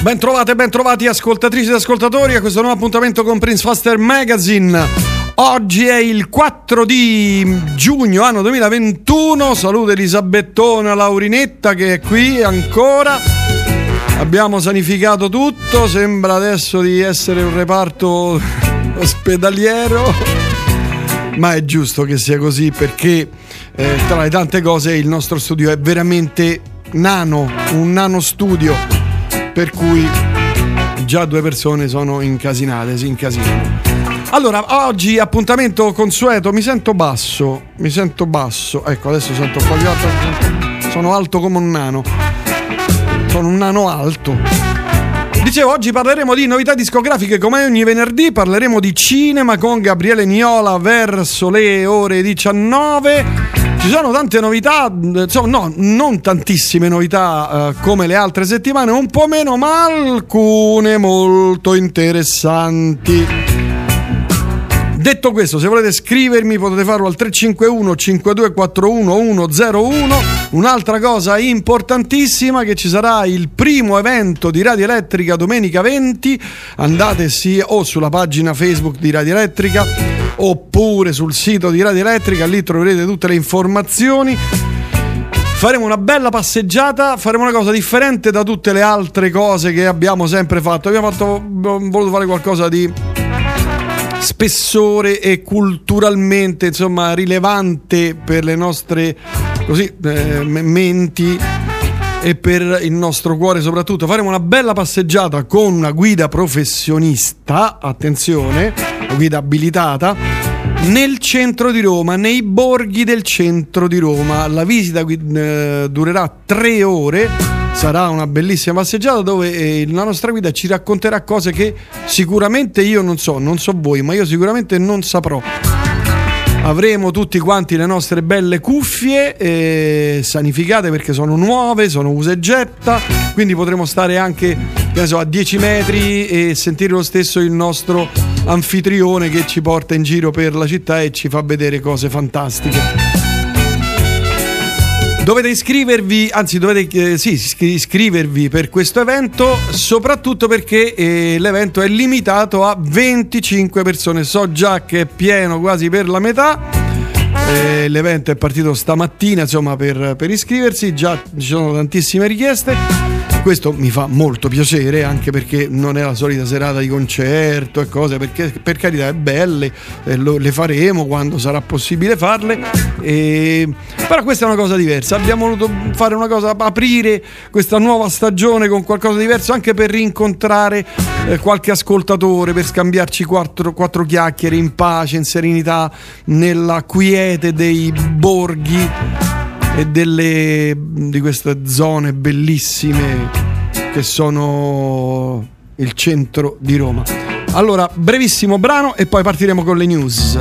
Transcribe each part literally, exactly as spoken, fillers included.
Ben trovate, ben trovati ascoltatrici ed ascoltatori a questo nuovo appuntamento con Prince Faster Magazine. Oggi è il quattro di giugno, anno duemilaventuno. Saluto Elisabettona Laurinetta che è qui ancora. Abbiamo sanificato tutto, sembra adesso di essere un reparto ospedaliero, ma è giusto che sia così perché eh, tra le tante cose il nostro studio è veramente nano, un nano studio, per cui già due persone sono incasinate, si incasinano. Allora, oggi appuntamento consueto, mi sento basso, mi sento basso, ecco adesso sento un po' più alto, sono alto come un nano, sono un nano alto. Dicevo, oggi parleremo di novità discografiche come ogni venerdì, parleremo di cinema con Gabriele Niola verso le ore diciannove. Ci sono tante novità, insomma, no, non tantissime novità uh, come le altre settimane, un po' meno, ma alcune molto interessanti. Detto questo, se volete scrivermi potete farlo al tre cinque uno cinque due quattro uno uno zero uno. Un'altra cosa importantissima, che ci sarà il primo evento di Radio Elettrica domenica venti. Andate sia o sulla pagina Facebook di Radio Elettrica oppure sul sito di Radio Elettrica, lì troverete tutte le informazioni. Faremo una bella passeggiata, faremo una cosa differente da tutte le altre cose che abbiamo sempre fatto. Abbiamo fatto, abbiamo voluto fare qualcosa di spessore e culturalmente, insomma, rilevante per le nostre così eh, menti e per il nostro cuore soprattutto. Faremo una bella passeggiata con una guida professionista, attenzione, una guida abilitata, nel centro di Roma, nei borghi del centro di Roma. La visita eh, durerà tre ore. Sarà una bellissima passeggiata dove la nostra guida ci racconterà cose che sicuramente io non so, non so voi, ma io sicuramente non saprò. Avremo tutti quanti le nostre belle cuffie eh, sanificate perché sono nuove, sono usa e getta, quindi potremo stare anche, che ne so, a dieci metri e sentire lo stesso il nostro anfitrione che ci porta in giro per la città e ci fa vedere cose fantastiche. Dovete iscrivervi, anzi dovete eh, sì, iscrivervi per questo evento, soprattutto perché eh, l'evento è limitato a venticinque persone. So già che è pieno quasi per la metà. Eh, l'evento è partito stamattina, insomma, per, per iscriversi, già ci sono tantissime richieste. Questo mi fa molto piacere, anche perché non è la solita serata di concerto e cose, perché per carità è belle, eh, lo, le faremo quando sarà possibile farle, e, però questa è una cosa diversa. Abbiamo voluto fare una cosa, aprire questa nuova stagione con qualcosa di diverso, anche per rincontrare eh, qualche ascoltatore, per scambiarci quattro, quattro chiacchiere in pace, in serenità, nella quiete dei borghi e delle di queste zone bellissime che sono il centro di Roma. Allora, brevissimo brano e poi partiremo con le news.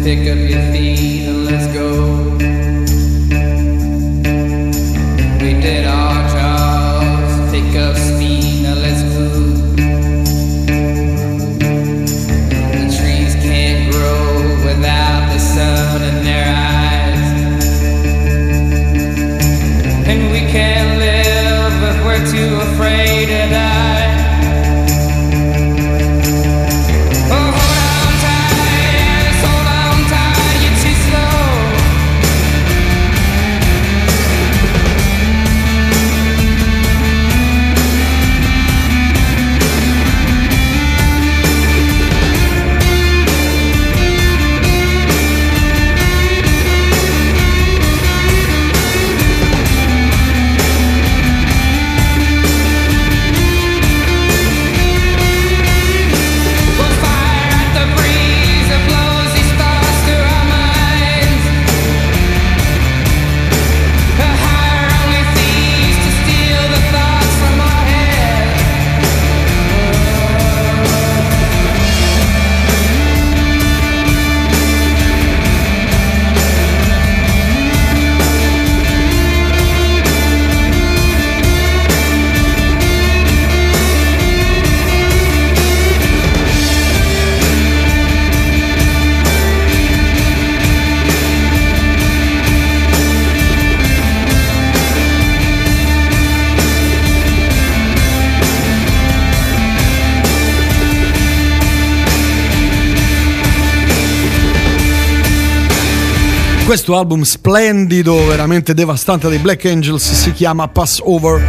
Questo album splendido, veramente devastante dei Black Angels si chiama Passover.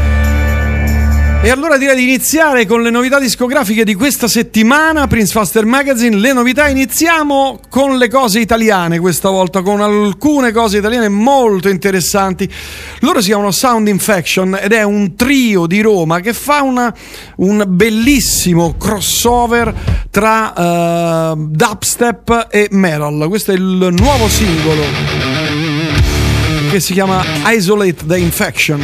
E allora direi di iniziare con le novità discografiche di questa settimana, Prince Faster Magazine. Le novità, iniziamo con le cose italiane questa volta, con alcune cose italiane molto interessanti. Loro si chiamano Sound Infection ed è un trio di Roma che fa una, un bellissimo crossover tra uh, dubstep e metal. Questo è il nuovo singolo che si chiama Isolate the Infection.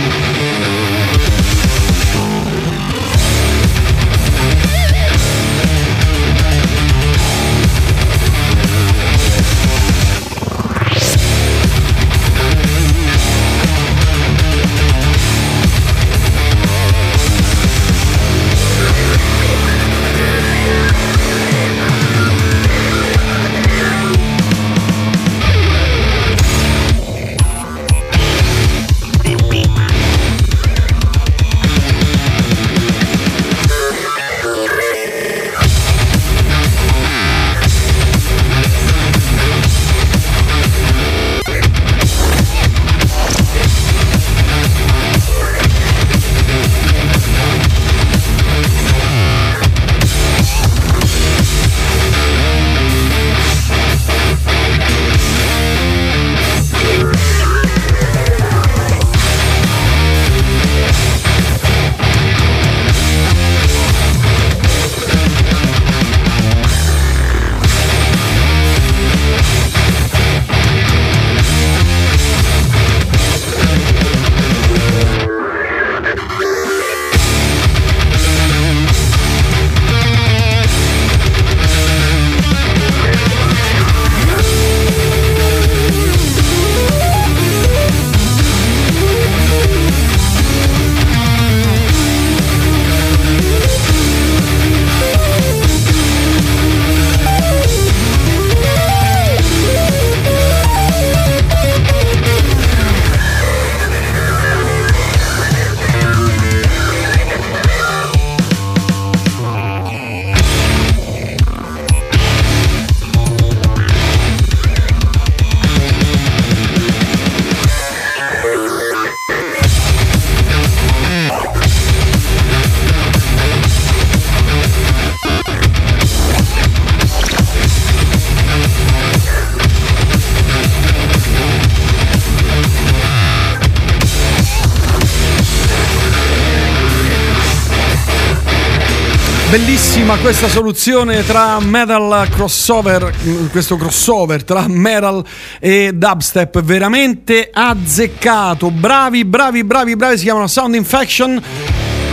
Bellissima questa soluzione tra metal crossover, questo crossover tra metal e dubstep, veramente azzeccato. Bravi, bravi, bravi, bravi, si chiamano Sound Infection.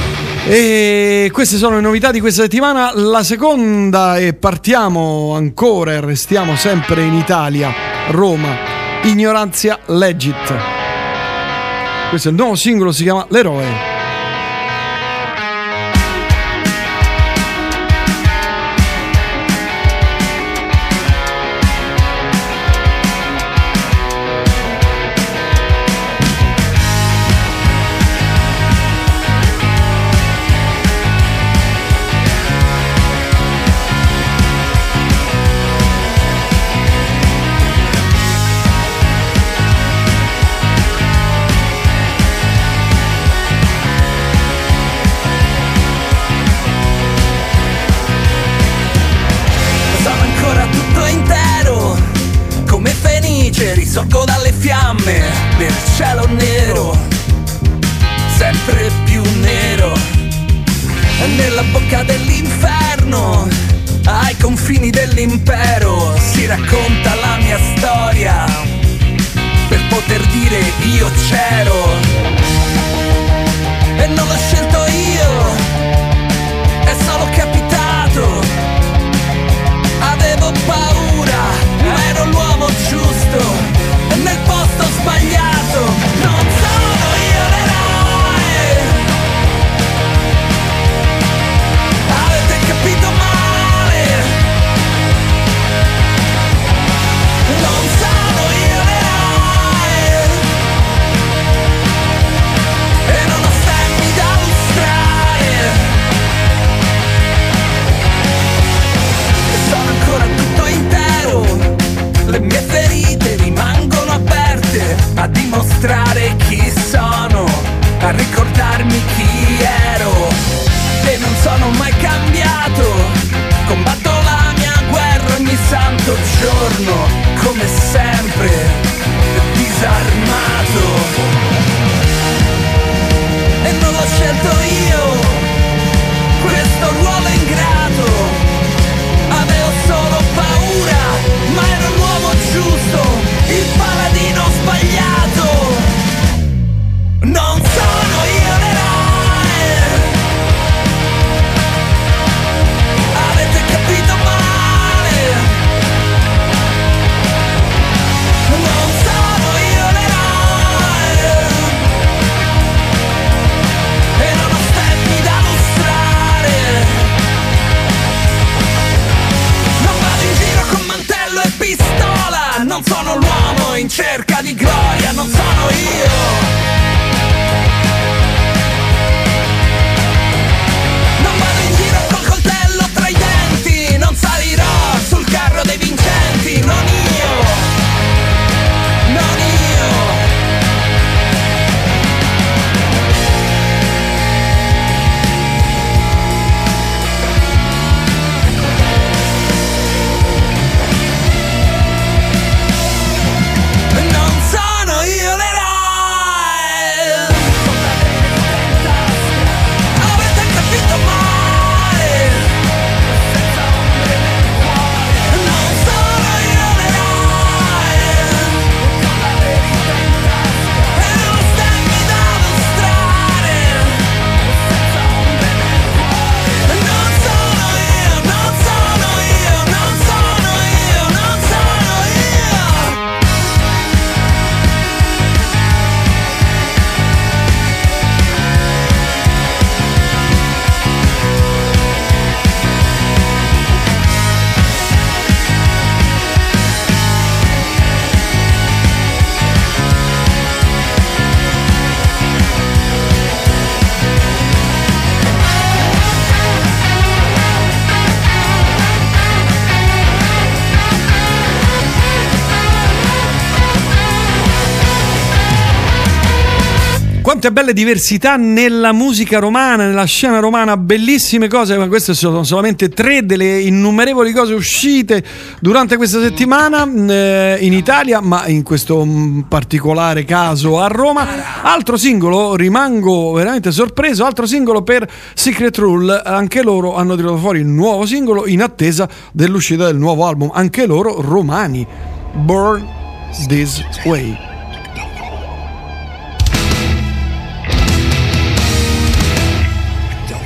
E queste sono le novità di questa settimana. La seconda, e partiamo ancora e restiamo sempre in Italia, Roma, Ignorantia Legit. Questo è il nuovo singolo, si chiama L'Eroe. Risorgo dalle fiamme del cielo nero, sempre più nero, nella bocca dell'inferno, ai confini dell'impero, si racconta la mia storia, per poter dire io c'ero, e non l'ho scelto io, è solo capitato, avevo paura, ma ero l'uomo giusto, nel posto sbagliato, non sono io l'eroe, avete capito male, non sono io l'eroe, e non ho stemmi da lustrare, sono ancora tutto intero, le mie ferite rimangono aperte, a dimostrare chi sono, a ricordarmi chi ero, e non sono mai cambiato, combatto la mia guerra ogni santo giorno, come sempre, disarmato, e non l'ho scelto io, questo ruolo ingrato, avevo solo paura, ma ero l'uomo giusto, il paladino sbagliato, non sono io l'eroe, avete capito male, non sono io l'eroe, e non ho stemmi da lustrare, non vado in giro con mantello e pistola, non sono l'uomo in cerca di gloria, non sono io. Non vado in giro col coltello tra i denti, non salirò sul carro dei vincenti, non io, non io. Non sono io l'eroe, avete capito male, non sono io l'eroe, e non ho stemmi da lustrare, non sono io, non sono io, non sono io, non sono io. Quante belle diversità nella musica romana, nella scena romana, bellissime cose, ma queste sono solamente tre delle innumerevoli cose uscite durante questa settimana eh, in Italia, ma in questo particolare caso a Roma. Altro singolo, rimango veramente sorpreso, altro singolo per Secret Rule, anche loro hanno tirato fuori il nuovo singolo in attesa dell'uscita del nuovo album, anche loro romani, Born This Way. Don't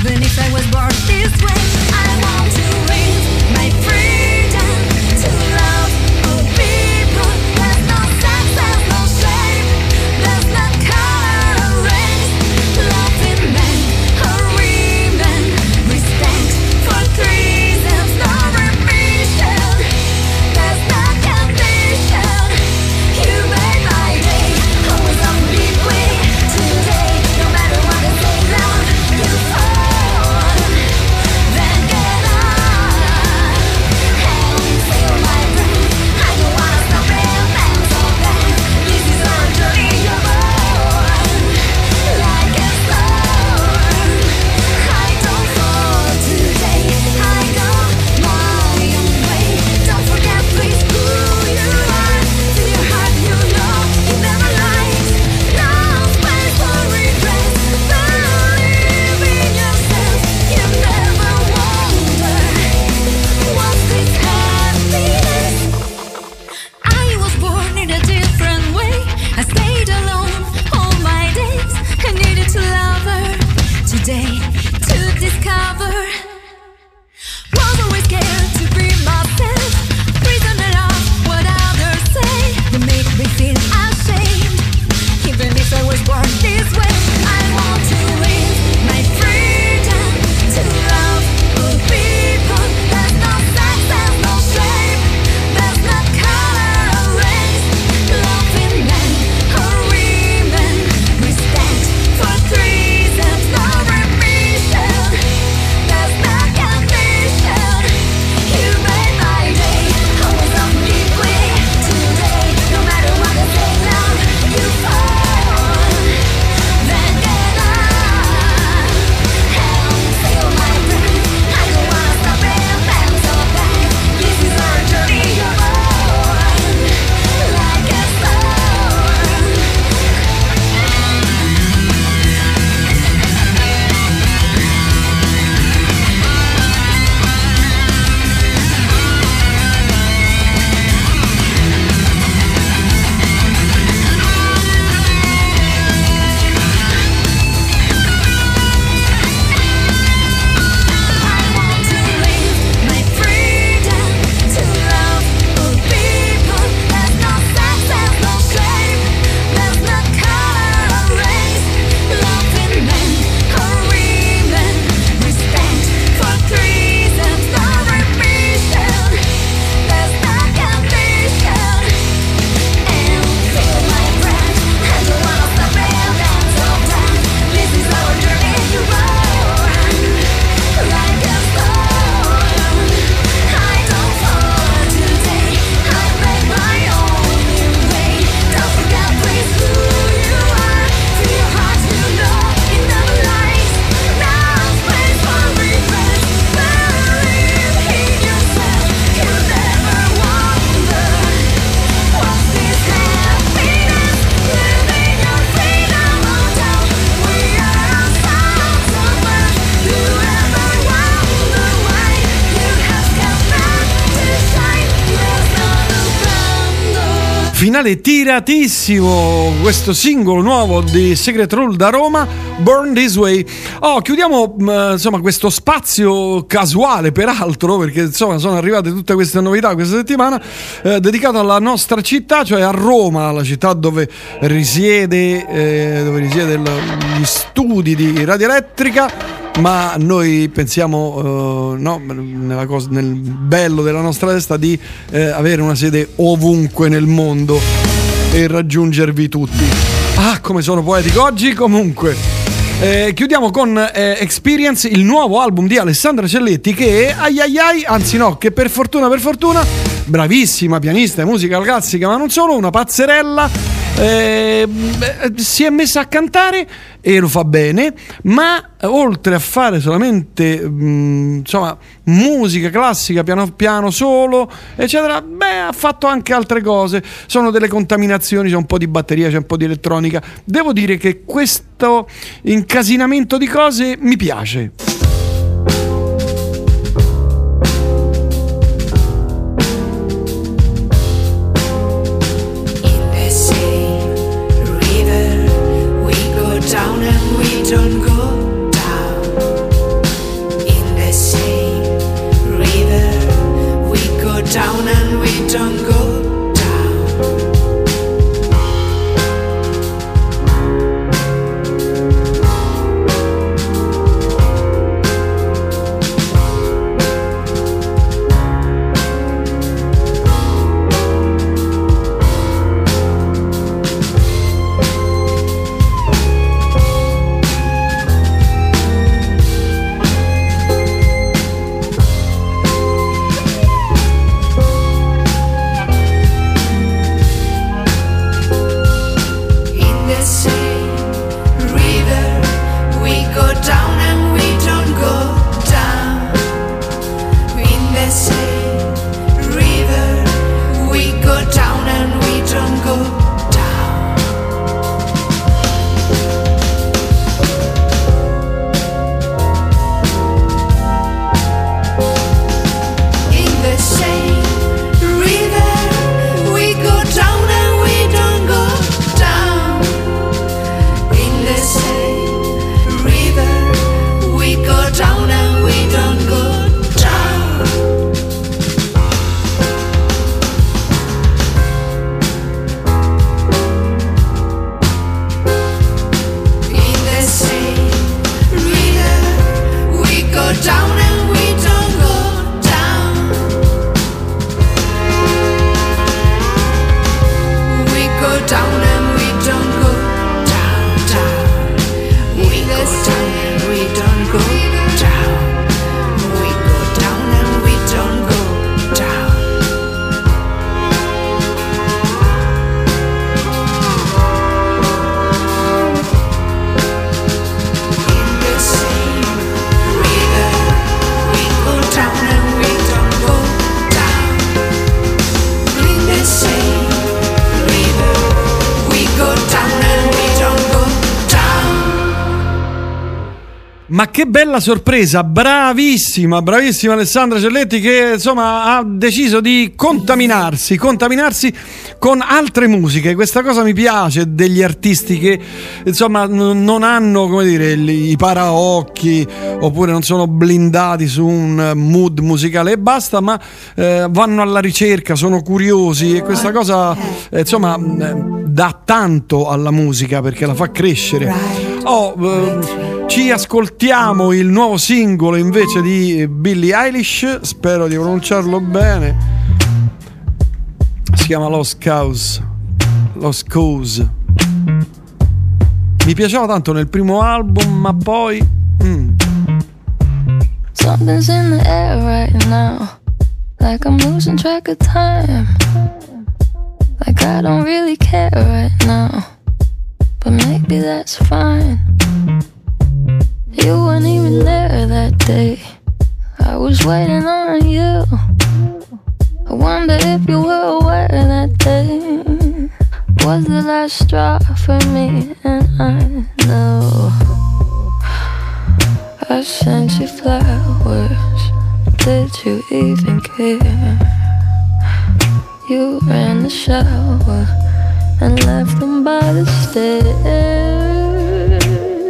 Even if I was born this way, I want to live my freedom to love all people. There's no sex, there's no shame, there's no color or race. Loving men or women, respect for threesomes, no remission. There's no condition. You made my day, always on deeply today. No matter what I say, love, you fall, then get up and feel my breath. I don't wanna stop it, I'm so bad. This is our journey, you're born like a storm. I don't fall today, I go my own way. Don't forget please who you are. To your heart you know it never lies. No space for regret. Believe in yourself. You never wonder what's this happiness. I was born in a different way. I stayed alone all my days. I needed to love her today to discover. Was always scared to be myself. Prisoner of what others say. They make me feel ashamed. Even if I was born this way, I want to live my freedom to love all people. There's no sex, there's no shame, there's no color or race. Loving men or women, respect for threesomes, no remission. There's no condition. You made my day, always on deeply today. No matter what I say, love, you fall, then get up and feel my breath. I don't wanna stop it, I'm so bad. This is our journey, you're born like a storm. I want to live my freedom to love all people. There's no sex, there's no shame, there's no color or race. Loving men or women, respect for threesomes, no remission. There's no condition. And feel my breath. I don't wanna stop it, I'm so bad. This is our journey, you're born like a storm. I don't fall today, I make my own new way. Don't forget please who you are. To your heart you know it never lies. No space for regret. Believe in yourself. You never wonder what's this happiness. Living your freedom on top. We are all sons of earth. Do you ever wonder why you have come back to shine? There's no thunder. Finale tiratissimo questo singolo nuovo di Secret Rule da Roma, Born This Way. Oh, chiudiamo mh, insomma questo spazio casuale peraltro, perché insomma sono arrivate tutte queste novità questa settimana, eh, dedicato alla nostra città, cioè a Roma, la città dove risiede eh, dove risiede il- gli studi di Radioelettrica. Ma noi pensiamo, eh, no, nella cosa, nel bello della nostra testa di eh, avere una sede ovunque nel mondo e raggiungervi tutti. Ah, come sono poetico oggi. Comunque eh, chiudiamo con eh, Experience, il nuovo album di Alessandra Celletti, che ai ai ai, anzi no, che per fortuna per fortuna, bravissima pianista e musica classica, ma non solo, una pazzerella. Eh, si è messa a cantare e lo fa bene, ma oltre a fare solamente mh, insomma musica classica, piano piano solo eccetera, beh, ha fatto anche altre cose. Sono delle contaminazioni, c'è un po' di batteria, c'è un po' di elettronica. Devo dire che questo incasinamento di cose mi piace. Down and we don't go down. Ma che bella sorpresa, bravissima, bravissima Alessandra Celletti, che insomma ha deciso di contaminarsi, contaminarsi con altre musiche. Questa cosa mi piace degli artisti che insomma n- non hanno, come dire, i paraocchi oppure non sono blindati su un mood musicale e basta, ma eh, vanno alla ricerca, sono curiosi, e questa cosa eh, insomma eh, dà tanto alla musica perché la fa crescere. Oh, eh, ci ascoltiamo il nuovo singolo invece di Billie Eilish, spero di pronunciarlo bene, si chiama Lost Cause. Lost Cause mi piaceva tanto nel primo album, ma poi mm. Something's in the air right now, like I'm losing track of time, like I don't really care right now, but maybe that's fine. You weren't even there that day, I was waiting on you. I wonder if you were aware that day was the last straw for me, and I know I sent you flowers, did you even care? You ran the shower and left them by the stairs.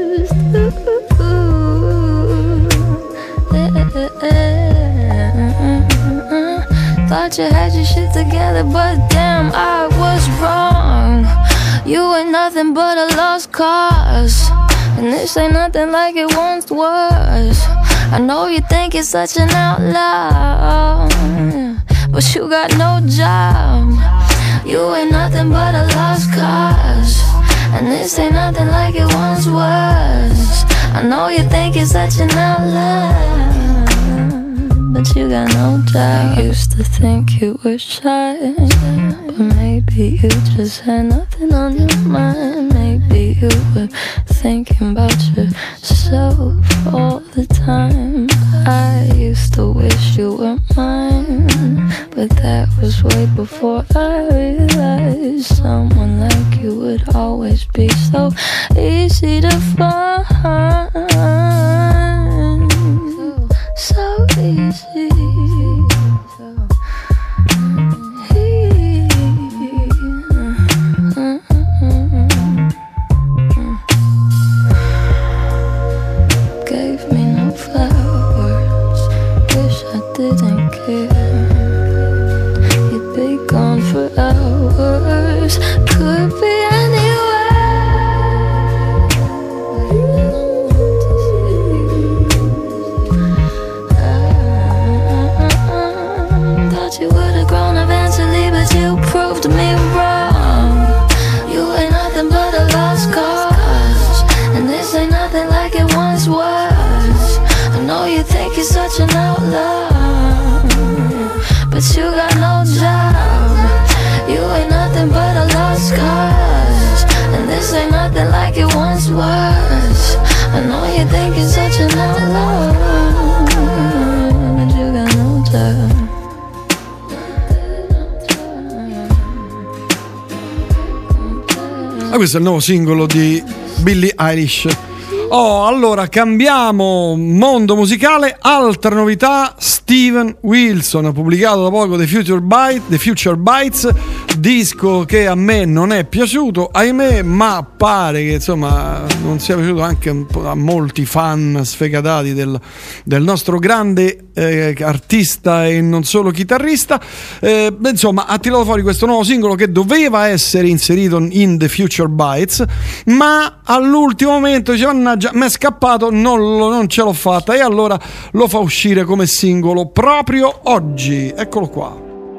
Thought you had your shit together, but damn, I was wrong. You ain't nothing but a lost cause, and this ain't nothing like it once was. I know you think you're such an outlaw, but you got no job. You ain't nothing but a lost cause, and this ain't nothing like it once was. I know you think you're such an outlaw, but you got no job. I used to think you were shy, but maybe you just had nothing on your mind. Maybe you were thinking about yourself all the time. I used to wish you were mine, but that was way before I realized someone like you would always be so easy to find. So easy. Gave me no flowers, wish I didn't care. You'd be gone for hours, could be you would have grown eventually, but you proved me wrong. You ain't nothing but a lost cause, and this ain't nothing like it once was. I know you think you're such an outlaw, but you got no job. You ain't nothing but a lost cause, and this ain't nothing like it once was. I know you think you're such an outlaw, but you got no job. Ah, questo è il nuovo singolo di Billie Eilish. Oh, allora cambiamo mondo musicale, altra novità. Steven Wilson ha pubblicato da poco The Future Bite, The Future Bites, disco che a me non è piaciuto, ahimè, ma pare che insomma non sia piaciuto anche un po' a molti fan sfegatati del, del nostro grande eh, artista e non solo chitarrista. Eh, insomma, ha tirato fuori questo nuovo singolo che doveva essere inserito in The Future Bites, ma all'ultimo momento dice: mannaggia, mi è scappato, non, lo, non ce l'ho fatta, e allora lo fa uscire come singolo proprio oggi. Eccolo qua.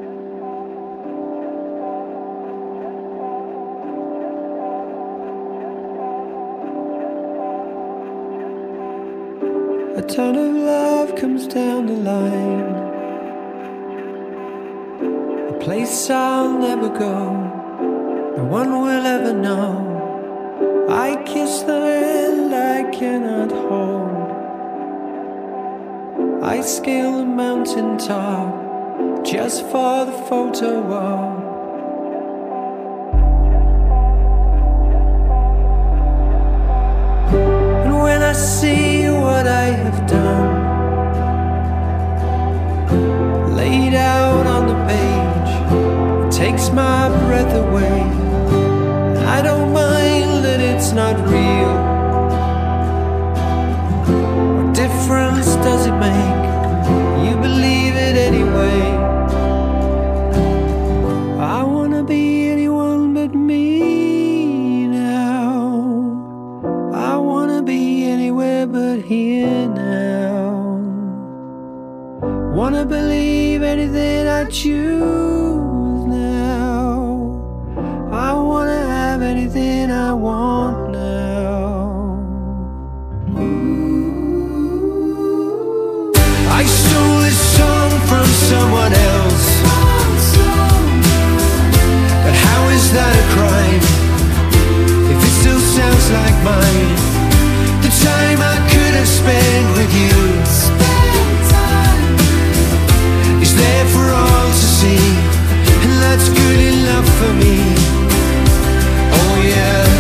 A ton of love comes down the line, a place I'll never go, no one will ever know. I kiss the hand I cannot hold, I scale the mountain top just for the photo op. And when I see what takes my breath away. I don't mind that it's not real. What difference does it make? You believe it anyway. I wanna be anyone but me now. I wanna be anywhere but here now. Wanna believe anything I choose now. I wanna have anything I want now. I stole this song from someone else, but how is that a crime if it still sounds like mine? The time I could have spent with you is there for all to see, and that's good enough for me. Oh yeah.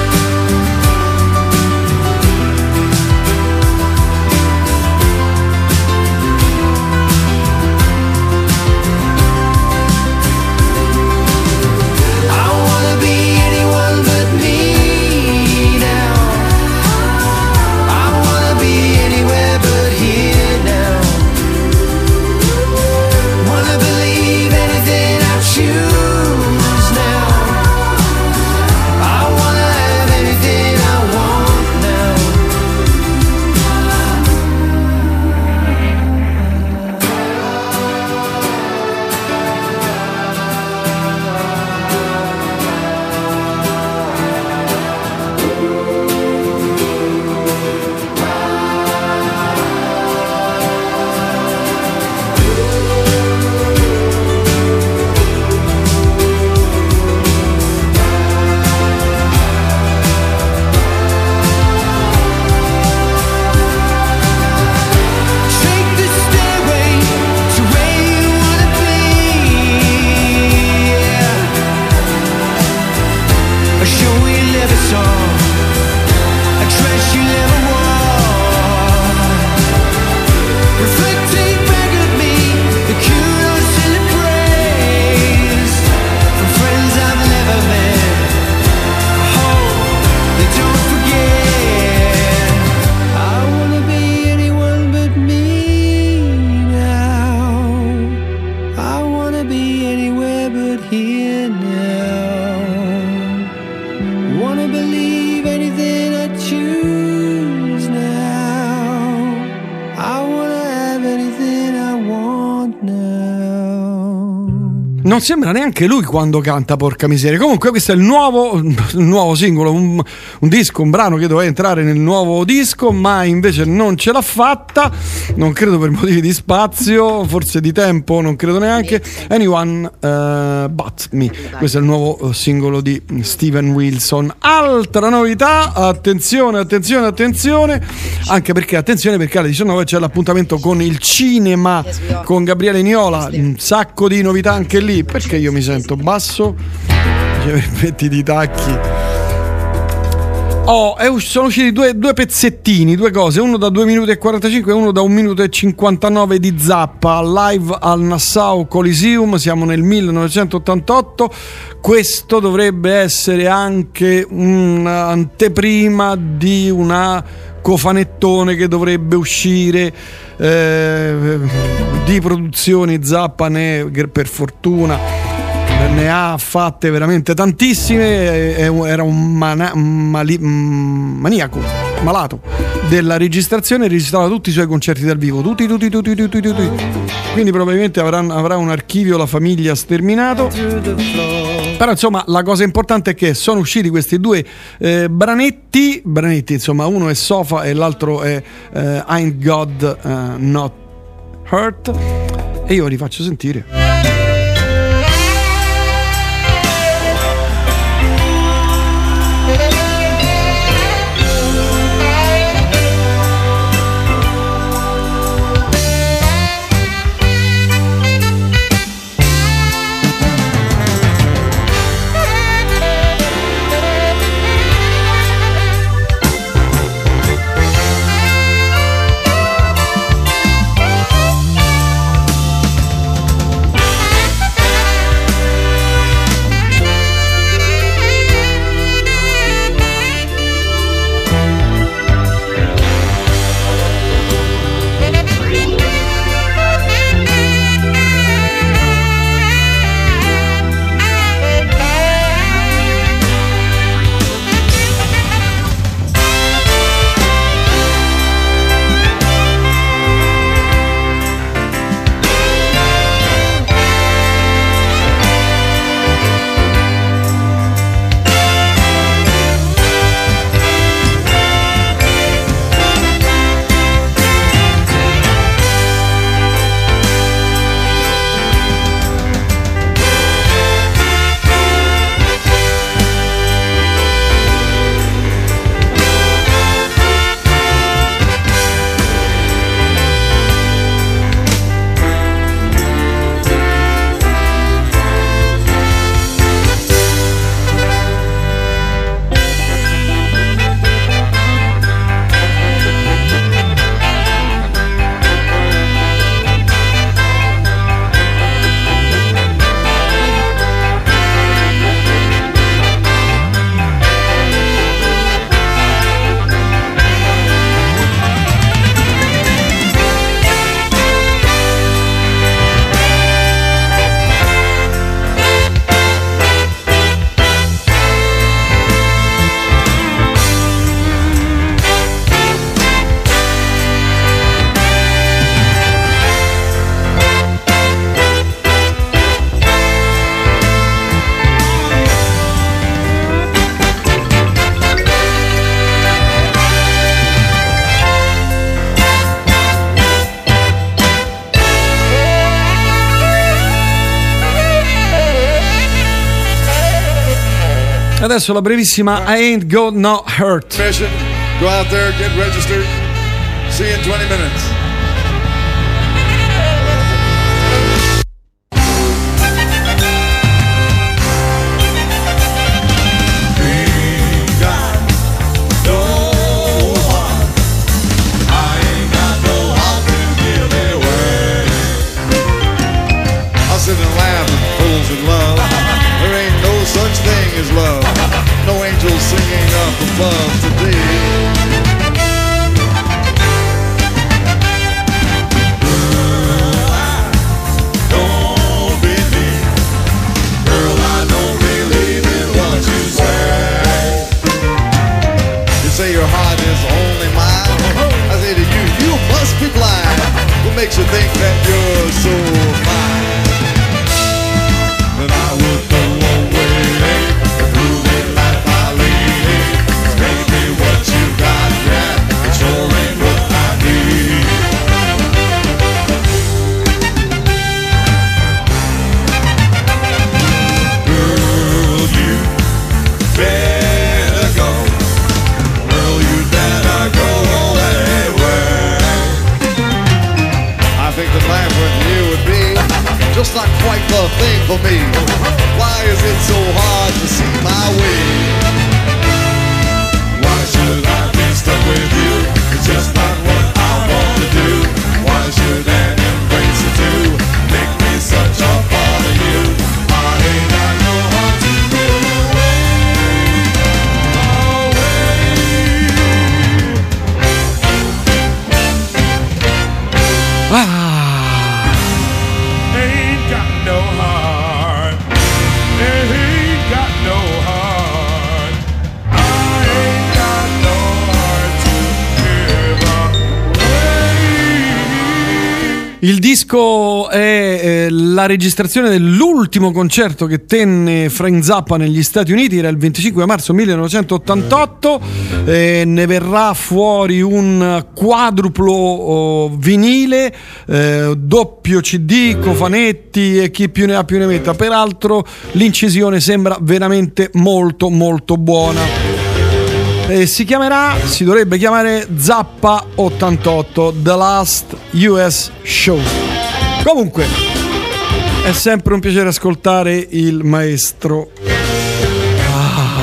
Non sembra neanche lui quando canta, porca miseria. Comunque questo è il nuovo, il nuovo singolo, un, un disco, un brano che doveva entrare nel nuovo disco, ma invece non ce l'ha fatta, non credo per motivi di spazio, forse di tempo, non credo neanche. Anyone uh, But Me, questo è il nuovo singolo di Steven Wilson. Altra novità, attenzione, attenzione, attenzione, anche perché, attenzione perché alle diciannove c'è l'appuntamento con il cinema, con Gabriele Niola, un sacco di novità anche lì. Perché io mi sento basso? Cioè, metti di tacchi. Oh, è, sono usciti due, due pezzettini, due cose, uno da due minuti e quarantacinque e uno da un minuto e cinquantanove di Zappa, live al Nassau Coliseum, siamo nel millenovecentottantotto. Questo dovrebbe essere anche un'anteprima di una cofanettone che dovrebbe uscire, eh, di produzioni Zappa ne, per fortuna ne ha fatte veramente tantissime, era un mana, mali, maniaco malato della registrazione, registrava tutti i suoi concerti dal vivo, tutti tutti tutti tutti tutti, quindi probabilmente avrà, avrà un archivio la famiglia sterminato. Però insomma la cosa importante è che sono usciti questi due eh, branetti branetti insomma, uno è Sofa e l'altro è eh, Ain't God uh, Not Hurt, e io li faccio sentire. E adesso la brevissima I Ain't Got No Hurt. Mission. Go out there, get registered. See you in twenty minutes. Sit and laugh at fools in love. There ain't no such thing as love. No angels singing up above today. Don't believe, girl, I don't believe in what you say. You say your heart is only mine. I say to you, you must be blind. What makes you think that you're so fine? Then I would go away and prove it like my lady. Baby, what you got, yeah, it sure ain't what I need. Girl, you better go. Girl, you better go away. I think that life with you would be just not quite the thing for me. Why is it so hard to see my way? Why should I be stuck with you? It's just not what I want to do. Why should an embrace it too? Make me such a part of you. I ain't got no heart to give away. Ah. Ain't got no heart. Ain't got no heart. I ain't got no heart to give away. Il disco è eh, la registrazione dell'ultimo concerto che tenne Frank Zappa negli Stati Uniti, era il venticinque marzo millenovecentottantotto, eh, ne verrà fuori un quadruplo oh, vinile, eh, doppio C D, cofanetti e chi più ne ha più ne metta. Peraltro l'incisione sembra veramente molto molto buona. Eh, si chiamerà, si dovrebbe chiamare Zappa ottantotto, The Last U S Show. Comunque è sempre un piacere ascoltare il maestro. Ah.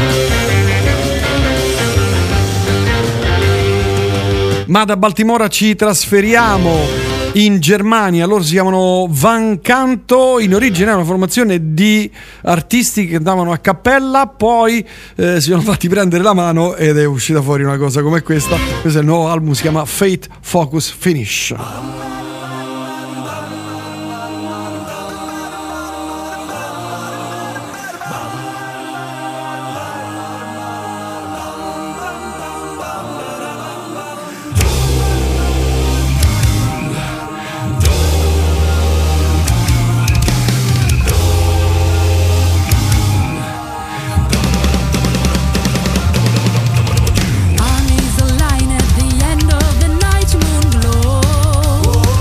Ma da Baltimora ci trasferiamo in Germania. Loro si chiamano Van Canto. In origine era una formazione di artisti che andavano a cappella, poi eh, si sono fatti prendere la mano ed è uscita fuori una cosa come questa. Questo è il nuovo album, si chiama Fate Focus Finish. Armies align at the end of the night, moon glow.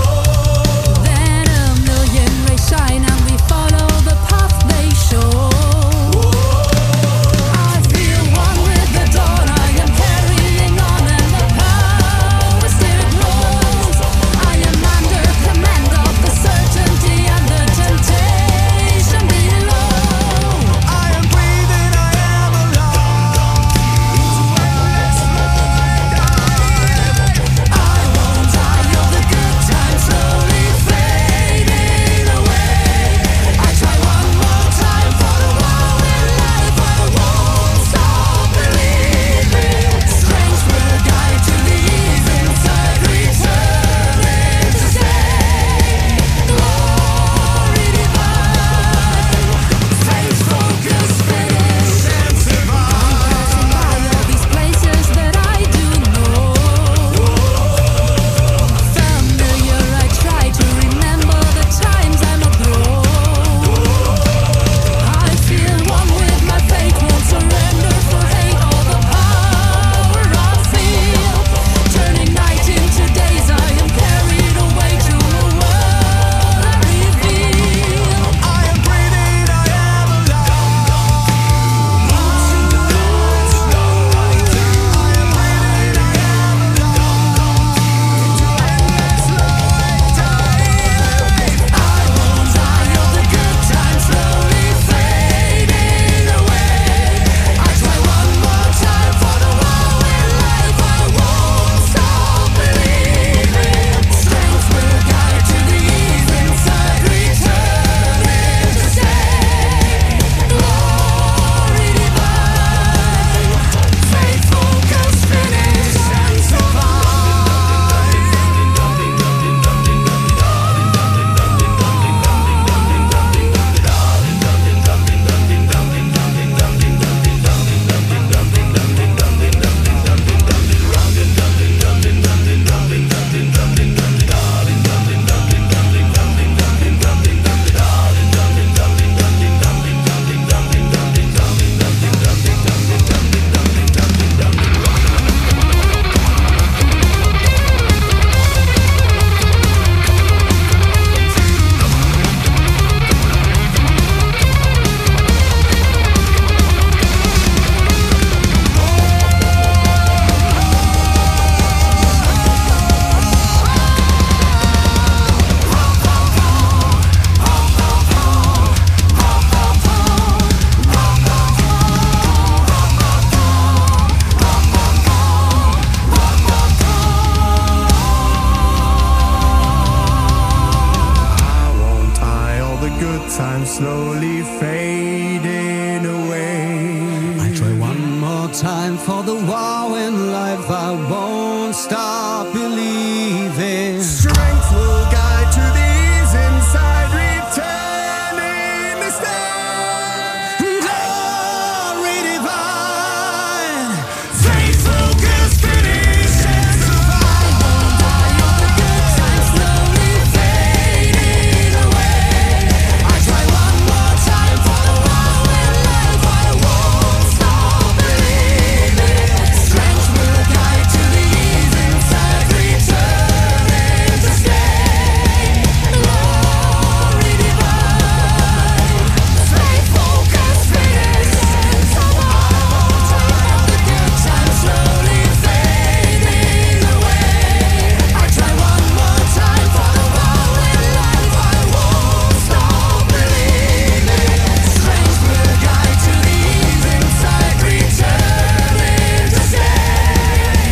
good times slowly fading away. I try one more time for the wow in life. I won't stop believing. Strength will guide to these inside, returning the state. Glory divine, faith focus finish and survive. All the good times slowly fading away. I try one more time for the wow in life. I won't stop believing. Strength will guide to these inside, returning to stay. Glory divine, faith focus finish and survive. All the good times slowly fading away. I try one more time for the wow in life. I won't stop believing. Strength will guide to these inside, returning to stay.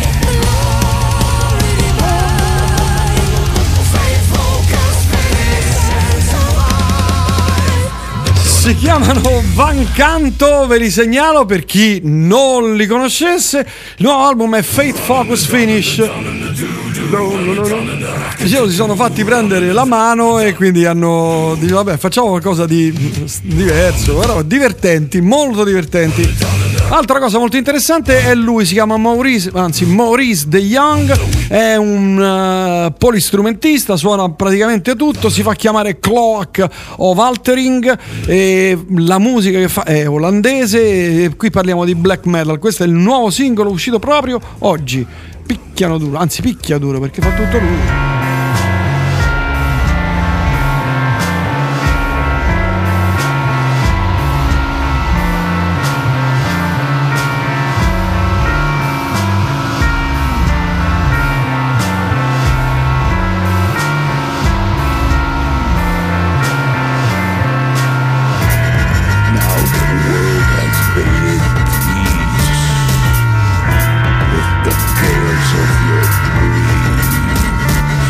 Glory divine, faith focus finish and survive. Si chiamano Van Canto, ve li segnalo per chi non li conoscesse. Il nuovo album è Fate Focus Finish. No, no, no, no. Dicevo, si sono fatti prendere la mano e quindi hanno detto vabbè, facciamo qualcosa di diverso, però divertenti, molto divertenti. Altra cosa molto interessante è lui, si chiama Maurice, anzi Maurice De Young, è un uh, polistrumentista, suona praticamente tutto, si fa chiamare Cloak o Waltering, e la musica che fa è olandese e qui parliamo di black metal. Questo è il nuovo singolo uscito proprio oggi. Picchiano duro, anzi picchia duro perché fa tutto lui. The cares of your dreams.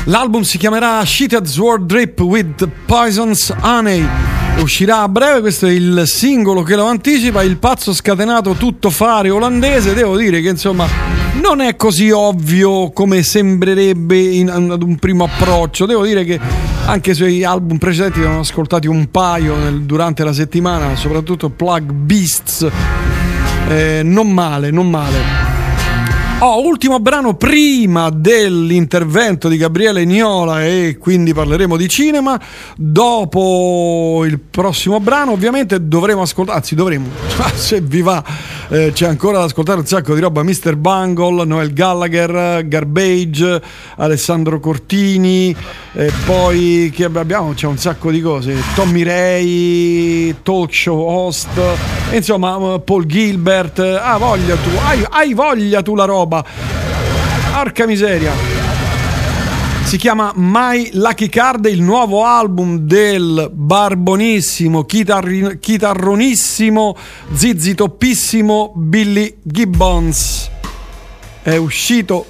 L'album si chiamerà Sheeted Sword Drip with Poison's Honey. Uscirà a breve, questo è il singolo che lo anticipa, il pazzo scatenato tutto fare olandese. Devo dire che insomma non è così ovvio come sembrerebbe in, ad un primo approccio. Devo dire che anche i suoi album precedenti ne ho ascoltati un paio nel, durante la settimana, soprattutto Plug Beasts. Eh, non male, non male. Oh, ultimo brano prima dell'intervento di Gabriele Niola e quindi parleremo di cinema. Dopo il prossimo brano ovviamente dovremo ascoltare, anzi dovremo, se vi va, eh, c'è ancora da ascoltare un sacco di roba. mister Bungle, Noel Gallagher, Garbage, Alessandro Cortini, e poi che abbiamo, c'è un sacco di cose, Tommy Ray, talk show host, insomma Paul Gilbert. Ah, voglia tu, hai, hai voglia tu la roba. Porca miseria. Si chiama My Lucky Card, il nuovo album del barbonissimo, chitarri- chitarronissimo, zizi toppissimo Billy Gibbons. È uscito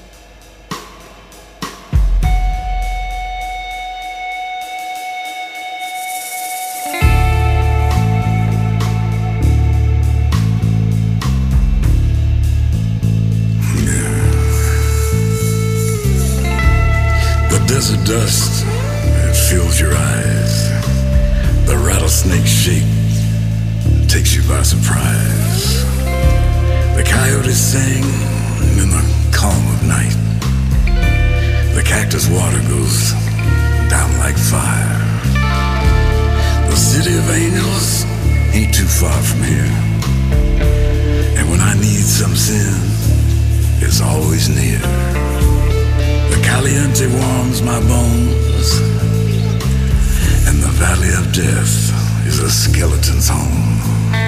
desert dust, it fills your eyes. The rattlesnake shake takes you by surprise. The coyotes sing in the calm of night. The cactus water goes down like fire. The city of angels ain't too far from here. And when I need some sin, it's always near. The caliente warms my bones, and the valley of death is a skeleton's home.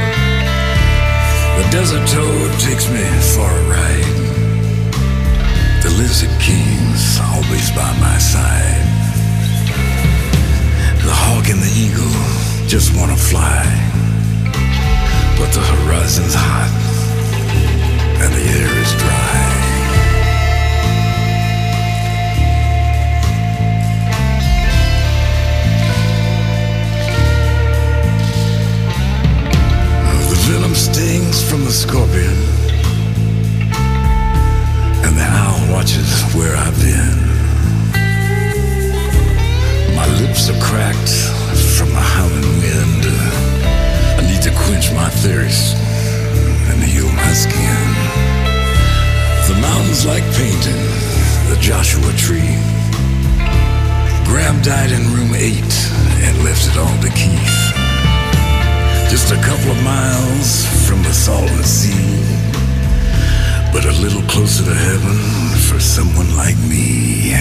The desert toad takes me for a ride. The lizard king's always by my side. The hawk and the eagle just wanna fly, but the horizon's hot and the air is dry. Venom stings from the scorpion, and the owl watches where I've been. My lips are cracked from the howling wind. I need to quench my thirst and heal my skin. The mountain's like painting the Joshua tree. Graham died in room eight and left it all to Keith. Just a couple of miles from the Salton Sea, but a little closer to heaven for someone like me.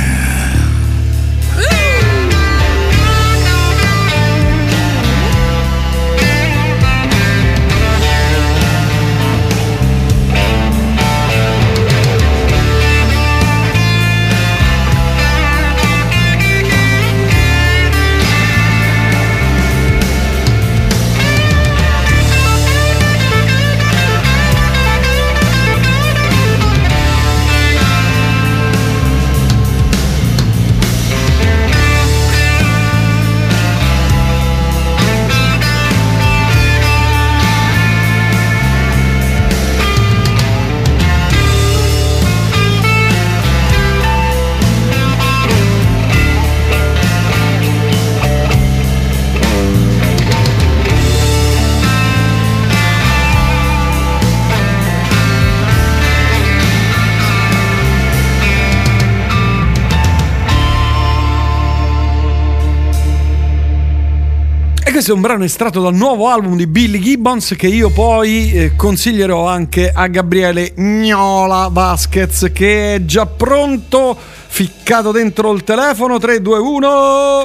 Questo è un brano estratto dal nuovo album di Billy Gibbons che io poi eh, consiglierò anche a Gabriele Niola Vasquez, che è già pronto, ficcato dentro il telefono. Tre, due, uno.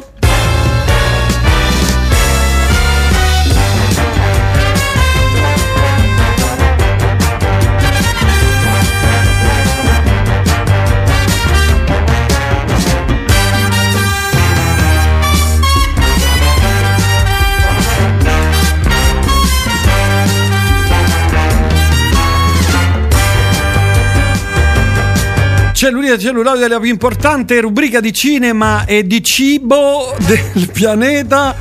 Cellulite cellulare della più importante rubrica di cinema e di cibo del pianeta,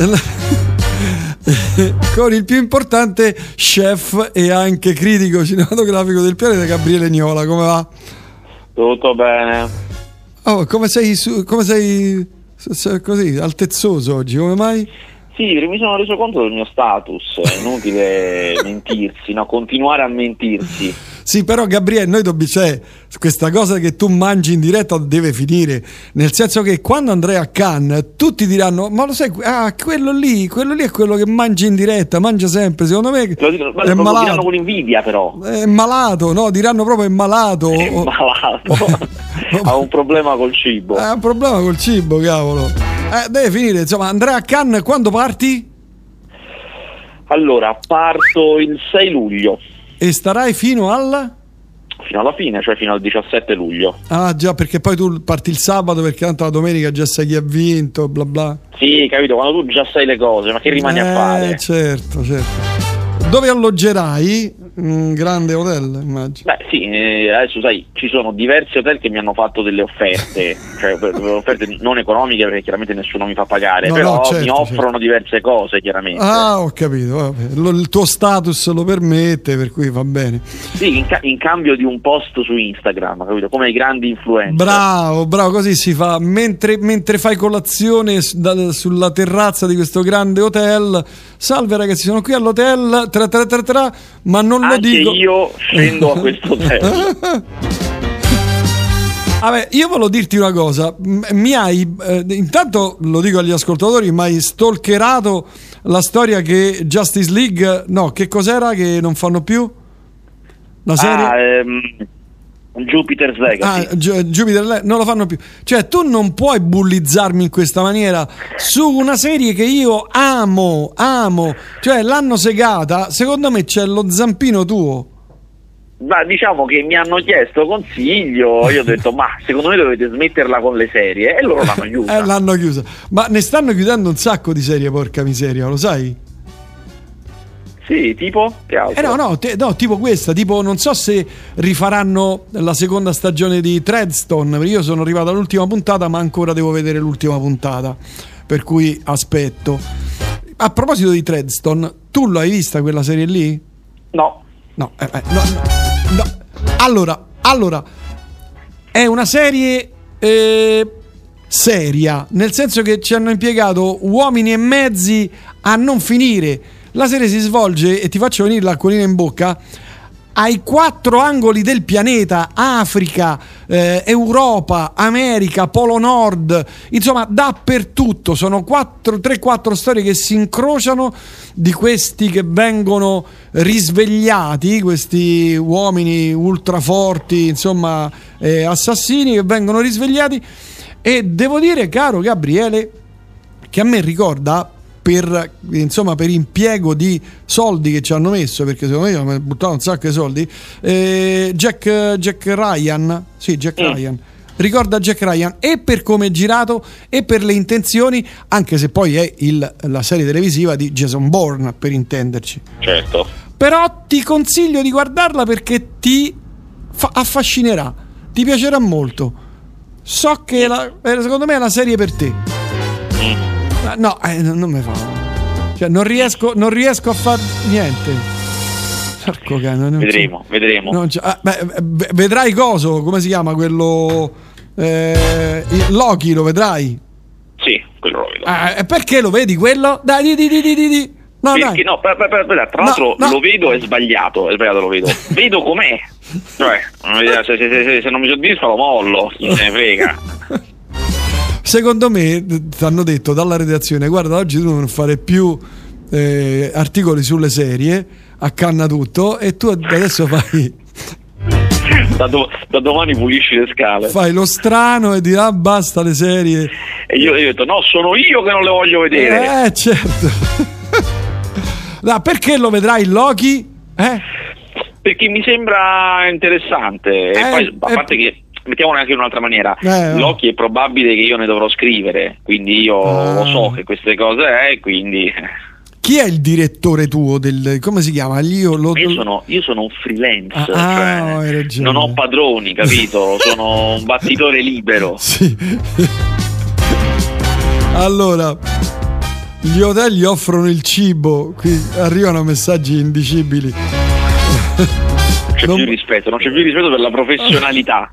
con il più importante chef e anche critico cinematografico del pianeta, Gabriele Niola. Come va? Tutto bene. Oh, come sei, su, come sei così altezzoso oggi? Come mai? Sì, perché mi sono reso conto del mio status, è inutile mentirsi, no? Continuare a mentirsi. Sì, però Gabriele, noi dobbiamo, cioè, questa cosa che tu mangi in diretta deve finire, nel senso che quando andrai a Cannes tutti diranno, ma lo sai, ah, quello lì, quello lì è quello che mangia in diretta, mangia sempre, secondo me Lo, dico, è lo, malato. lo diranno con invidia, però. È malato, no? Diranno proprio è malato. È malato. Ha un problema col cibo. Ha un problema col cibo, cavolo. Eh, deve finire, insomma, andrai a Cannes quando parti? Allora, parto il sei luglio. E starai fino al... Fino alla fine, cioè fino al diciassette luglio. Ah già, perché poi tu parti il sabato, perché tanto la domenica già sai chi ha vinto, bla bla. Sì, capito, quando tu già sai le cose, ma che rimani eh, a fare? Certo, certo. Dove alloggerai? Un grande hotel, immagino. Beh sì, eh, adesso sai, ci sono diversi hotel che mi hanno fatto delle offerte, cioè offerte non economiche perché chiaramente nessuno mi fa pagare, No, però no, certo, mi offrono certo. diverse cose chiaramente. Ah, ho capito, vabbè. Lo- il tuo status lo permette, per cui va bene. Sì, in, ca- in cambio di un post su Instagram, capito? Come i grandi influencer. Bravo, bravo, così si fa. Mentre, mentre fai colazione s- da- sulla terrazza di questo grande hotel, salve ragazzi, sono qui all'hotel, tra, tra, tra, tra, ma non lo Anche dico. io scendo a questo hotel. Vabbè, io volevo dirti una cosa. M- Mi hai, eh, intanto lo dico agli ascoltatori, mi hai stalkerato la storia che Justice League, no, che cos'era che non fanno più? La serie? Ah, ehm, Jupiter's Legacy. Ah, Ju- Jupiter Le- non lo fanno più. Cioè, tu non puoi bullizzarmi in questa maniera su una serie che io amo, amo. Cioè, l'hanno segata, secondo me c'è lo zampino tuo. Ma diciamo che mi hanno chiesto consiglio, io ho detto ma secondo me dovete smetterla con le serie e loro l'hanno chiusa. Eh, l'hanno chiusa. Ma ne stanno chiudendo un sacco di serie, porca miseria, lo sai? Sì, tipo? Che altro? Eh no, no, te- no, tipo questa, tipo non so se rifaranno la seconda stagione di Treadstone, perché io sono arrivato all'ultima puntata ma ancora devo vedere l'ultima puntata, per cui aspetto. A proposito di Treadstone, tu l'hai vista quella serie lì? No. No, eh, eh, no, no, no. Allora, allora, è una serie eh, seria, nel senso che ci hanno impiegato uomini e mezzi a non finire. La serie si svolge, e ti faccio venire l'acquolina in bocca, ai quattro angoli del pianeta: Africa, eh, Europa, America, Polo Nord, insomma dappertutto. Sono tre quattro storie che si incrociano, di questi che vengono risvegliati, questi uomini ultra forti, insomma eh, assassini che vengono risvegliati. E devo dire, caro Gabriele, che a me ricorda, per, insomma, per impiego di soldi che ci hanno messo, perché secondo me hanno buttato un sacco di soldi, eh, Jack, Jack Ryan, sì, Jack Mm. Ryan, ricorda Jack Ryan, e per come è girato e per le intenzioni, anche se poi è il, la serie televisiva di Jason Bourne, per intenderci. Certo. Però ti consiglio di guardarla perché ti fa- affascinerà, ti piacerà molto. So che la, eh, secondo me è la serie per te. Mm. Ah, no, eh, non, non mi fa. Cioè, non riesco, non riesco a far niente. Porco cane, non Vedremo, c'è- vedremo. non c'è- ah, beh, v- vedrai coso, come si chiama quello? Eh, il- Loki, lo vedrai? Sì, quello lo vedo. Ah, e perché lo vedi quello? Dai, di, di, di, di, di, di. No, Perché dai. no, per, per, per, per- tra l'altro No, no. lo vedo è sbagliato, è sbagliato lo vedo. Vedo com'è. Cioè, se, se, se, se non mi soddisfa lo mollo, chi se ne frega. Secondo me ti hanno detto dalla redazione: guarda, oggi tu non fare più eh, articoli sulle serie, accanna tutto, e tu adesso fai, Da, do- da domani pulisci le scale. fai lo strano e dirà basta le serie. E io gli ho detto no, sono io che non le voglio vedere. Eh, certo. No, perché lo vedrai Loki? Eh? Perché mi sembra interessante. E Eh, poi, a eh. parte che, mettiamolo anche in un'altra maniera, Eh, no. Loki è probabile che io ne dovrò scrivere, quindi io Ah. lo so che queste cose è, quindi chi è il direttore tuo del, come si chiama? Io, lo, Io sono, io sono un freelance, Ah, cioè, ah, hai ragione. non ho padroni, capito? Sono un battitore libero. Sì. Allora, gli hotel gli offrono il cibo, qui arrivano messaggi indicibili. C'è Non- più rispetto, non c'è più rispetto per la professionalità.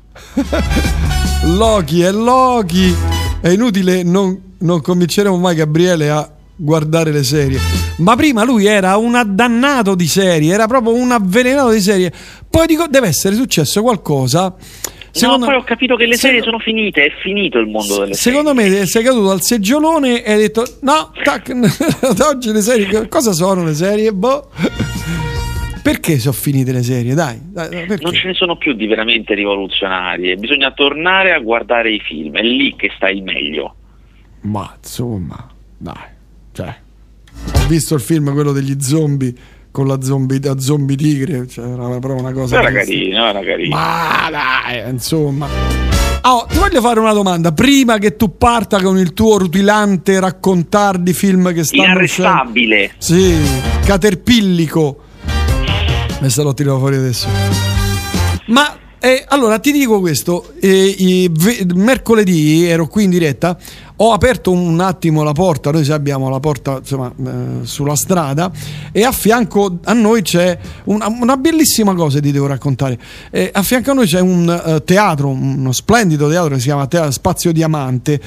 Loki è Loki. È inutile, non, non convinceremo mai Gabriele a guardare le serie. Ma prima lui era un addannato di serie, era proprio un avvelenato di serie. Poi dico, deve essere successo qualcosa. No, poi ho capito che le serie secondo- sono finite, è finito il mondo delle Secondo serie. me sei caduto al seggiolone e hai detto no, tac, da oggi le serie, cosa sono le serie? Boh. Perché sono finite le serie? Dai, dai, perché? Non ce ne sono più di veramente rivoluzionarie, bisogna tornare a guardare i film, è lì che sta il meglio. Ma insomma, dai, cioè, ho visto il film quello degli zombie con la zombie, la zombie tigre, cioè era proprio una cosa. Era triste. carino, era carino. Ma dai, insomma. Oh, ti voglio fare una domanda prima che tu parta con il tuo rutilante raccontar di film che stanno uscendo. Inarrestabile. Sì, caterpillico. Questa l'ho tirato fuori adesso. Ma eh, allora ti dico questo: eh, i- ve- mercoledì ero qui in diretta, ho aperto un attimo la porta, noi abbiamo la porta insomma eh, sulla strada e a fianco a noi c'è una, una bellissima cosa, ti devo raccontare. Eh, a fianco a noi c'è un eh, teatro, uno splendido teatro che si chiama Teatro Spazio Diamante,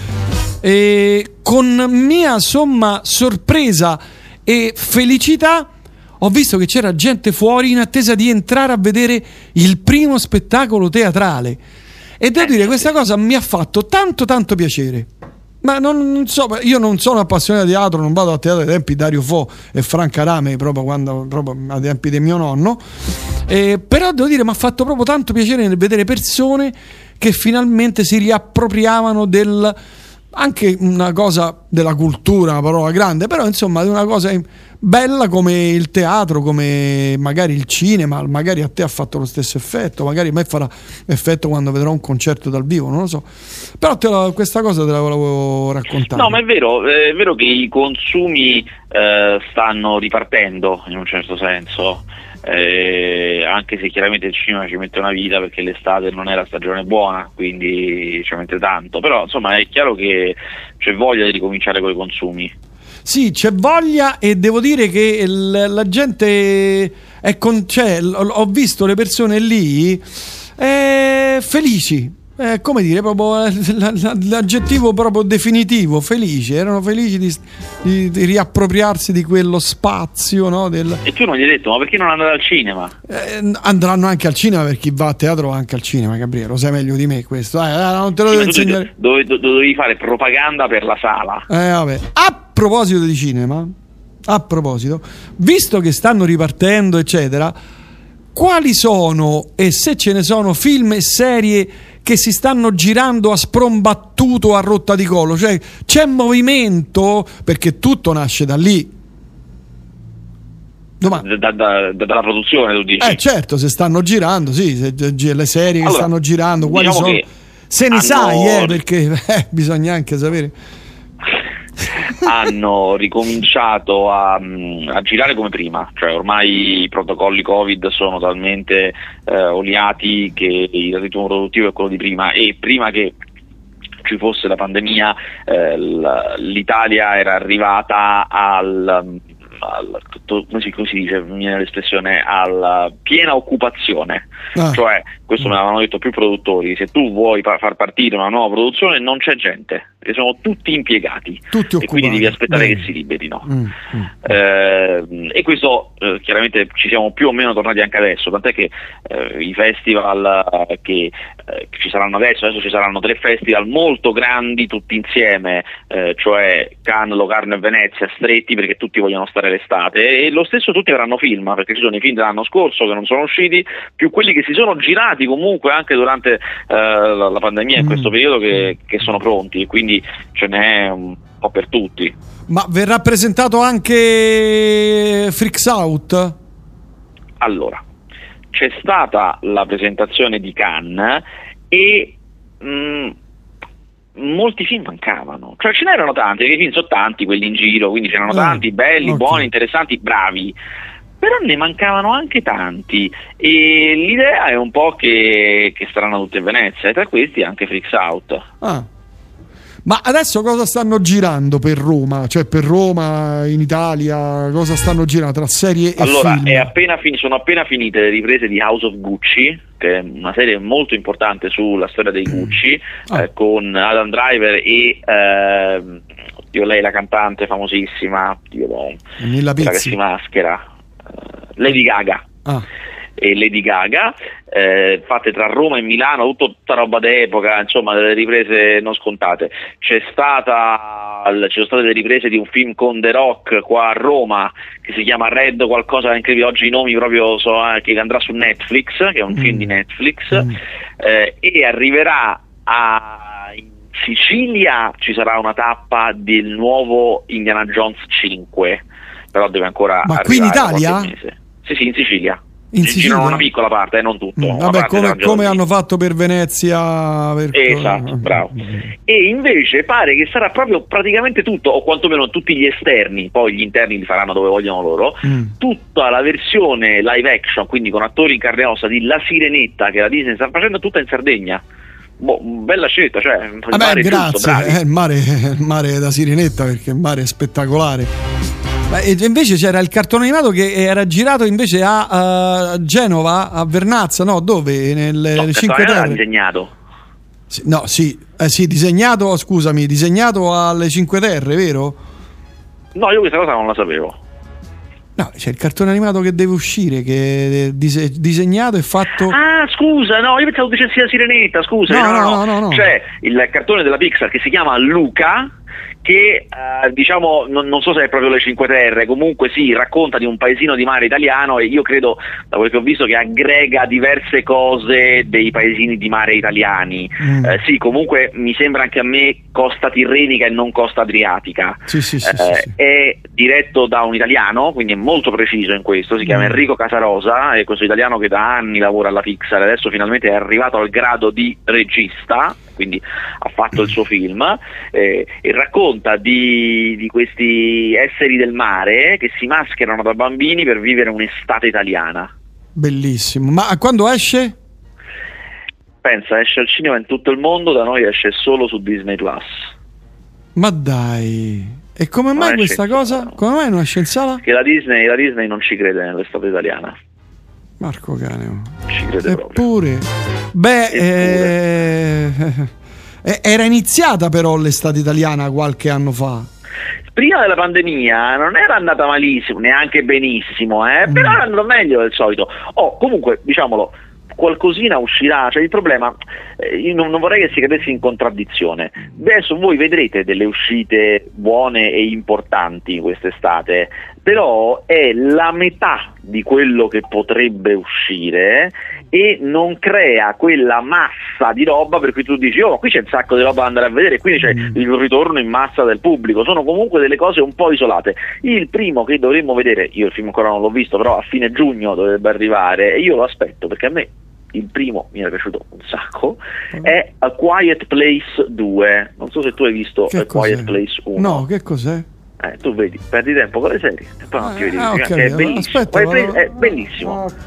e con mia somma sorpresa e felicità ho visto che c'era gente fuori in attesa di entrare a vedere il primo spettacolo teatrale e devo dire questa cosa mi ha fatto tanto tanto piacere. Ma non, non so, io non sono appassionato di teatro, non vado a teatro ai tempi di Dario Fo e Franca Rame, proprio quando proprio ai tempi del mio nonno, eh, però devo dire mi ha fatto proprio tanto piacere nel vedere persone che finalmente si riappropriavano del, anche una cosa della cultura, una parola grande, però insomma di una cosa bella come il teatro, come magari il cinema. Magari a te ha fatto lo stesso effetto, magari a me farà effetto quando vedrò un concerto dal vivo, non lo so, però te la, questa cosa te la volevo raccontare. No, ma è vero, è vero che i consumi eh, stanno ripartendo in un certo senso, eh, anche se chiaramente il cinema ci mette una vita perché l'estate non è la stagione buona, quindi ci mette tanto, però insomma è chiaro che c'è voglia di ricominciare con i consumi. Sì, c'è voglia e devo dire che l- la gente è con, cioè, l- ho visto le persone lì eh, felici, eh, come dire, proprio eh, l- l- l'aggettivo proprio definitivo, felici, erano felici di, di- di riappropriarsi di quello spazio, no, del, E tu non gli hai detto, ma perché non andate al cinema? eh, andranno anche al cinema, per chi va a teatro va anche al cinema, Gabriele, lo sai meglio di me questo, eh, non te lo Sì, devo ma tu insegnare. dove- dove- dovevi fare propaganda per la sala. Eh, vabbè. A proposito di cinema, a proposito, visto che stanno ripartendo, eccetera, quali sono, e se ce ne sono, film e serie che si stanno girando a sprombattuto, a rotta di collo? Cioè, c'è movimento, perché tutto nasce da lì. Domanda. Da- da- da- dalla produzione, tu dici? Eh, certo, se stanno girando, sì, se, se- le serie che Allora, stanno girando, quali diciamo sono? che Se ne hanno- sai, eh, perché eh, bisogna anche sapere. Hanno ricominciato a, a girare come prima, cioè ormai i protocolli Covid sono talmente eh, oliati che il ritmo produttivo è quello di prima, e prima che ci fosse la pandemia eh, l- l'Italia era arrivata al, al tutto- come, si, come si dice, mi viene l'espressione, alla piena occupazione. Ah. Cioè, questo me l'avevano detto più produttori, se tu vuoi pa- far partire una nuova produzione non c'è gente, perché sono tutti impiegati, Tutti e quindi occupati. devi aspettare Bene. che si liberino. Mm, mm. Eh, e questo eh, chiaramente ci siamo più o meno tornati anche adesso, tant'è che eh, i festival eh, che, eh, che ci saranno adesso, adesso ci saranno tre festival molto grandi tutti insieme, eh, cioè Cannes, Locarno e Venezia, stretti perché tutti vogliono stare l'estate, e lo stesso tutti avranno film, perché ci sono i film dell'anno scorso che non sono usciti, più quelli che si sono girati comunque anche durante eh, la, la pandemia in Mm. questo periodo che, che sono pronti, e quindi ce n'è un po' per tutti. Ma verrà presentato anche Freaks Out? Allora, c'è stata la presentazione di Cannes e mh, molti film mancavano, cioè ce n'erano tanti, perché i film sono tanti quelli in giro, quindi c'erano Eh, tanti, belli, ok. buoni, interessanti, bravi, però ne mancavano anche tanti, e l'idea è un po' che, che staranno tutti in Venezia, e tra questi anche Freaks Out. Ah. Ma adesso cosa stanno girando per Roma? Cioè per Roma, in Italia, cosa stanno girando tra serie e Allora, film? è appena fin- sono appena finite le riprese di House of Gucci, che è una serie molto importante sulla storia dei Gucci, Ah. eh, con Adam Driver e ehm, oddio, lei la cantante famosissima, oddio, lei, Nilla quella che Pizzi. si maschera, eh, Lady Gaga. Ah. E Lady Gaga, eh, fatte tra Roma e Milano, tutta, tutta roba d'epoca, insomma delle riprese non scontate. C'è stata, ci sono state le riprese di un film con The Rock qua a Roma che si chiama Red qualcosa, anche oggi i nomi proprio so, eh, che andrà su Netflix, che è un Mm. film di Netflix, Mm. eh, e arriverà a in Sicilia, ci sarà una tappa del nuovo Indiana Jones cinque, però deve ancora Ma qui in arrivare Italia? qualche mese. Sì, sì, in Sicilia. In Ci Sicilia? girano una piccola parte, eh, non tutto. Mm, una vabbè, parte come, sarà già come lì. hanno fatto per Venezia. Per... Esatto, bravo. E invece pare che sarà proprio praticamente tutto, o quantomeno tutti gli esterni, poi gli interni li faranno dove vogliono loro, Mm. tutta la versione live action, quindi con attori in carne e ossa, di La Sirenetta, che la Disney sta facendo tutta in Sardegna. Boh, bella scelta, cioè il Vabbè, mare è giusto, grazie. bravi. Eh, il, mare, il mare da Sirenetta, perché il mare è spettacolare. Ma e invece c'era il cartone animato che era girato invece a, a Genova, a Vernazza, no? Dove? Nelle No, le il Cinque cartone era Terre. disegnato. Sì, no, sì, eh, sì, disegnato, scusami, disegnato alle Cinque Terre, vero? No, io questa cosa non la sapevo. No, c'è il cartone animato che deve uscire, che è dise- disegnato e fatto. Ah, scusa, no, io pensavo dicessi La Sirenetta, scusa. No, no, no, no, no. C'è il cartone della Pixar che si chiama Luca, che eh, diciamo, non, non so se è proprio le Cinque Terre, comunque sì, racconta di un paesino di mare italiano, e io credo, da quel che ho visto, che aggrega diverse cose dei paesini di mare italiani. Mm. Eh, sì, comunque mi sembra anche a me costa tirrenica e non costa adriatica. Sì, sì, sì, Eh, sì, sì. È diretto da un italiano, quindi è molto preciso in questo, si chiama Mm. Enrico Casarosa, è questo italiano che da anni lavora alla Pixar, adesso finalmente è arrivato al grado di regista, quindi ha fatto il suo film, eh, e racconta di, di questi esseri del mare che si mascherano da bambini per vivere un'estate italiana. Bellissimo. Ma quando esce? Pensa, esce al cinema in tutto il mondo, da noi esce solo su Disney Plus. Ma dai. E come Non mai esce questa in cosa? sala. Come mai non esce in sala? Che la Disney, la Disney non ci crede nell'estate italiana, Marco Caneo. non ci crede proprio. Eppure. Beh, eh, eh, era iniziata però l'estate italiana qualche anno fa. Prima della pandemia non era andata malissimo, neanche benissimo, eh? Mm. Però era andato meglio del solito. Oh, comunque, diciamolo, qualcosina uscirà, cioè il problema, eh, io non, non vorrei che si cadesse in contraddizione. Adesso voi vedrete delle uscite buone e importanti quest'estate, però è la metà di quello che potrebbe uscire e non crea quella massa di roba per cui tu dici oh, qui c'è un sacco di roba da andare a vedere, quindi c'è il ritorno in massa del pubblico. Sono comunque delle cose un po' isolate. Il primo che dovremmo vedere, io il film ancora non l'ho visto, però a fine giugno dovrebbe arrivare, e io lo aspetto perché a me il primo mi era piaciuto un sacco, è A Quiet Place due. Non so se tu hai visto Che A Quiet cos'è? Place uno. No, che cos'è? Eh, tu vedi, perdi tempo con le serie e poi non ti vedi, Ah, ho che è capito. bellissimo. Aspetta, Quiet Place vado- è bellissimo. Ah,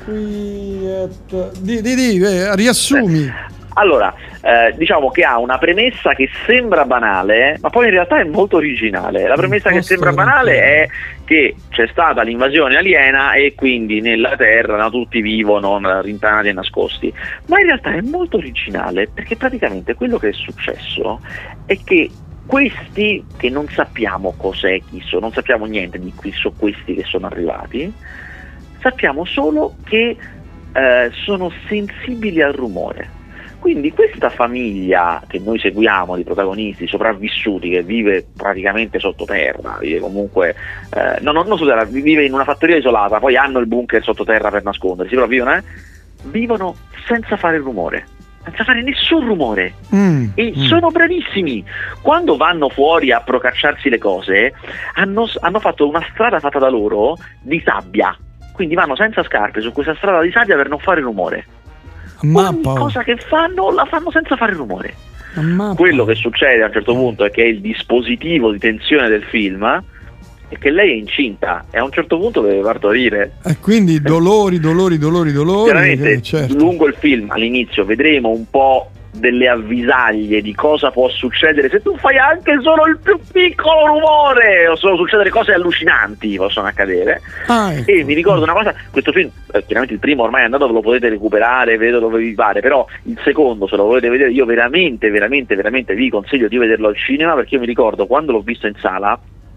quiet. Di, di, di, eh, riassumi. Allora, eh, diciamo che ha una premessa che sembra banale, ma poi in realtà è molto originale. La premessa che posto sembra tranquillo. banale è che c'è stata l'invasione aliena e quindi nella Terra no, tutti vivono rintanati e nascosti. Ma in realtà è molto originale, perché praticamente quello che è successo è che questi, che non sappiamo cos'è, chi sono, non sappiamo niente di chi sono questi che sono arrivati, sappiamo solo che eh, sono sensibili al rumore. Quindi questa famiglia che noi seguiamo di protagonisti sopravvissuti, che vive praticamente sottoterra, vive comunque eh, no, non, non sottoterra, vive in una fattoria isolata, poi hanno il bunker sottoterra per nascondersi, però vivono, eh, vivono senza fare rumore, senza fare nessun rumore. Mm, E mm. sono bravissimi. Quando vanno fuori a procacciarsi le cose, hanno, hanno fatto una strada fatta da loro di sabbia, quindi vanno senza scarpe su questa strada di sabbia per non fare rumore. Ogni Mappa. oh. cosa che fanno la fanno senza fare rumore. Ammappa. Quello che succede a un certo punto è che è il dispositivo di tensione del film è che lei è incinta e a un certo punto deve partorire. E quindi dolori, dolori, dolori, dolori. Chiaramente eh, certo. lungo il film all'inizio vedremo un po' delle avvisaglie di cosa può succedere se tu fai anche solo il più piccolo rumore, possono succedere cose allucinanti, possono accadere. Ah, ecco. E mi ricordo una cosa, questo film eh, chiaramente il primo ormai è andato, ve lo potete recuperare, vedo dove vi pare, però il secondo, se lo volete vedere, io veramente veramente veramente vi consiglio di vederlo al cinema, perché io mi ricordo quando l'ho visto in sala,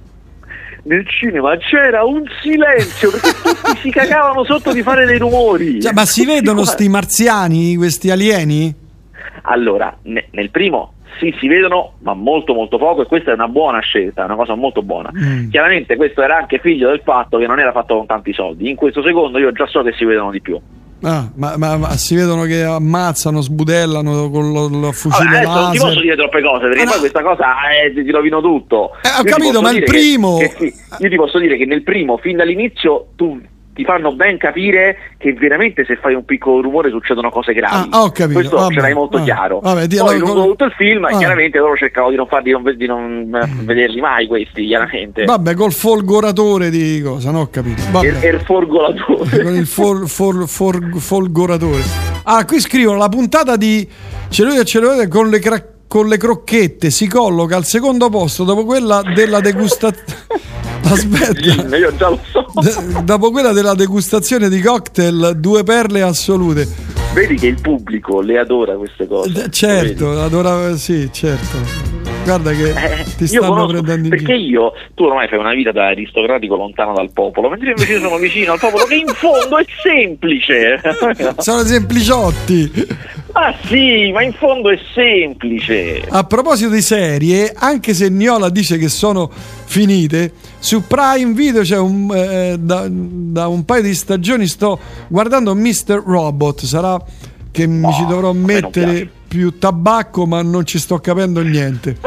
nel cinema c'era un silenzio perché tutti si cagavano sotto di fare dei rumori. Cioè, ma si vedono Tutti qua- sti marziani, questi alieni? Allora, ne- nel primo sì, si vedono, ma molto molto poco, e questa è una buona scelta, è una cosa molto buona. Mm. Chiaramente questo era anche figlio del fatto che non era fatto con tanti soldi. In questo secondo io già so che si vedono di più. Ah, ma, ma- ma si vedono che ammazzano, sbudellano con lo, lo fucile Vabbè, adesso non ti laser. posso dire troppe cose perché Ah, no. poi questa cosa eh, ti ti rovino tutto. Eh, ho Io ti capito, posso ma il dire che- primo- che sì, io ti posso dire che nel primo, fin dall'inizio, tu ti fanno ben capire che veramente se fai un piccolo rumore succedono cose gravi. Ah, ho capito, Questo vabbè, ce l'hai molto vabbè, chiaro. vabbè, ti- Poi allora- lungo tutto il film, Ah. chiaramente loro cercano di non farli non, ve- di non eh, vederli mai questi, chiaramente. Vabbè, col folgoratore di cosa, non ho capito. Vabbè. Er, er forgolatore. Con il for, for, for- folgoratore. Ah, qui scrivono la puntata di Cellulite e Cellulite con le, cra- con le crocchette si colloca al secondo posto dopo quella della degustazione. Aspetta. Gin, io già lo so. D- dopo quella della degustazione di cocktail, due perle assolute. Vedi che il pubblico le adora queste cose. D- certo, adora, sì, certo. Guarda che Eh, ti io stanno conosco, prendendo in perché giro. io, tu ormai fai una vita da aristocratico lontano dal popolo, mentre io invece io sono vicino al popolo, che in fondo è semplice. Sono sempliciotti. Ma sì, ma in fondo è semplice. A proposito di serie, anche se Niola dice che sono finite, su Prime Video c'è un eh, da, da un paio di stagioni sto guardando mister Robot. Sarà che mi No, ci dovrò a me non mettere piace. più tabacco, ma non ci sto capendo niente.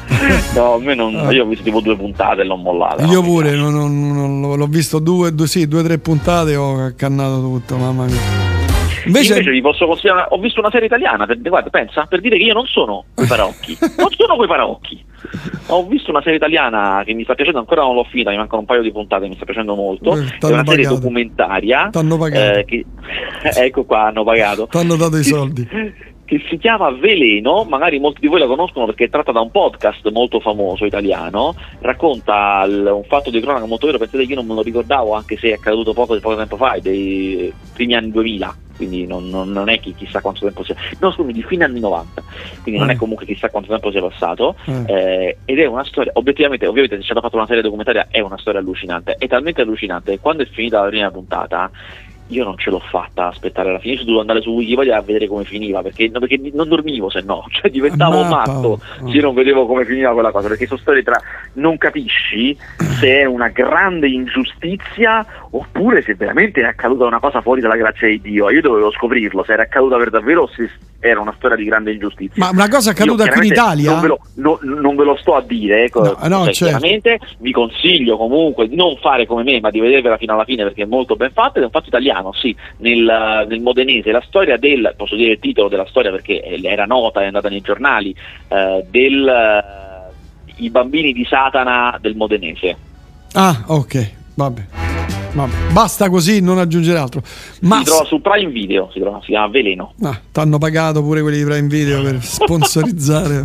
No, a me non, Ah. io ho visto tipo due puntate e l'ho mollata. Io no, mi pure piace. non, non- non- l'ho- l'ho visto due, due, sì, due o tre puntate e ho accannato tutto, mamma mia. Invece, Invece vi posso consigliare, ho visto una serie italiana, per, guarda, pensa, per dire che io non sono quei parocchi, non sono quei parocchi. Ho visto una serie italiana che mi sta piacendo, ancora non l'ho finita, mi mancano un paio di puntate, mi sta piacendo molto. Eh, È t'hanno una serie pagato. documentaria. T'hanno pagato. eh, che, ecco qua, hanno pagato. t'hanno dato i Che- soldi. Che si chiama Veleno, magari molti di voi la conoscono perché è tratta da un podcast molto famoso italiano, racconta il- un fatto di cronaca molto vero, pensate che io non me lo ricordavo, anche se è accaduto poco, poco tempo fa, dei primi anni duemila, quindi non, non- non è che chissà quanto tempo sia, no scusami, di fine anni novanta, quindi non Mm. è comunque chissà quanto tempo sia passato, Mm. eh, ed è una storia, obiettivamente, ovviamente se ci hanno fatto una serie documentaria è una storia allucinante, è talmente allucinante che quando è finita la prima puntata io non ce l'ho fatta aspettare alla fine, io dovevo andare su Wikipedia a vedere come finiva, perché, no, perché non dormivo, se no, cioè diventavo Ammappa. matto Oh. se io non vedevo come finiva quella cosa, perché sono storie tra non capisci se è una grande ingiustizia oppure se veramente è accaduta una cosa fuori dalla grazia di Dio. Io dovevo scoprirlo, se era accaduta per davvero o se era una storia di grande ingiustizia. Ma una cosa accaduta Io qui in chiaramente Italia? Non ve lo, no- non ve lo sto a dire, ecco, No, no, cioè, certo. chiaramente vi consiglio comunque di non fare come me, ma di vedervela fino alla fine perché è molto ben fatta, ed è un fatto italiano, sì, nel, nel modenese, la storia del, posso dire il titolo della storia perché eh, era nota, è andata nei giornali, eh, del eh, i bambini di Satana del modenese. Ah, ok, vabbè. Vabbè. Basta così, non aggiungere altro. Ma Si trova su Prime Video, si trova, si chiama Veleno. ah, t'hanno pagato pure quelli di Prime Video per sponsorizzare.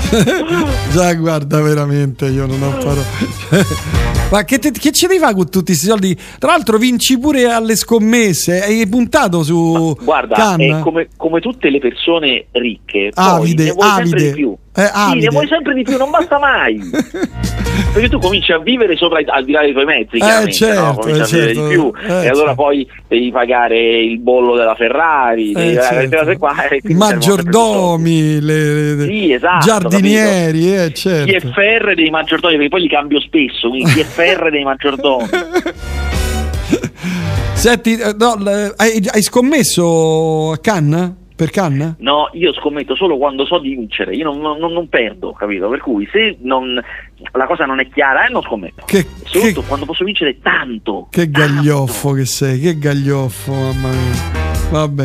Già, guarda, veramente io non ho parole. Ma che, te, che ce ne fa con tutti questi soldi? Tra l'altro vinci pure alle scommesse. Hai puntato su Guarda, Cannes? è come, come tutte le persone ricche, Avide, poi ne vuoi sempre avide. di più. Eh, Sì, avide. ne vuoi sempre di più, non basta mai. Perché tu cominci a vivere sopra i- al di là dei tuoi mezzi, chiaramente, certo, no? Cominci eh, a vivere certo. di più, Eh, e allora certo. poi devi pagare il bollo della Ferrari, devi Eh, pagare certo. queste cose qua, e I quindi servono sempre più soldi. maggiordomi, le, le- Sì, esatto, giardinieri, eh, Chi è certo. ferre dei maggiordomi, perché poi li cambio spesso, quindi chi è ferre dei maggiordomi. Senti, eh, no, le- hai, hai scommesso a Cannes? Per Cannes? No, io scommetto solo quando so di vincere, io non, non- non perdo, capito? Per cui se non, la cosa non è chiara, eh, non scommetto. Che, Soprattutto che, quando posso vincere tanto. che tanto. gaglioffo che sei, che gaglioffo, mamma mia. Vabbè.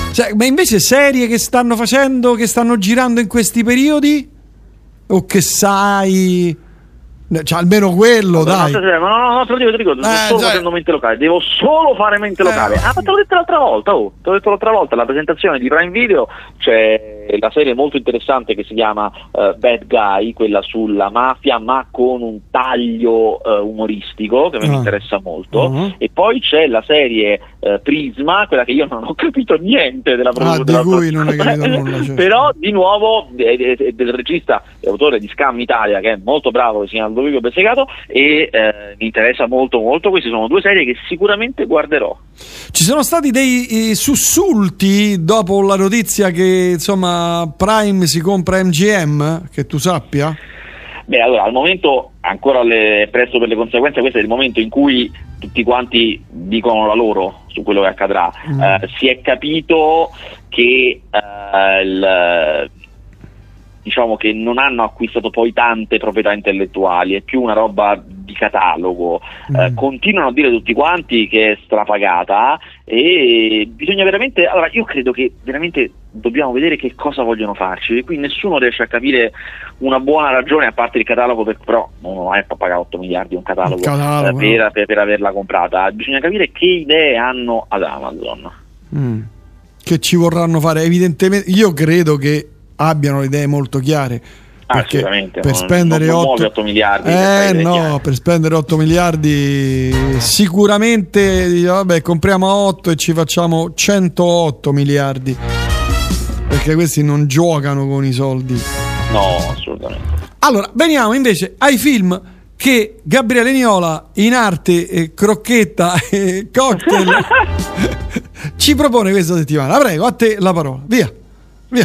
Cioè, ma invece serie che stanno facendo, che stanno girando in questi periodi? O che sai... Cioè, almeno quello, Allora, dai. no, no, no, no, te lo dico, te lo dico, sto Eh, solo cioè- facendo mente locale, devo solo fare mente locale. Eh. Ah, ma te l'ho detto l'altra volta, oh, te l'ho detto l'altra volta, alla presentazione di Prime Video c'è la serie molto interessante che si chiama eh, Bad Guy, quella sulla mafia, ma con un taglio eh, umoristico che mi Ah. interessa molto. Uh-huh. E poi c'è la serie eh, Prisma, quella che io non ho capito niente della Ah, produzione. di cui non hai capito nulla, certo. Però di nuovo è, è- è del regista e autore di Scam Italia, che è molto bravo, che si chiama Ludovico Bessegato, e eh, mi interessa molto molto. Queste sono due serie che sicuramente guarderò. Ci sono stati dei eh, sussulti dopo la notizia che insomma Prime si compra M G M, che tu sappia? Beh, allora, al momento ancora le- è presto per le conseguenze. Questo è il momento in cui tutti quanti dicono la loro su quello che accadrà. Mm. Eh, si è capito che eh, il, diciamo che non hanno acquistato poi tante proprietà intellettuali, è più una roba di catalogo. Eh, Mm. continuano a dire tutti quanti che è strapagata, e bisogna veramente, allora io credo che veramente dobbiamo vedere che cosa vogliono farci, perché qui nessuno riesce a capire una buona ragione, a parte il catalogo, per, però non è per pagare otto miliardi un catalogo, Il catalogo, eh, per, per, per averla comprata. Bisogna capire che idee hanno ad Amazon. Mm. Che ci vorranno fare, evidentemente io credo che abbiano le idee molto chiare, Ah, perché assolutamente, per non- spendere non- non otto muovi otto miliardi per eh fare idee no, chiare. per spendere otto miliardi sicuramente dice, vabbè, compriamo a otto e ci facciamo centootto miliardi, perché questi non giocano con i soldi. No, assolutamente. Allora, veniamo invece ai film che Gabriele Niola, in arte eh, crocchetta e cocktail ci propone questa settimana. Prego, a te la parola. Via. Via.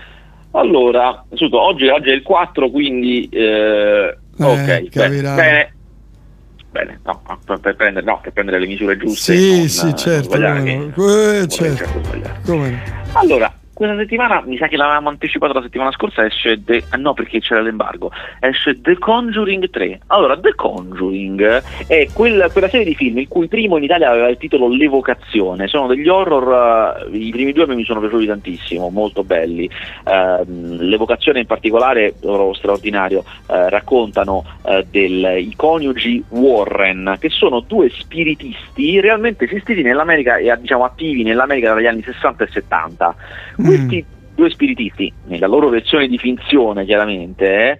Allora, innanzitutto, oggi, oggi è il quattro, quindi eh, ok, bene, capirai. bene, bene, no, no, per, per prendere, no, per prendere le misure giuste. Sì, non, sì, eh, certo. non sbagliare, come che- no. Eh, vorrei certo. certo sbagliare. Come no. Allora, questa settimana, mi sa che l'avevamo anticipato la settimana scorsa, esce The, ah no, perché c'era l'embargo, esce The Conjuring tre. Allora, The Conjuring è quel- quella serie di film il cui primo in Italia aveva il titolo L'Evocazione. Sono degli horror, eh, i primi due mi sono piaciuti tantissimo, molto belli. Ehm, L'Evocazione in particolare, loro straordinario, eh, raccontano eh, del, i coniugi Warren, che sono due spiritisti realmente esistiti nell'America e diciamo attivi nell'America dagli anni sessanta e settanta. Questi due spiritisti, nella loro versione di finzione chiaramente, eh,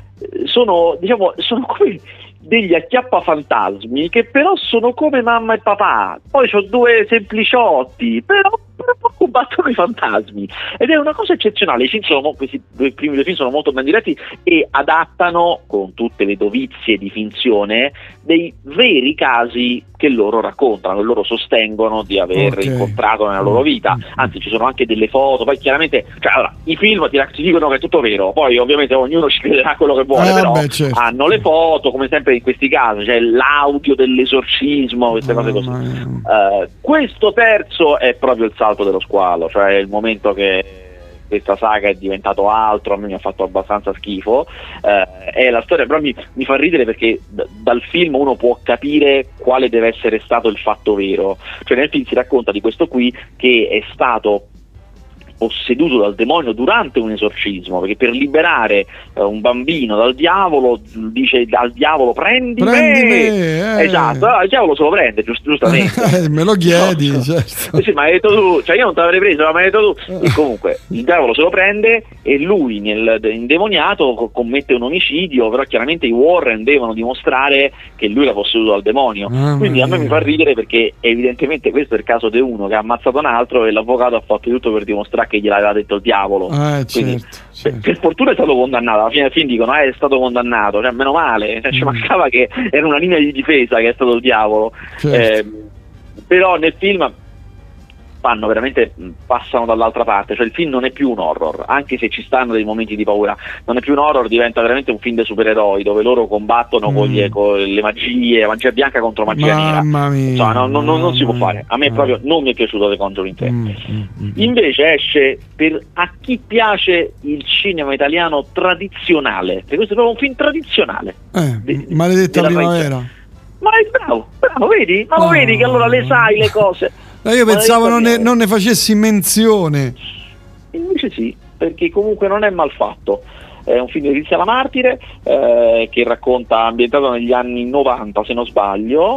sono, diciamo, sono come degli acchiappafantasmi che però sono come mamma e papà. Poi ho due sempliciotti, però, però combattono i fantasmi, ed è una cosa eccezionale. I film sono, mo- questi due primi due film sono molto ben diretti e adattano, con tutte le dovizie di finzione, dei veri casi che loro raccontano, che loro sostengono di aver Ok. incontrato nella loro vita. Anzi, ci sono anche delle foto. Poi chiaramente, cioè, allora, i film ti, ti dicono che è tutto vero, poi ovviamente ognuno ci crederà quello che vuole, Eh, però beh, certo. hanno le foto, come sempre in questi casi, c'è l'audio dell'esorcismo, queste cose così. Mamma mia. Eh, questo terzo è proprio il salto dello squalo, cioè il momento che questa saga è diventato altro, a me mi ha fatto abbastanza schifo. Eh, è la storia, però mi, mi fa ridere perché d- dal film uno può capire quale deve essere stato il fatto vero. Cioè nel film si racconta di questo qui che è stato posseduto dal demonio durante un esorcismo, perché per liberare eh, un bambino dal diavolo dice al diavolo prendi, Prendi me, me, eh. esatto, allora, il diavolo se lo prende, giust- giustamente. Eh, me lo chiedi, No, no. certo. Eh sì, ma hai detto tu, cioè io non te l'avrei preso, ma hai detto tu. E comunque il diavolo se lo prende e lui, nel indemoniato, co- commette un omicidio, però chiaramente i Warren devono dimostrare che lui l'ha posseduto dal demonio. Mamma Quindi a me mia. mi fa ridere perché evidentemente questo è il caso di uno che ha ammazzato un altro e l'avvocato ha fatto tutto per dimostrare che gliel'aveva detto il diavolo. Eh, Quindi, certo, per, certo. per fortuna è stato condannato. Alla fine del film dicono eh, è stato condannato, cioè meno male, cioè, ci Mm. mancava che era una linea di difesa che è stato il diavolo. Certo. Eh, però nel film fanno veramente, mh, passano dall'altra parte, cioè il film non è più un horror, anche se ci stanno dei momenti di paura, non è più un horror, diventa veramente un film dei supereroi dove loro combattono con, gli, Mm. con le magie, magia bianca contro magia nera. Mamma mia. Insomma, non, non- non- non si può Mamma fare. A me mia. proprio non mi è piaciuto The Conjuring tre. Mm, mm, mm. Invece esce per a chi piace il cinema italiano tradizionale, perché questo è proprio un film tradizionale. Eh, di- maledetta della primavera. Ma è bravo, bravo, vedi? Ma lo Oh. vedi che allora le sai le cose. Ma io pensavo non ne, Italiano. non ne facessi menzione. Invece sì, perché comunque non è mal fatto. È un film di Tiziana Martire eh, che racconta, ambientato negli anni novanta se non sbaglio,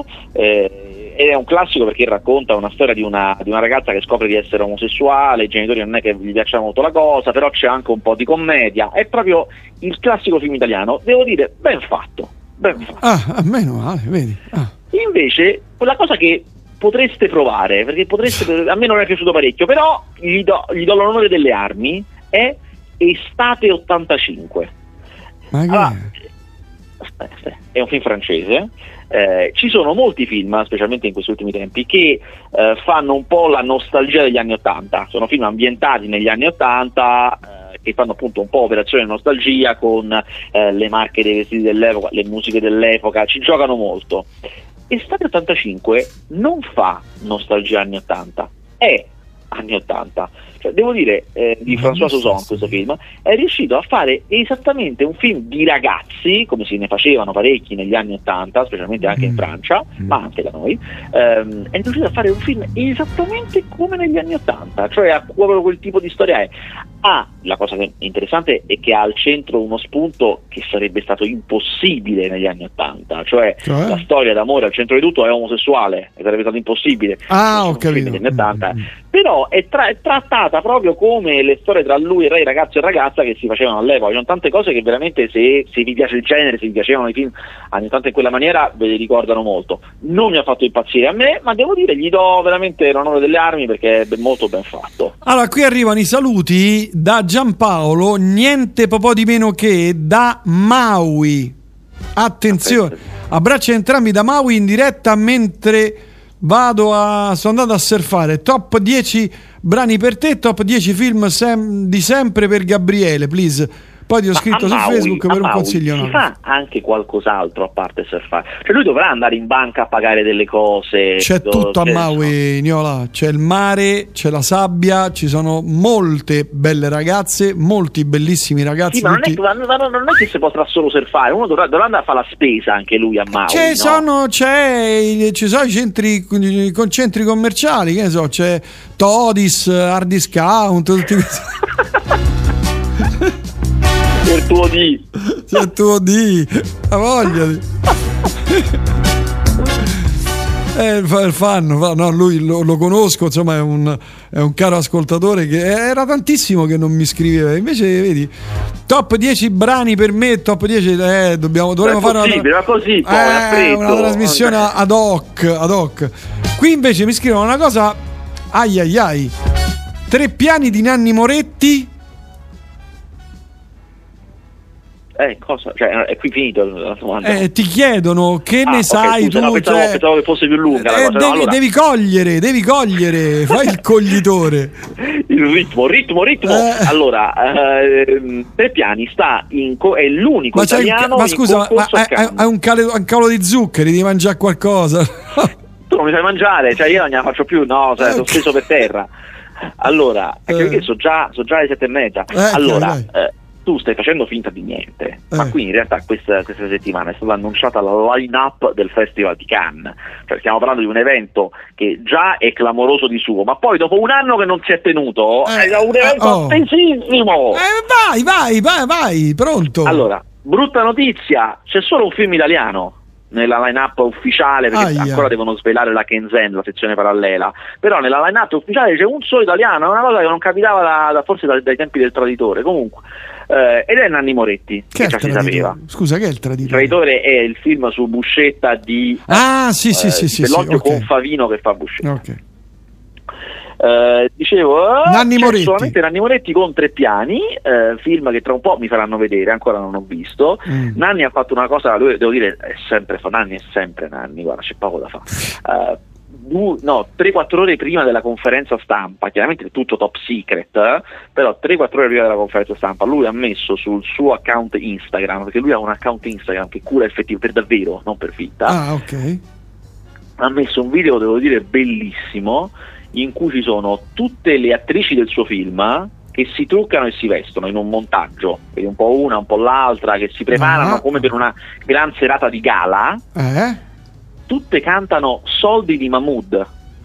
eh, ed è un classico perché racconta una storia di una, di una ragazza che scopre di essere omosessuale, i genitori non è che gli piaccia molto la cosa, però c'è anche un po' di commedia, è proprio il classico film italiano, devo dire ben fatto, ben fatto. Ah, a meno male, vedi. Ah. Invece, quella cosa che potreste provare, perché potreste, a me non è piaciuto parecchio, però gli do, gli do l'onore delle armi, è Estate ottantacinque. Ma che Allora, è? aspetta, aspetta, è un film francese. Eh, ci sono molti film, specialmente in questi ultimi tempi, che eh, fanno un po' la nostalgia degli anni ottanta. Sono film ambientati negli anni ottanta eh, che fanno appunto un po' operazione nostalgia con eh, le marche dei vestiti dell'epoca, le musiche dell'epoca, ci giocano molto. Estate ottantacinque non fa nostalgia anni ottanta, è anni ottanta. Cioè, devo dire, eh, di François Ozon, questo film è riuscito a fare esattamente un film di ragazzi, come se ne facevano parecchi negli anni ottanta, specialmente anche in Francia, ma anche da noi. Ehm, è riuscito a fare un film esattamente come negli anni ottanta, cioè ha proprio quel tipo di storia. È Ah, la cosa che è interessante è che ha al centro uno spunto che sarebbe stato impossibile negli anni ottanta, cioè, Cioè? la storia d'amore al centro di tutto è omosessuale, e sarebbe stato impossibile. Ah, Sono ho capito. film degli anni ottanta, però è, tra- è trattata proprio come le storie tra lui e il ragazzo e ragazza che si facevano all'epoca. Ci sono tante cose che veramente, se, se vi piace il genere, se vi piacevano i film anni ottanta in quella maniera, ve li ricordano molto. Non mi ha fatto impazzire a me, ma devo dire, gli do veramente l'onore delle armi perché è ben- molto ben fatto. Allora, qui arrivano i saluti da Giampaolo, niente po' di meno che da Maui. Attenzione, abbraccio entrambi da Maui in diretta mentre vado a sono andato a surfare. Top dieci brani per te, top dieci film sem- di sempre per Gabriele, please. Poi ti ho Ma scritto a su Maui- Facebook a per un Maui consiglio. si no? fa anche qualcos'altro a parte surfare? Cioè lui dovrà andare in banca a pagare delle cose. C'è do- tutto a che- Maui, Niola. C'è il mare, c'è la sabbia, ci sono molte belle ragazze, molti bellissimi ragazzi. Sì, ma non è, tutti- ma non- non è che si potrà solo surfare, uno dovrà, dovrà andare a fare la spesa anche lui a Maui. C'è, no? sono, c'è, il- ci sono i centri, i con- centri commerciali, che ne so, c'è Todis, Hard Discount, tutti questi. Per tuo D. C'è il tuo D, la voglia di. Eh, fa- fanno, fa- no, lui lo, lo conosco, insomma è un, è un caro ascoltatore che era tantissimo che non mi scriveva, invece vedi, top dieci brani per me, top dieci, eh, dobbiamo, dovremmo Ma è fare possibile, ma così, poi, eh, a freddo. una trasmissione ad hoc, ad hoc. Qui invece mi scrivono una cosa, ai ai ai, tre piani di Nanni Moretti. Eh, cosa? Cioè, è qui finito la domanda. Eh, ti chiedono che Ah, ne ok, sai scusa, tu, no, pensavo, cioè- pensavo che fosse più lunga la Eh, cosa. No, devi, allora, devi cogliere, devi cogliere, fai il coglitore. il ritmo, ritmo, ritmo. Eh. Allora, ehm, Tre Piani sta in co- è l'unico Ma, c'hai il ca- italiano ma in scusa, ma concorso a hai, hai- Cannes. hai un, cale- un cavolo di zuccheri, devi mangiare qualcosa. Tu non mi fai mangiare, cioè io non gliela faccio più, no, cioè, sono steso per terra. Allora, è che Eh. io so già, so già le sette e mezza. Eh, allora, dai, eh, tu stai facendo finta di niente, Eh. ma qui in realtà questa, questa settimana è stata annunciata la line-up del Festival di Cannes. Cioè, stiamo parlando di un evento che già è clamoroso di suo, ma poi dopo un anno che non si è tenuto, Eh, è un evento oh. attesissimo. Eh, vai, vai, vai, vai, pronto. Allora, brutta notizia, c'è solo un film italiano nella line-up ufficiale, perché Aia. ancora devono svelare la Kenzen, la sezione parallela, però nella line-up ufficiale c'è un solo italiano, è una cosa che non capitava da, da- forse dai, dai tempi del Traditore, comunque, eh, ed è Nanni Moretti, Che è che il già si traditore? sapeva. Scusa, che è il Il traditore? Traditore è il film su Buscetta di Ah, sì, sì, eh, sì, sì, Bellocchio sì, ok. con Favino che fa Buscetta. Ok. Eh, dicevo, eh, Nanni c'è Moretti. solamente Nanni Moretti con Tre Piani, eh, film che tra un po' mi faranno vedere, ancora non ho visto. Mm. Nanni ha fatto una cosa, lui devo dire, è sempre fa- Nanni è sempre Nanni, guarda, c'è poco da fare. Eh, du- no, tre quattro ore prima della conferenza stampa, chiaramente è tutto top secret, eh, però tre quattro ore prima della conferenza stampa lui ha messo sul suo account Instagram, perché lui ha un account Instagram che cura effettivo per davvero, non per finta, Ah, ok. ha messo un video, devo dire, bellissimo, in cui ci sono tutte le attrici del suo film eh, che si truccano e si vestono in un montaggio, quindi un po' una, un po' l'altra, che si preparano Ah. come per una gran serata di gala, Eh? tutte cantano Soldi di Mahmood,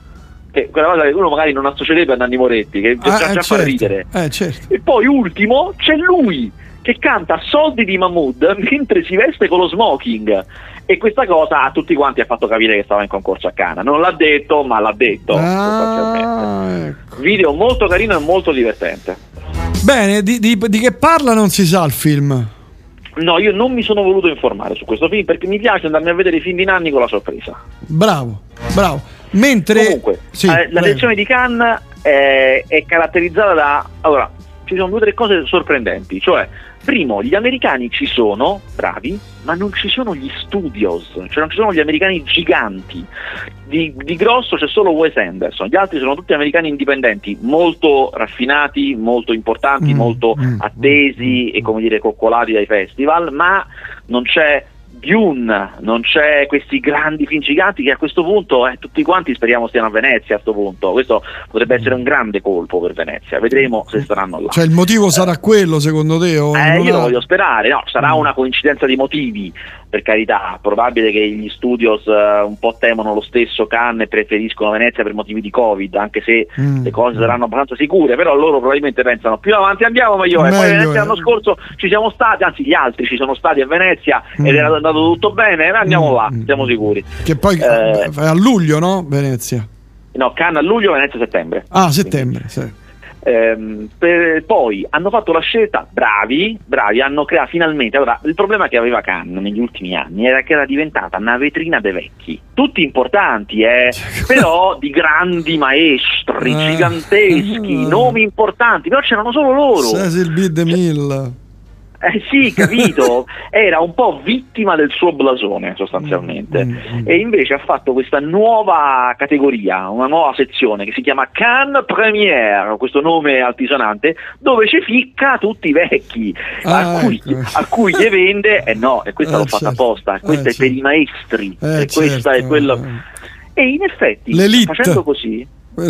che quella cosa che uno magari non associerebbe a Nanni Moretti, che già, Ah, già eh, fa certo. ridere. Eh, certo. E poi ultimo c'è lui che canta Soldi di Mahmood mentre si veste con lo smoking, e questa cosa a tutti quanti ha fatto capire che stava in concorso a Cannes. Non l'ha detto, ma l'ha detto sostanzialmente. Ah, ecco. Video molto carino e molto divertente. Bene, di, di- di che parla non si sa il film. No, io non mi sono voluto informare su questo film perché mi piace andarmi a vedere i film di Nanni con la sorpresa. Bravo, bravo. Mentre Comunque, sì, eh, la prego. lezione di Cannes eh, è caratterizzata da... Allora, ci sono due o tre cose sorprendenti, cioè, primo, gli americani ci sono, bravi, ma non ci sono gli studios, cioè non ci sono gli americani giganti. Di, di grosso c'è solo Wes Anderson, gli altri sono tutti americani indipendenti, molto raffinati, molto importanti, Mm, molto mm, attesi e, come dire, coccolati dai festival, ma non c'è Dune, non c'è questi grandi film giganti che a questo punto eh, tutti quanti speriamo stiano a Venezia. A questo punto questo potrebbe essere un grande colpo per Venezia, vedremo se saranno là. Cioè il motivo sarà quello secondo te? O Eh, non io lo ha- voglio sperare, no, sarà Mm. una coincidenza di motivi, per carità, probabile che gli studios eh, un po' temono lo stesso Cannes e preferiscono Venezia per motivi di Covid, anche se Mm. le cose saranno abbastanza sicure, però loro probabilmente pensano più avanti andiamo meglio, e poi Meglio, Venezia eh. l'anno scorso ci siamo stati, anzi gli altri ci sono stati a Venezia Mm. ed era andato tutto bene, andiamo Mm, là, mm. siamo sicuri. Che poi Eh, è a luglio, no? Venezia. No, Cannes a luglio, Venezia a settembre. Ah, settembre, sì. Ehm, per- poi hanno fatto la scelta, bravi, bravi, hanno creato finalmente. Allora, il problema che aveva Cannes negli ultimi anni era che era diventata una vetrina dei vecchi, tutti importanti, eh, però di grandi maestri, Eh. giganteschi, nomi importanti, però c'erano solo loro. Cecil B. DeMille. Eh sì, capito? Era un po' vittima del suo blasone sostanzialmente, Mm, mm. e invece ha fatto questa nuova categoria, una nuova sezione che si chiama Cannes Premiere, questo nome altisonante, dove ci ficca tutti i vecchi, Ah, a, cui, ecco. a cui gli vende, e eh no, e questa Eh, l'ho fatta certo. apposta, questa Eh, è per certo. i maestri, Eh, e questa è certo. quello... E in effetti, L'elite. facendo così...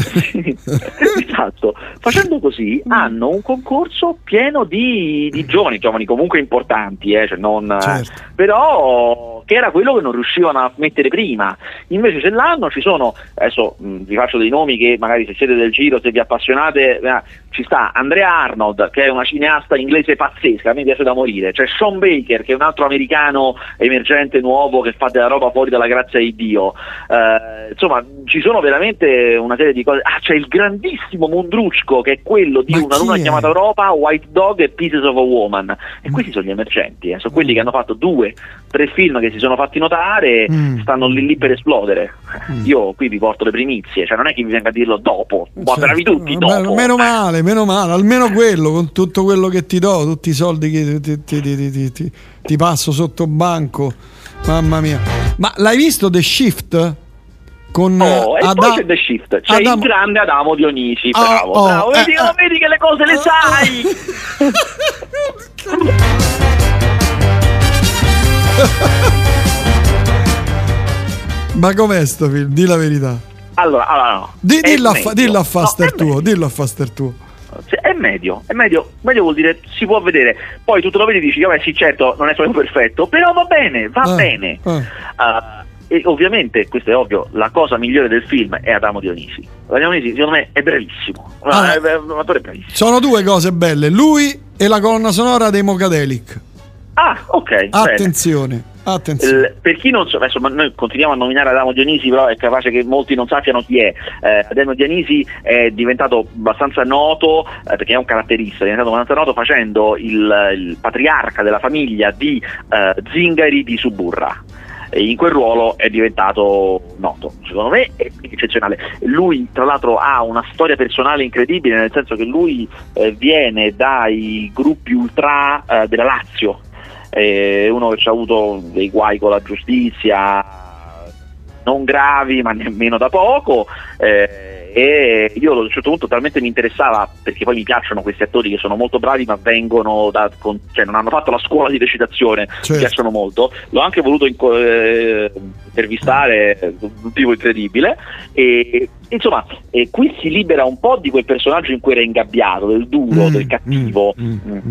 esatto, facendo così hanno un concorso pieno di, di giovani, giovani comunque importanti, eh, cioè non, Certo. però che era quello che non riuscivano a mettere prima. Invece ce l'hanno, ci sono, adesso mh, vi faccio dei nomi che magari se siete del giro, se vi appassionate, eh, ci sta Andrea Arnold, che è una cineasta inglese pazzesca, a me piace da morire, c'è Sean Baker, che è un altro americano emergente nuovo che fa della roba fuori dalla grazia di Dio, eh, insomma ci sono veramente una serie di cose. Ah, c'è il grandissimo Mondrucco, che è quello di Ma Una chi luna è? chiamata Europa, White Dog e Pieces of a Woman, e questi sono gli emergenti, eh, sono quelli che hanno fatto due, tre film che si sono fatti notare, Mm. stanno lì lì per esplodere. Mm. Io qui vi porto le primizie, cioè non è che vi venga a dirlo dopo, guardavi Certo. tutti Vabbè, dopo. meno male, meno male, almeno quello, con tutto quello che ti do, tutti i soldi che ti, ti- ti- ti- ti- ti- ti passo sotto banco, mamma mia. Ma l'hai visto The Shift? Con Oh, e Ada- poi c'è The Shift, c'è Adamo- il grande Adamo Dionisi, Oh, bravo, oh, bravo, eh, vedi, eh. vedi che le cose le sai. Ma com'è sto film? Di la verità. Allora, allora no. Di- È dillo, a, medio. fa- dillo a Faster No, è tuo, medio. dillo a Faster tuo. Cioè, è medio, è medio, medio vuol dire si può vedere, poi tu te lo vedi e dici vabbè sì certo non è proprio perfetto, però va bene, va Eh, bene. eh. Ah, e ovviamente, questo è ovvio, la cosa migliore del film è Adamo Dionisi. Adamo Dionisi secondo me è bravissimo, Ah. è, è un attore bravissimo. Sono due cose belle, lui e la colonna sonora dei Mocadelic. Ah, ok, bene. Attenzione, attenzione. Il- per chi non so, adesso ma noi continuiamo a nominare Adamo Dionisi, però è capace che molti non sappiano chi è. Eh, Adamo Dionisi è diventato abbastanza noto, eh, perché è un caratterista, è diventato abbastanza noto facendo il, il patriarca della famiglia di eh, Zingari di Suburra. E in quel ruolo è diventato noto, secondo me è eccezionale. Lui tra l'altro ha una storia personale incredibile, nel senso che lui eh, viene dai gruppi ultra eh, della Lazio, è uno che ci ha avuto dei guai con la giustizia non gravi ma nemmeno da poco, eh, e io a un certo punto talmente mi interessava, perché poi mi piacciono questi attori che sono molto bravi ma vengono da, con, cioè non hanno fatto la scuola di recitazione, Certo. mi piacciono molto, l'ho anche voluto inco- eh, intervistare, un tipo incredibile, e insomma eh, qui si libera un po' di quel personaggio in cui era ingabbiato, del duro, Mm, del cattivo. mm, mm, mm.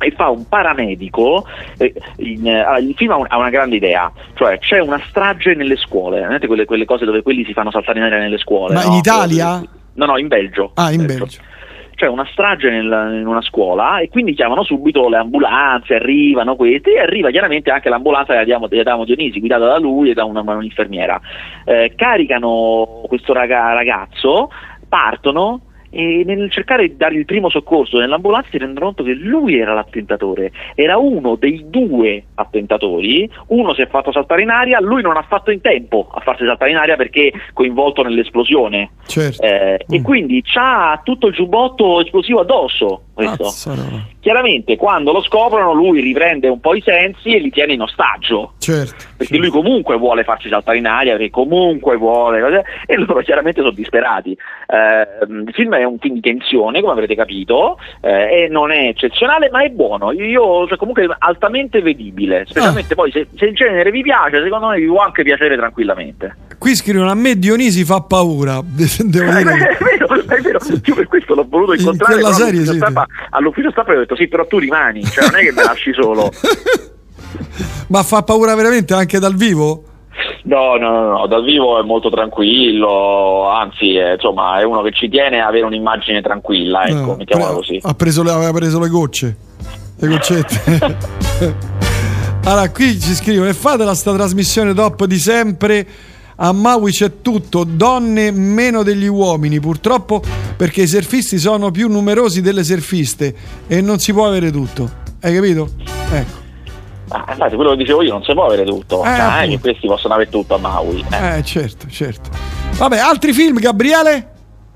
e fa un paramedico. eh, in, eh, il film ha, un- ha una grande idea, cioè c'è una strage nelle scuole, vedete quelle, quelle cose dove quelli si fanno saltare in aria nelle scuole, Ma no? in Italia? No, no, in Belgio. Ah, in Belgio. C'è una strage nel- in una scuola e quindi chiamano subito le ambulanze, arrivano questi e arriva chiaramente anche l'ambulanza di Adamo, di Adamo Dionisi, guidata da lui e da una, un'infermiera. Eh, caricano questo raga- ragazzo, partono e nel cercare di dare il primo soccorso nell'ambulanza si rendono conto che lui era l'attentatore, era uno dei due attentatori, uno si è fatto saltare in aria, lui non ha fatto in tempo a farsi saltare in aria perché coinvolto nell'esplosione. Certo. Eh, Mm. E quindi c'ha tutto il giubbotto esplosivo addosso questo. Cazzarola. Chiaramente quando lo scoprono lui riprende un po' i sensi e li tiene in ostaggio, Certo. perché lui comunque vuole farci saltare in aria, perché comunque vuole cose, e loro chiaramente sono disperati. Eh, il film è un film di tensione, come avrete capito, eh, e non è eccezionale ma è buono, io cioè, comunque altamente vedibile, specialmente Ah. poi se, se il genere vi piace, secondo me vi può anche piacere tranquillamente. Qui scrivono: a me Dionisi fa paura. Devo Eh, dire. È vero, è vero, io per questo l'ho voluto In incontrare, quella però serie, all'ufficio sì, stampa, all'ufficio stampa gli ho detto sì, però tu rimani, cioè non è che mi lasci solo. Ma fa paura veramente anche dal vivo? No, no, no, no, dal vivo è molto tranquillo, anzi è, insomma è uno che ci tiene a avere un'immagine tranquilla, ecco, No, mettiamola pre- così. Ha preso le, aveva preso le gocce, le goccette. Allora, qui ci scrivono: e fatela sta trasmissione top di sempre. A Maui c'è tutto, donne meno degli uomini, purtroppo, perché i surfisti sono più numerosi delle surfiste e non si può avere tutto. Hai capito? Ecco. Ah, infatti quello che dicevo io, non si può avere tutto, Eh, cioè, non è appunto. che questi possono avere tutto a Maui. eh. Eh, certo, certo. Vabbè, altri film, Gabriele?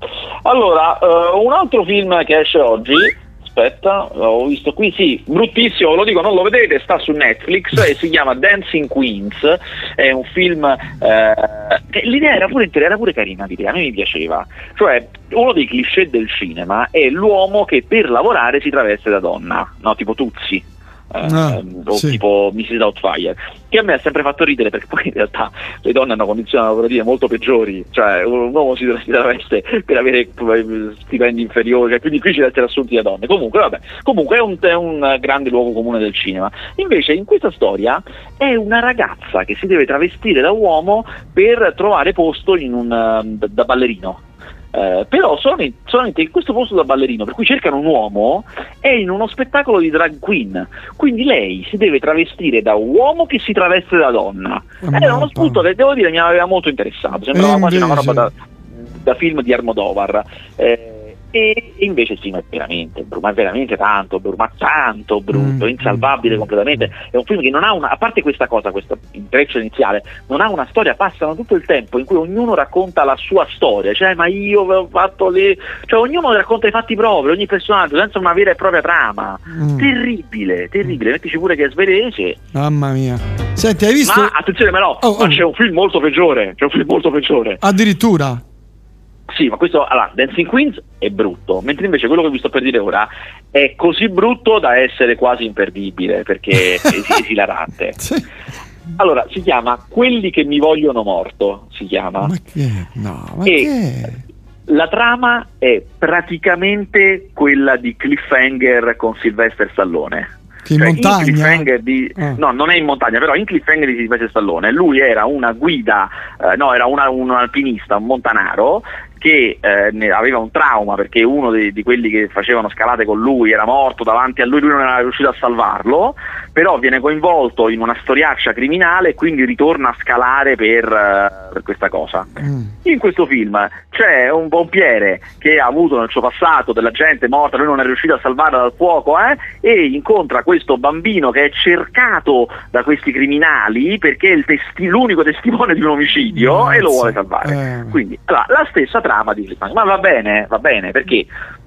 Allora, eh, un altro film che esce oggi, aspetta, l'ho visto qui, sì, bruttissimo, ve lo dico, non lo vedete, sta su Netflix e si chiama Dancing Queens, è un film, eh, che l'idea era pure, era pure carina, l'idea, a me mi piaceva, cioè uno dei cliché del cinema è l'uomo che per lavorare si traveste da donna, no, tipo Tuzzi. Eh, Ah, o sì. tipo missis Doubtfire, che a me ha sempre fatto ridere perché poi in realtà le donne hanno condizioni lavorative molto peggiori, cioè un uomo si si traveste per avere eh, stipendi inferiori, è più difficile essere assunti da donne. Comunque vabbè, comunque è un, è un grande luogo comune del cinema. Invece in questa storia è una ragazza che si deve travestire da uomo per trovare posto in un eh, da, da ballerino. Eh, però solamente, solamente in questo posto da ballerino, per cui cercano un uomo, è in uno spettacolo di drag queen, quindi lei si deve travestire da uomo che si traveste da donna. Eh, Era uno ma- spunto che devo dire mi aveva molto interessato, sembrava E quasi una invece? roba da, da film di Almodovar. Eh, e e invece sì, ma è veramente, bru- ma è veramente tanto, bru- ma tanto brutto, Mm, insalvabile mm, completamente. È un film che non ha una, a parte questa cosa, questo intreccio iniziale, non ha una storia, passano tutto il tempo in cui ognuno racconta la sua storia, cioè ma io ho fatto le, cioè ognuno racconta i fatti propri, ogni personaggio senza una vera e propria trama. Mm. Terribile, terribile, mettici pure che è svedese. Mamma mia. Senti, hai visto? Ma attenzione, però, Oh, oh. ma c'è un film molto peggiore, c'è un film molto peggiore. Addirittura. Sì, ma questo, allora, Dancing Queens è brutto, mentre invece quello che vi sto per dire ora è così brutto da essere quasi imperdibile, perché è es- esilarante. Sì. Allora, si chiama Quelli che mi vogliono morto, si chiama. Ma che? No, ma E che? la trama è praticamente quella di Cliffhanger con Sylvester Stallone. Che in Cioè, montagna? Cliffhanger di, Ah. no, non è in montagna, però in Cliffhanger di Sylvester Stallone lui era una guida, eh, no, era una- un alpinista, un montanaro che eh, ne aveva un trauma perché uno di, di quelli che facevano scalate con lui era morto davanti a lui, lui non era riuscito a salvarlo, però viene coinvolto in una storiaccia criminale e quindi ritorna a scalare per, eh, per questa cosa. Mm. In questo film c'è un pompiere che ha avuto nel suo passato della gente morta, lui non è riuscito a salvarla dal fuoco, eh, e incontra questo bambino che è cercato da questi criminali perché è il testi- l'unico testimone di un omicidio Mazza. e lo vuole salvare. Eh. Quindi allora, la stessa trama di Cliffhanger, ma va bene, va bene, perché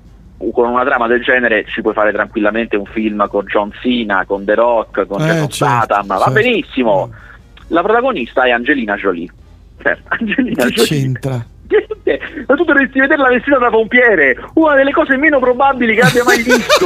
con una trama del genere ci puoi fare tranquillamente un film con John Cena, con The Rock, con Eh, Jason certo, Statham, va certo. benissimo. La protagonista è Angelina Jolie. Eh, Angelina Che Jolie. c'entra? Niente, ma tu dovresti vederla vestita da pompiere, una delle cose meno probabili che abbia mai visto.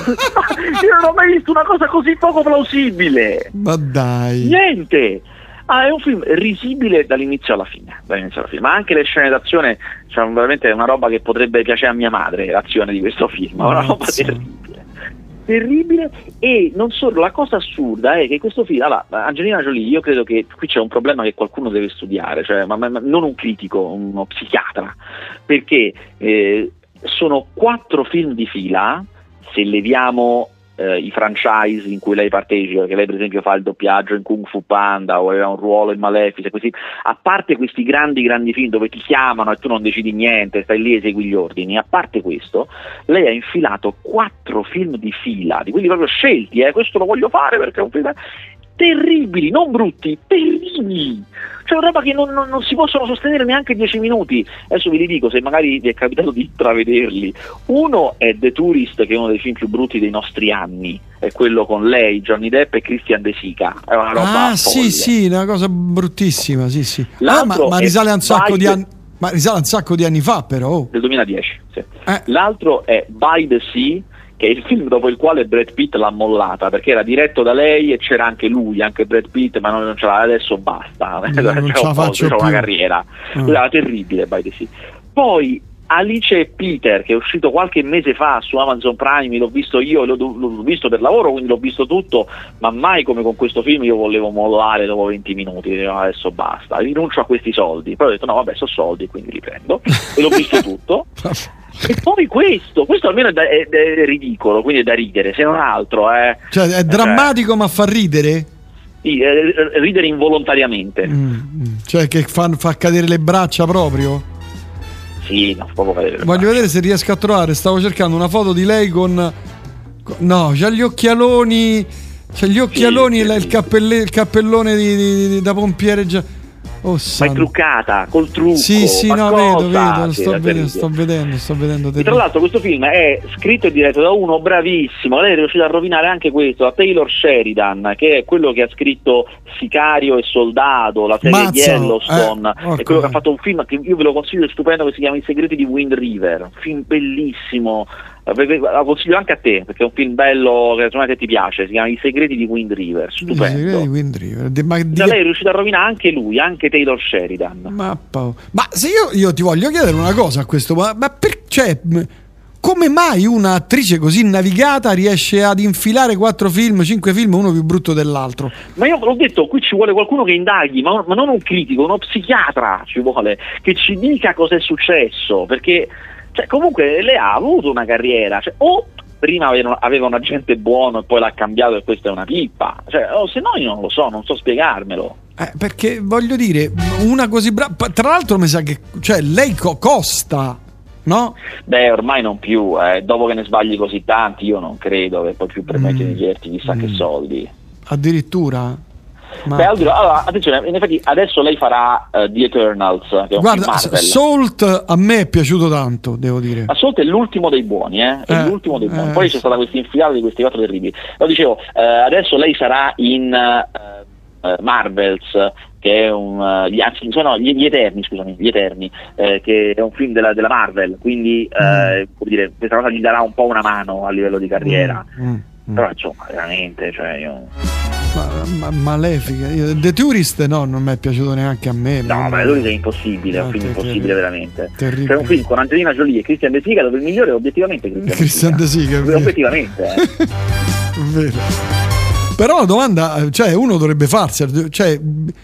Io non ho mai visto una cosa così poco plausibile. Ma dai. Niente. Ah, è un film risibile dall'inizio alla fine, dall'inizio alla fine, ma anche le scene d'azione, cioè veramente una roba che potrebbe piacere a mia madre, l'azione di questo film, una roba Mazza. terribile. terribile. E non solo, la cosa assurda è che questo film, allora, Angelina Jolie, io credo che qui c'è un problema che qualcuno deve studiare, cioè, ma, ma, ma non un critico, uno psichiatra, perché eh, sono quattro film di fila, se leviamo eh, i franchise in cui lei partecipa, che lei per esempio fa il doppiaggio in Kung Fu Panda o aveva un ruolo in Maleficent, così, a parte questi grandi grandi film dove ti chiamano e tu non decidi niente, stai lì e segui gli ordini, a parte questo, lei ha infilato quattro film di fila, di quelli proprio scelti, eh, questo lo voglio fare perché è un film terribili, non brutti, terribili, cioè una roba che non, non, non si possono sostenere neanche dieci minuti. Adesso vi dico, se magari vi è capitato di intravederli, uno è The Tourist, che è uno dei film più brutti dei nostri anni, è quello con lei, Johnny Depp e Christian De Sica, è una roba ah sì folle. sì, una cosa bruttissima, sì sì. Ah, ma, L'altro ma è risale a un sacco By di the- anni, ma risale a un sacco di anni fa però, oh. del duemiladieci, sì. Eh. L'altro è By the Sea, che è il film dopo il quale Brad Pitt l'ha mollata, perché era diretto da lei e c'era anche lui, anche Brad Pitt, ma non, non ce l'ha, adesso basta, Non c'è ce la un po', faccio c'è una più. carriera, Mm. era terribile By the Sea. Poi Alice e Peter, che è uscito qualche mese fa su Amazon Prime, l'ho visto io, l'ho, l'ho visto per lavoro, quindi l'ho visto tutto, ma mai come con questo film io volevo mollare dopo venti minuti, dicevo, adesso basta, rinuncio a questi soldi. Poi ho detto no vabbè, sono soldi, quindi li prendo, e l'ho visto tutto. E poi questo, questo almeno è, da, è, è ridicolo, quindi è da ridere, se non altro eh. Cioè è drammatico ma fa ridere? Sì, eh, ridere involontariamente. Mm, mm. Cioè che fa, fa cadere le braccia proprio? Sì, no, proprio cadere le Voglio braccia. vedere se riesco a trovare, stavo cercando una foto di lei con, con- no, c'ha gli occhialoni, c'ha gli occhialoni Sì, e la- sì, il, sì. cappelle- il cappellone di, di- di- da pompiere già. Oh, Ma è santo. truccata, col trucco. Sì, sì, ma no, cosa? vedo, vedo, Sì, sto è vedendo, terribile. sto vedendo, sto vedendo. E tra terribile. l'altro questo film è scritto e diretto da uno bravissimo, lei è riuscita a rovinare anche questo, da Taylor Sheridan, che è quello che ha scritto Sicario e Soldato, la serie di Mazza, Yellowstone, eh, ok. è quello che ha fatto un film che io ve lo consiglio, è stupendo, che si chiama I segreti di Wind River, un film bellissimo, la consiglio anche a te, perché è un film bello che secondo me ti piace, si chiama I segreti di Wind River, I segreti di stupendo. Wind River. De- ma, di- Da lei è riuscita a rovinare anche lui, anche Taylor Sheridan. ma, pa- ma se io, io ti voglio chiedere una cosa a questo, ma, ma per, cioè, m- come mai un'attrice così navigata riesce ad infilare quattro film, cinque film, uno più brutto dell'altro? Ma io l'ho detto, qui ci vuole qualcuno che indaghi, ma, ma non un critico, uno psichiatra ci vuole, che ci dica cosa è successo, perché cioè, comunque lei ha avuto una carriera, cioè, o prima aveva, aveva un agente buono e poi l'ha cambiato e questa è una pippa, cioè, o se no io non lo so, non so spiegarmelo. Eh, perché voglio dire, una così brava, tra l'altro mi sa che, cioè, lei co- costa, no? Beh, ormai non più, eh, dopo che ne sbagli così tanti io non credo che poi più permetti Mm. di chiederti chissà che Mm. soldi. Addirittura? Ma- Beh, allora, allora, attenzione, in effetti adesso lei farà eh, The Eternals, che è un Guarda, film Marvel. Salt a me è piaciuto tanto, devo dire. Assolutamente è l'ultimo dei buoni, eh? È Eh, l'ultimo dei buoni. eh, Poi sì. c'è stata questa infilata di questi quattro terribili. Lo dicevo, eh, adesso lei sarà in eh, eh, Marvels, che è un eh, gli, anzi, no, gli, gli Eterni, scusami, gli Eterni, eh, che è un film della, della Marvel, quindi eh, come dire, questa cosa gli darà un po' una mano a livello di carriera. Mm, mm, mm. Però insomma, veramente, cioè io. Ma, ma- malefica. Io- The Tourist no, non mi è piaciuto neanche a me. No, ma lui è impossibile, è un No, film te- impossibile terribile. veramente. Terribile. C'è un film con Angelina Jolie e Christian De Sica dove il migliore è obiettivamente Christian, Christian De Sica, è vero. Obiettivamente, eh. È vero. Però la domanda, cioè, uno dovrebbe farsi, cioè,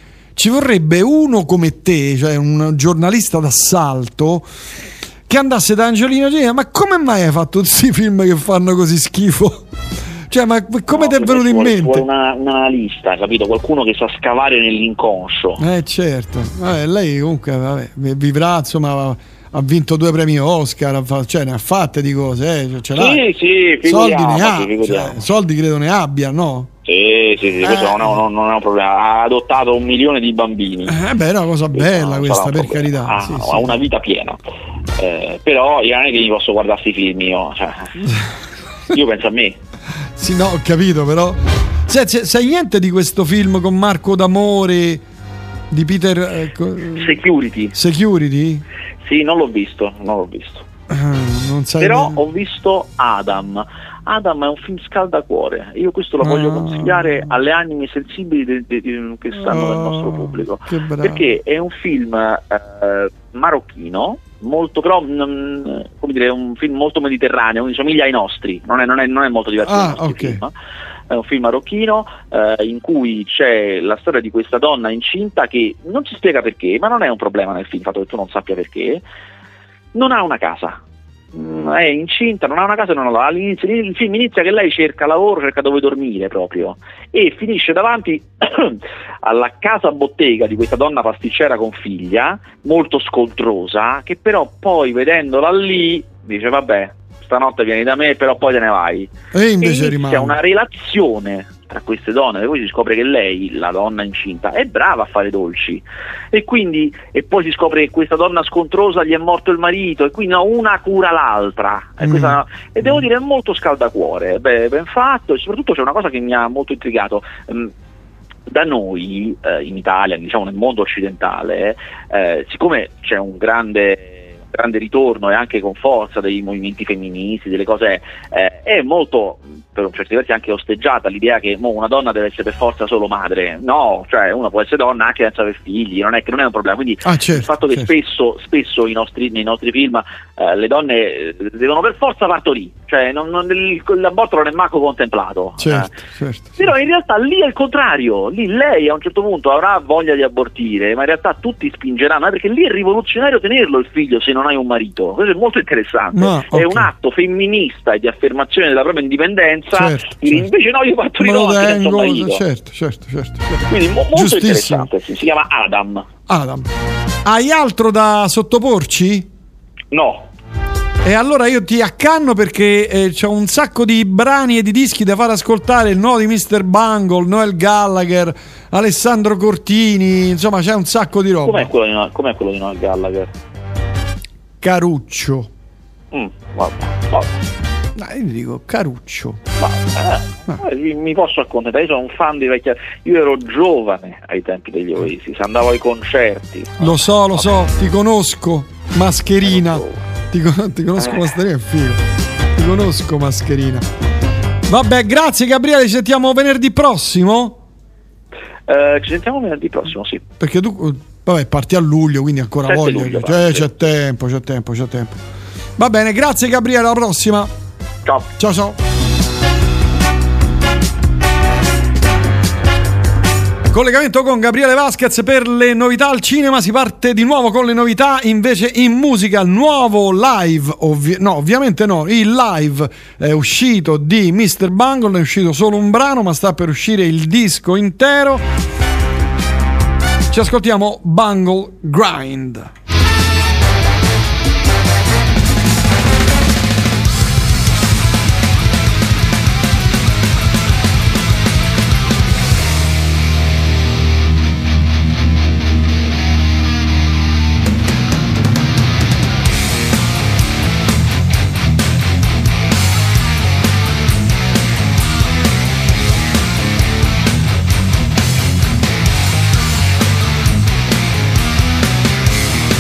ci vorrebbe uno come te, cioè un giornalista d'assalto, che andasse da Angelina Jolie, ma come mai hai fatto questi film che fanno così schifo? Cioè, ma come No, ti è per me venuto ci in vuole- ci mente? vuole una, un analista, capito? Qualcuno che sa scavare nell'inconscio. Eh certo, vabbè, lei comunque vabbè, vivrà, insomma, ha vinto due premi Oscar, ha fa- cioè ne ha fatte di cose, eh, ce l'ha. Sì, sì, soldi ne figuriamoci, ha, figuriamoci. cioè, soldi credo ne abbia, no? Sì, sì, sì, questo Eh. non, è, non- non è un problema. Ha adottato un milione di bambini. Eh beh, è una cosa bella Non questa, sarà un per problema. carità. Ha, sì, ha sì. una vita piena. Eh, però io non è che mi posso guardare questi film io. Cioè, io penso a me. Sì, no, ho capito, però. Sai, sai- sai niente di questo film con Marco D'Amore di Peter eh, co- Security. Security? Sì, non l'ho visto, non l'ho visto. Ah, non sai Però ne- ho visto Adam. Adam è un film scaldacuore. Io questo lo voglio Ah. consigliare alle anime sensibili de- de- de- che stanno nel nostro Oh, pubblico. che bravo. Perché è un film eh, marocchino molto però mm, come dire, è un film molto mediterraneo, quindi somiglia ai nostri, non è, non è, non è molto diverso Ah, dai nostri ok. film. È un film marocchino eh, in cui c'è la storia di questa donna incinta che non si spiega perché, ma non è un problema nel film, il fatto che tu non sappia perché, non ha una casa. Mm, È incinta, non ha una casa, non ha all'inizio il film inizia che lei cerca lavoro, cerca dove dormire proprio, e finisce davanti alla casa bottega di questa donna pasticcera con figlia, molto scontrosa, che però poi vedendola lì dice vabbè, stanotte vieni da me, però poi te ne vai. E invece inizia rimane. una relazione tra queste donne, e poi si scopre che lei, la donna incinta, è brava a fare dolci, e quindi e poi si scopre che questa donna scontrosa gli è morto il marito, e quindi no, una cura l'altra, e, Mm. questa- e devo dire è molto scaldacuore, beh, ben fatto, e soprattutto c'è una cosa che mi ha molto intrigato. Ehm, da noi eh, in Italia, diciamo nel mondo occidentale, eh, siccome c'è un grande grande ritorno e anche con forza dei movimenti femministi, delle cose, eh, è molto, per certi versi anche osteggiata l'idea che mo, una donna deve essere per forza solo madre. No, cioè una può essere donna anche senza aver figli, non è che non è un problema. Quindi Ah, certo, il fatto che certo. spesso, spesso i nostri, nei nostri film eh, le donne eh, devono per forza partorire, cioè non, non, il- l'aborto non è manco contemplato. Certo, Eh. certo. Però in realtà lì è il contrario, lì lei a un certo punto avrà voglia di abortire, ma in realtà tutti spingeranno, eh, perché lì è rivoluzionario tenerlo il figlio se non hai un marito. Questo è molto interessante. Ma, È ok. un atto femminista e di affermazione della propria indipendenza. Certo, Quindi certo. invece no, io Me partorirò lo anche senza un tengo, marito. certo, certo, certo, certo. Quindi mo- molto Giustissimo. interessante, sì. Si chiama Adam. Adam, hai altro da sottoporci? No. E allora io ti accanno perché eh, c'ho un sacco di brani e di dischi da far ascoltare, il nuovo di mister Bungle, Noel Gallagher, Alessandro Cortini, insomma c'è un sacco di roba. Com'è quello di, no- com'è quello di Noel Gallagher? Caruccio. Mm, guarda, guarda. Dai, io dico Caruccio. Ma, eh, mi- mi posso accontentare, io sono un fan di vecchia, io ero giovane ai tempi degli Oasis, andavo ai concerti. Lo so, lo so, ti conosco, Mascherina. Ti, con- ti conosco, Eh. Mascherina, è figo. Ti conosco, Mascherina. Vabbè, grazie Gabriele, ci sentiamo venerdì prossimo? Eh, ci sentiamo venerdì prossimo, sì. Perché tu, vabbè, parti a luglio, quindi ancora sette voglio. luglio, Cioè, sì. c'è tempo, c'è tempo, c'è tempo. Va bene, grazie Gabriele, alla prossima. Ciao. Ciao ciao. Collegamento con Gabriele Vasquez per le novità al cinema. Si parte di nuovo con le novità invece in musica. Il nuovo live, ovvi- no, ovviamente no, il live è uscito di mister Bungle, è uscito solo un brano, ma sta per uscire il disco intero. Ci ascoltiamo Bungle Grind. Grind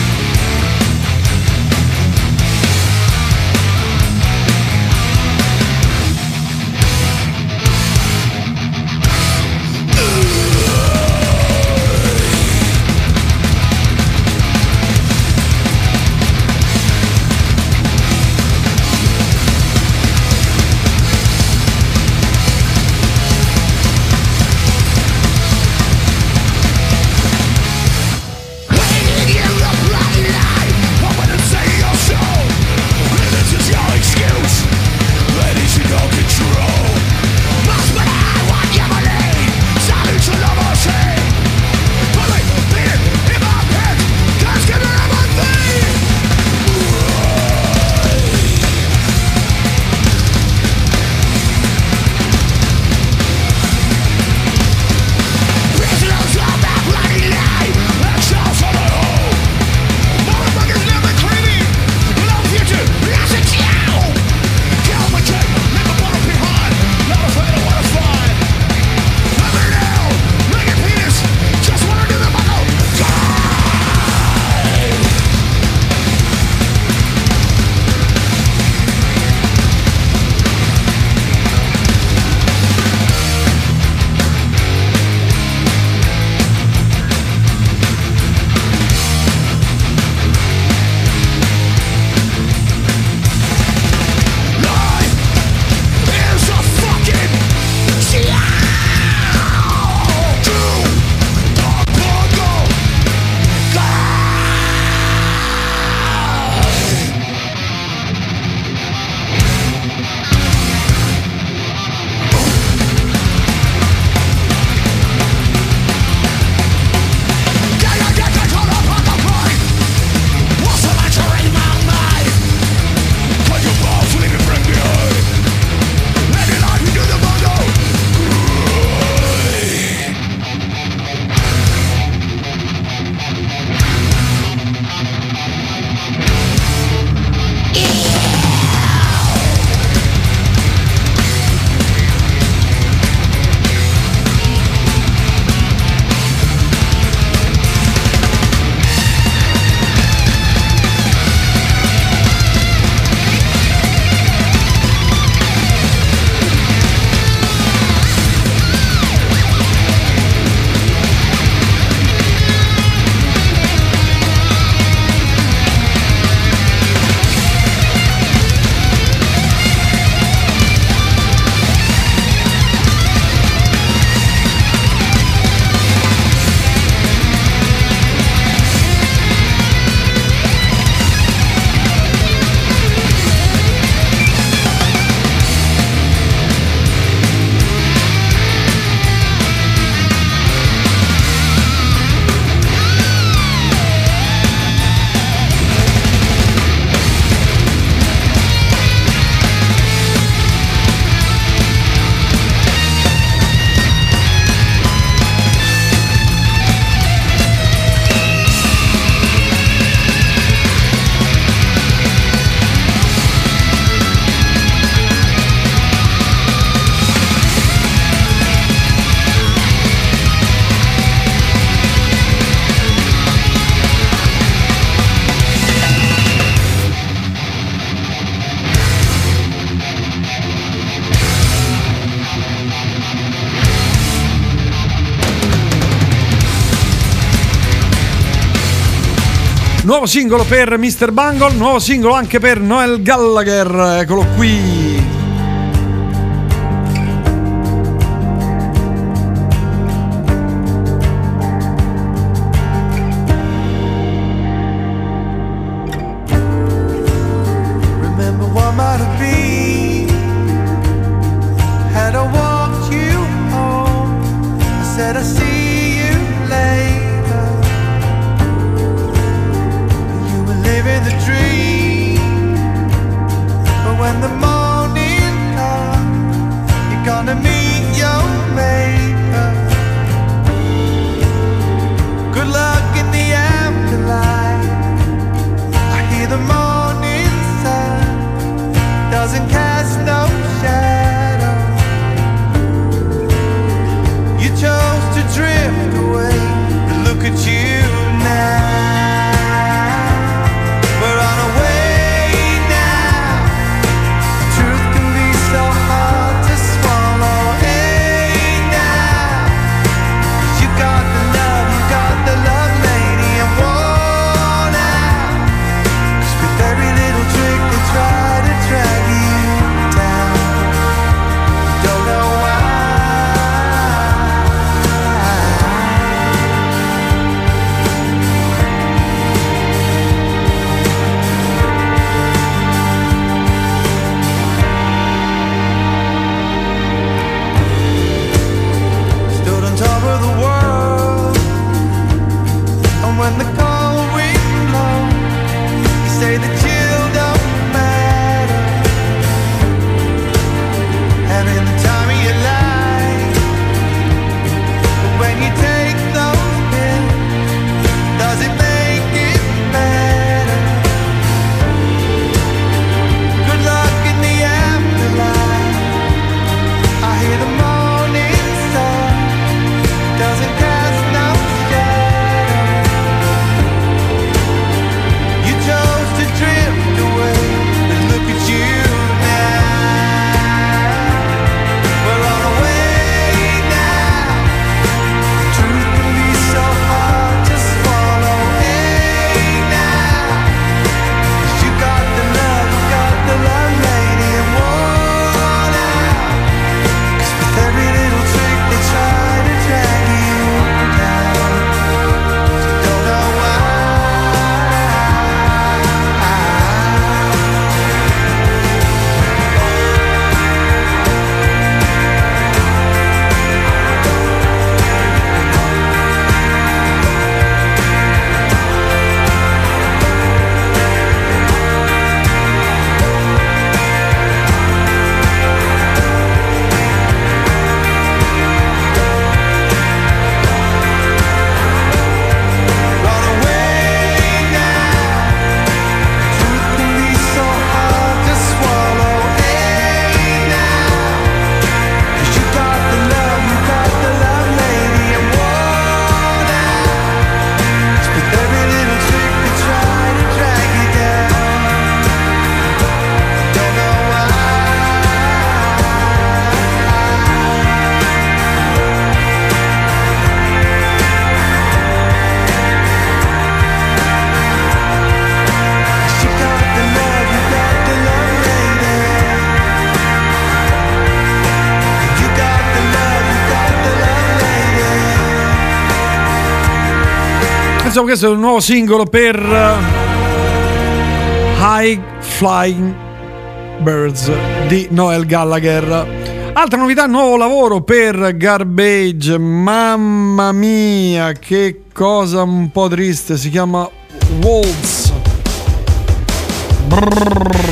nuovo singolo per mister Bungle, nuovo singolo anche per Noel Gallagher, eccolo qui. Remember what might have been had I walked you home. I said I see you later. You were living the dream, but when the morning comes, you're gonna meet your maker. Good luck in the afterlife. I hear the morning sun doesn't cast no shadow. You chose to drift away, but look at you now. We're on our way now. Truth can be so hard to swallow. Hey now, 'cause you got the love, you got the love, lady, and worn out. 'Cause with every little trick they try to drag you down. Don't know why. Stood on top of the world, and when the cold wind blows, you say the chill don't matter. Having the time of your life, but when you take those pills, does it make it better? Good luck in the afterlife. I hear the morning sun doesn't cast no shadow. You chose to drift away, and look at you now. We're on our way now. Truth can be so hard to swallow. Hey now, 'cause you got the love, you got the love, lady, and worn out. 'Cause with every little trick they try to drag you down. So don't know why. Run away now. Truth can be so hard to swallow. Hey now, 'cause you got the love, you got the love, lady, and worn out. 'Cause with every little trick they try to drag you down. Don't know why. You got the love, you got the love, lady. You got the love, you got the love, lady. Insomma, questo è un nuovo singolo per eh, High Flying Birds di Noel Gallagher. Altra novità, nuovo lavoro per Garbage. Mamma mia, che cosa un po' triste, si chiama Waltz. Brrr.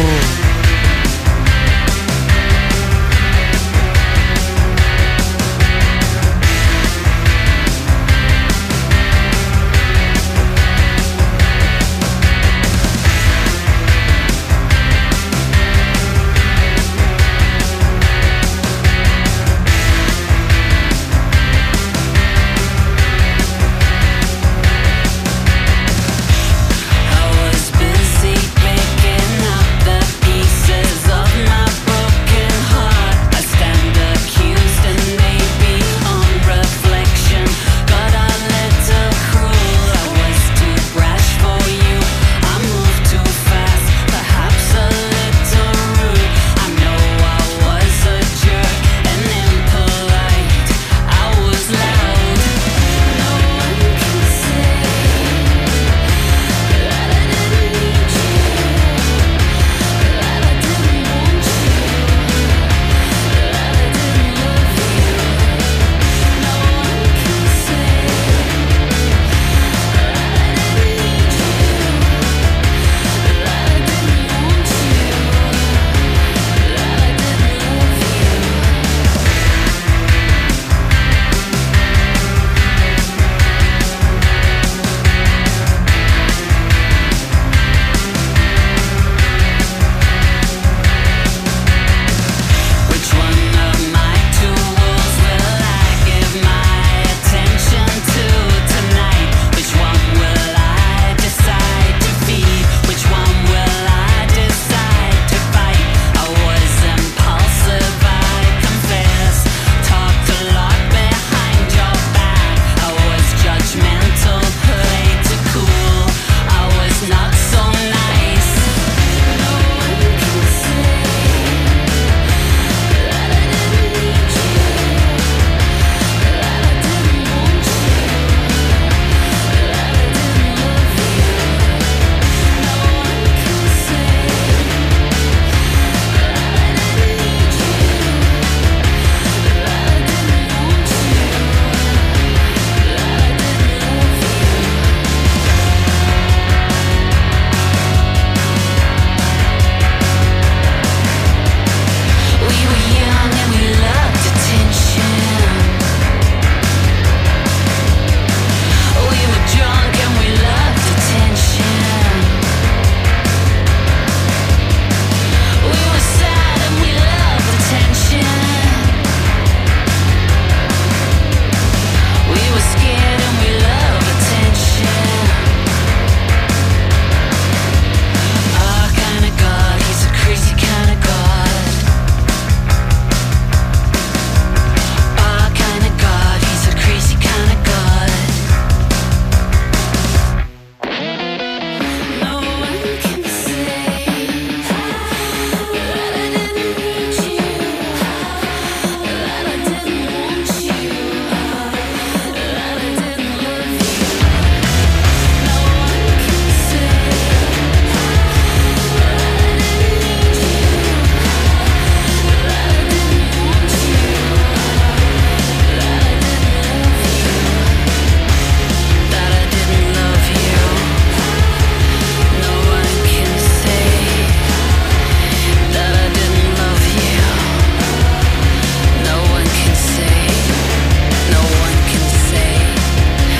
I was busy picking up the pieces.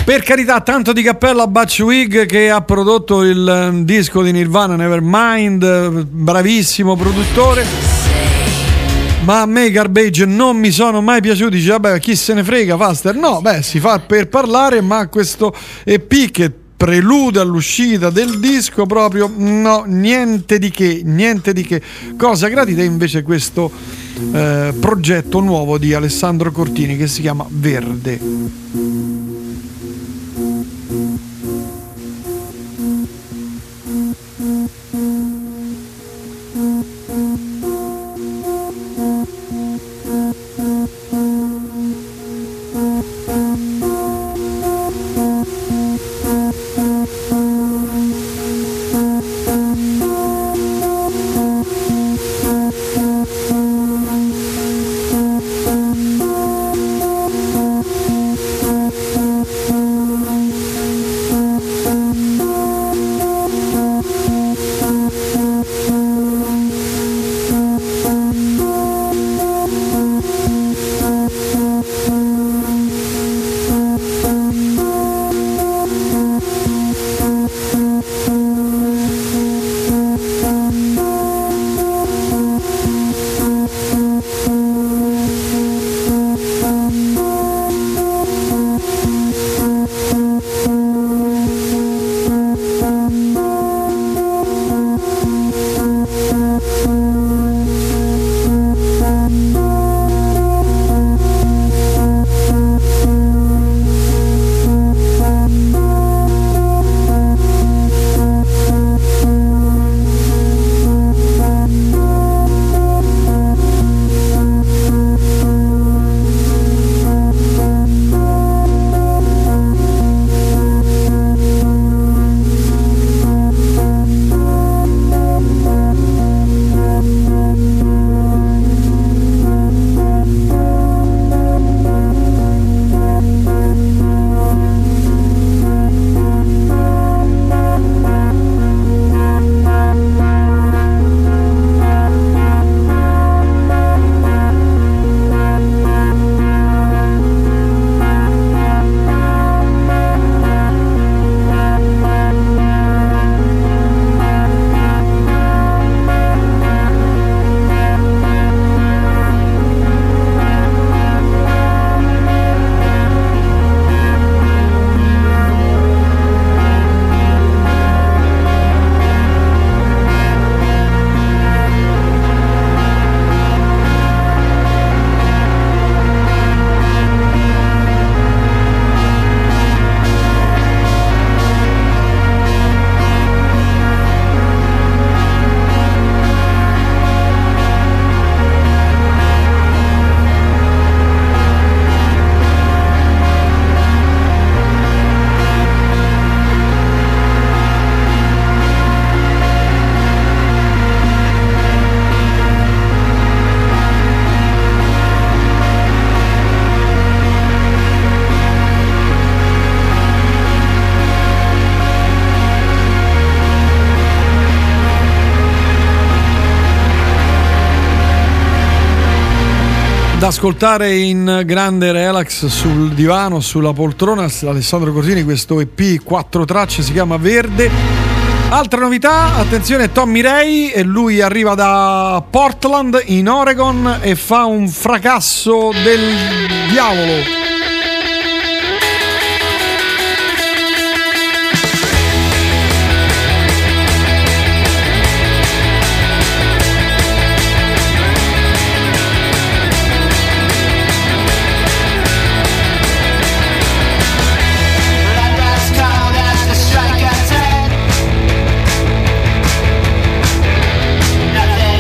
Per carità, tanto di cappello a Butch Vig che ha prodotto il eh, disco di Nirvana Nevermind, eh, bravissimo produttore. Ma a me i Garbage non mi sono mai piaciuti. Dice, vabbè, chi se ne frega, Faster? No, beh, si fa per parlare, ma questo E P che prelude all'uscita del disco proprio no, niente di che, niente di che. Cosa gradita invece questo eh, progetto nuovo di Alessandro Cortini che si chiama Verde. Da ascoltare in grande relax sul divano, sulla poltrona, Alessandro Cortini, questo E P quattro tracce, si chiama Verde. Altra novità, attenzione, Tommy Ray, e lui arriva da Portland in Oregon e fa un fracasso del diavolo.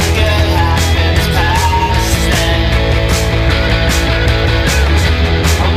Nothing good happens past then.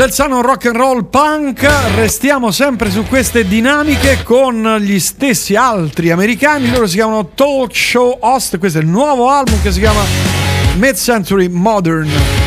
del sano rock and roll punk. Restiamo sempre su queste dinamiche con gli stessi altri americani. Loro si chiamano Talk Show Host. Questo è il nuovo album che si chiama Mid-Century Modern.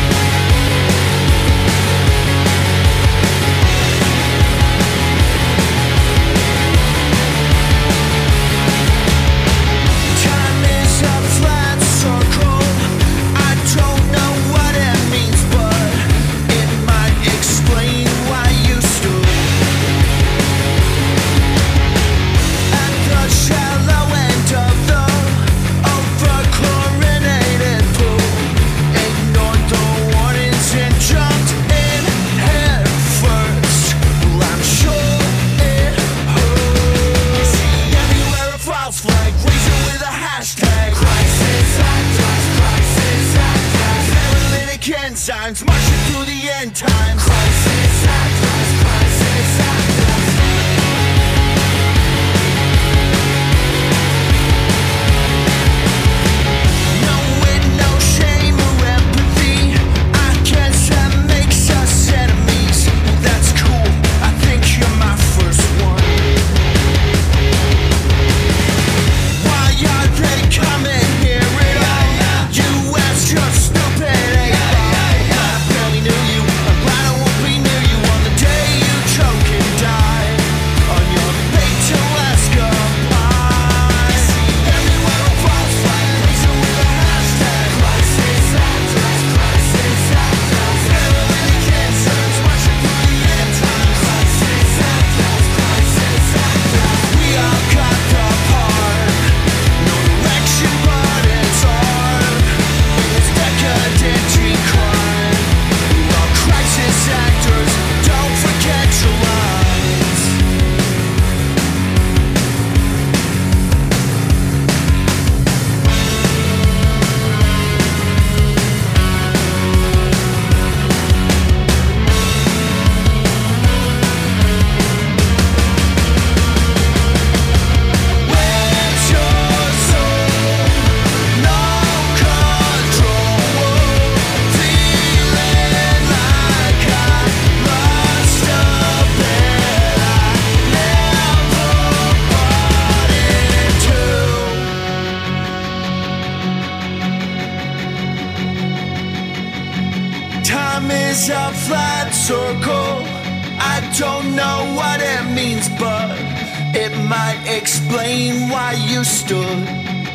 Signs marching through the end times. Crisis actors, crisis actors. No wit, no shame or empathy. I guess that makes us enemies. That's cool. I think you're my first one. Why are they coming here at all? You ask your stupid. Time is a flat circle. I don't know what it means, but it might explain why you stood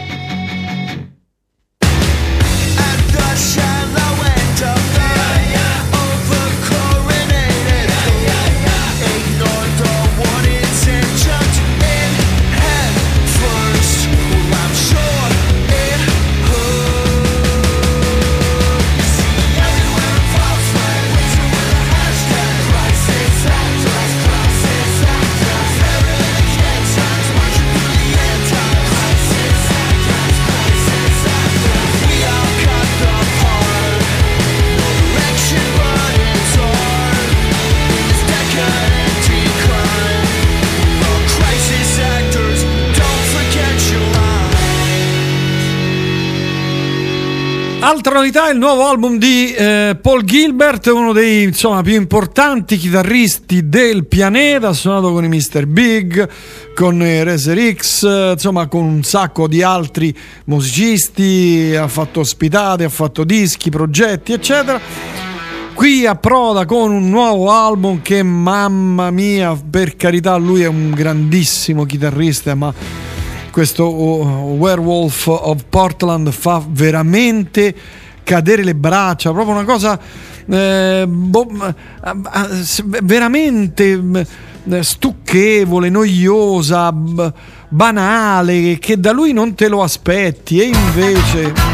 at the shallow end of the overchlorinated pool. Ignored the warnings and jumped in head first. Well, I'm sure it hurt. You see everywhere a false flag, waiting with a hashtag. Crisis actors, crisis actors. Burying the kid signs, marching through the end times. Crisis actors, crisis actors. We all cut the part. No direction, but it's hard. In this decadent decline. Oh, crisis actors, don't forget your lines. Altra novità è il nuovo album di eh, Paul Gilbert, uno dei insomma più importanti chitarristi del pianeta. Ha suonato con i mister Big, con i Razor X, eh, insomma con un sacco di altri musicisti, ha fatto ospitate, ha fatto dischi, progetti eccetera. Qui approda con un nuovo album che, mamma mia, per carità, lui è un grandissimo chitarrista, ma questo uh, Werewolf of Portland fa veramente cadere le braccia, proprio una cosa eh, boh, veramente stucchevole, noiosa, banale, che da lui non te lo aspetti, e invece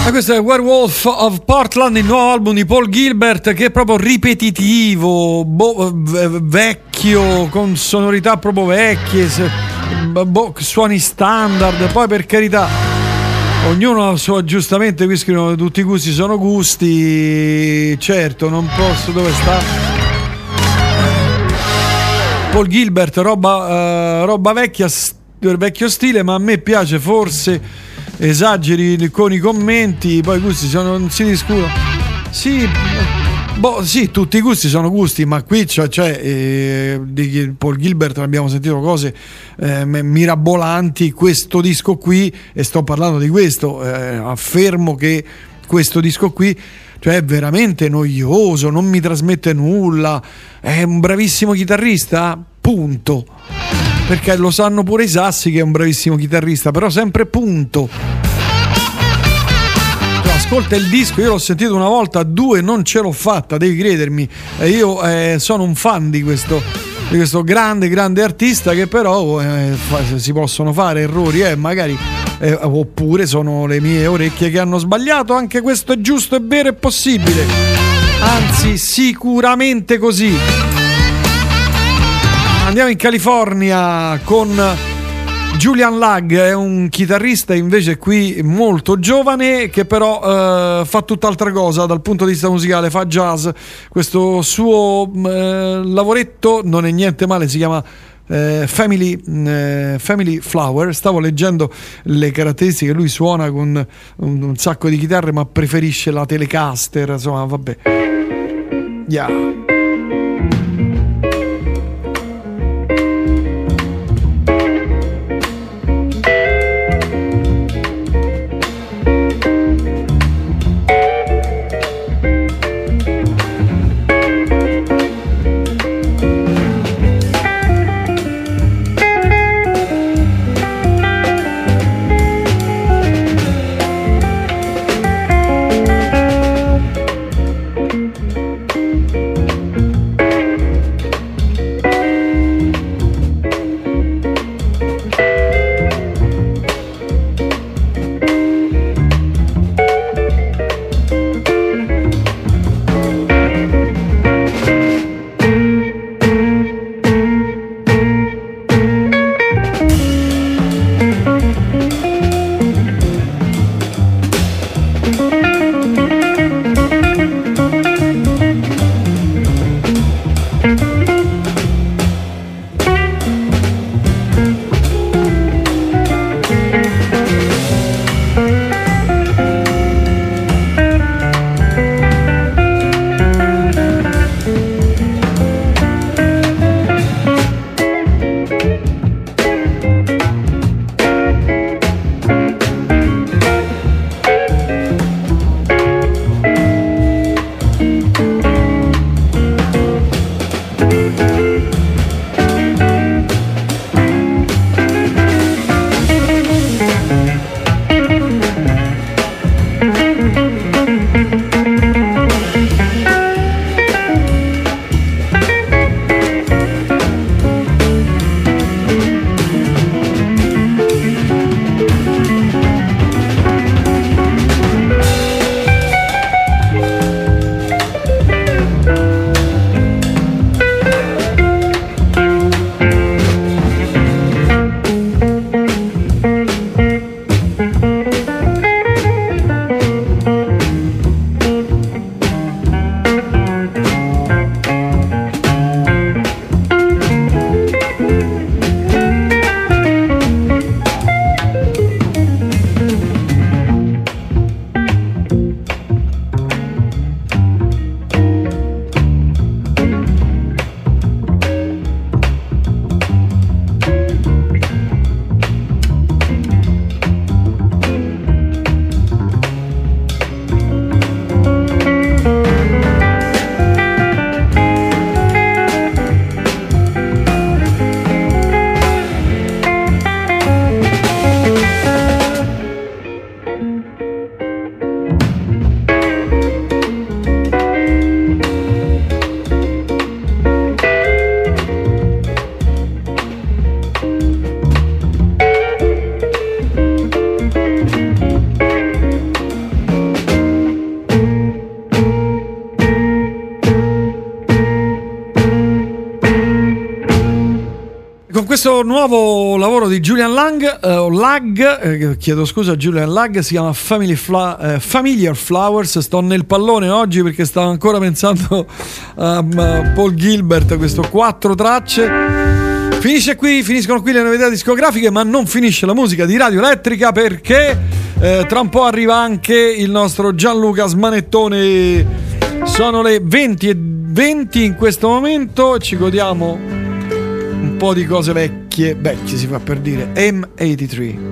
Ah, questo è Werewolf of Portland, il nuovo album di Paul Gilbert, che è proprio ripetitivo, bo- v- vecchio, con sonorità proprio vecchie, se- bo- suoni standard. Poi, per carità, ognuno ha il suo aggiustamento, qui scrivono tutti i gusti sono gusti, certo, non posso, dove sta? Paul Gilbert, roba, uh, roba vecchia, st- vecchio stile, ma a me piace, forse esageri con i commenti, poi i gusti sono, non si discutono. Sì, boh, sì, tutti i gusti sono gusti, ma qui c'è, c'è eh, di Paul Gilbert abbiamo sentito cose eh, mirabolanti, questo disco qui, e sto parlando di questo, eh, affermo che questo disco qui, cioè, è veramente noioso, non mi trasmette nulla, è un bravissimo chitarrista, punto. Perché lo sanno pure i Sassi che è un bravissimo chitarrista, però sempre punto. Cioè, ascolta il disco, io l'ho sentito una volta, due non ce l'ho fatta, devi credermi. E io eh, sono un fan di questo, di questo grande, grande artista, che però eh, fa, si possono fare errori, eh, magari, eh, oppure sono le mie orecchie che hanno sbagliato, anche questo è giusto, è vero, è possibile. Anzi, sicuramente così. Andiamo in California con Julian Lagg, è un chitarrista invece qui molto giovane, che però eh, fa tutt'altra cosa dal punto di vista musicale, fa jazz. Questo suo eh, lavoretto non è niente male, si chiama eh, Family, eh, Family Flower. Stavo leggendo le caratteristiche, lui suona con un, un sacco di chitarre, ma preferisce la Telecaster, insomma, vabbè. Yeah. Questo nuovo lavoro di Julian Lang, eh, o Lag, eh, chiedo scusa a Julian Lag, si chiama Family Fla- eh, Familiar Flowers. Sto nel pallone oggi perché stavo ancora pensando a um, Paul Gilbert, questo quattro tracce. Finisce qui, finiscono qui le novità discografiche, ma non finisce la musica di Radio Elettrica perché eh, tra un po' arriva anche il nostro Gianluca Smanettone. Sono le venti e venti in questo momento e ci godiamo un po' di cose vecchie, vecchie si fa per dire. M ottantatré.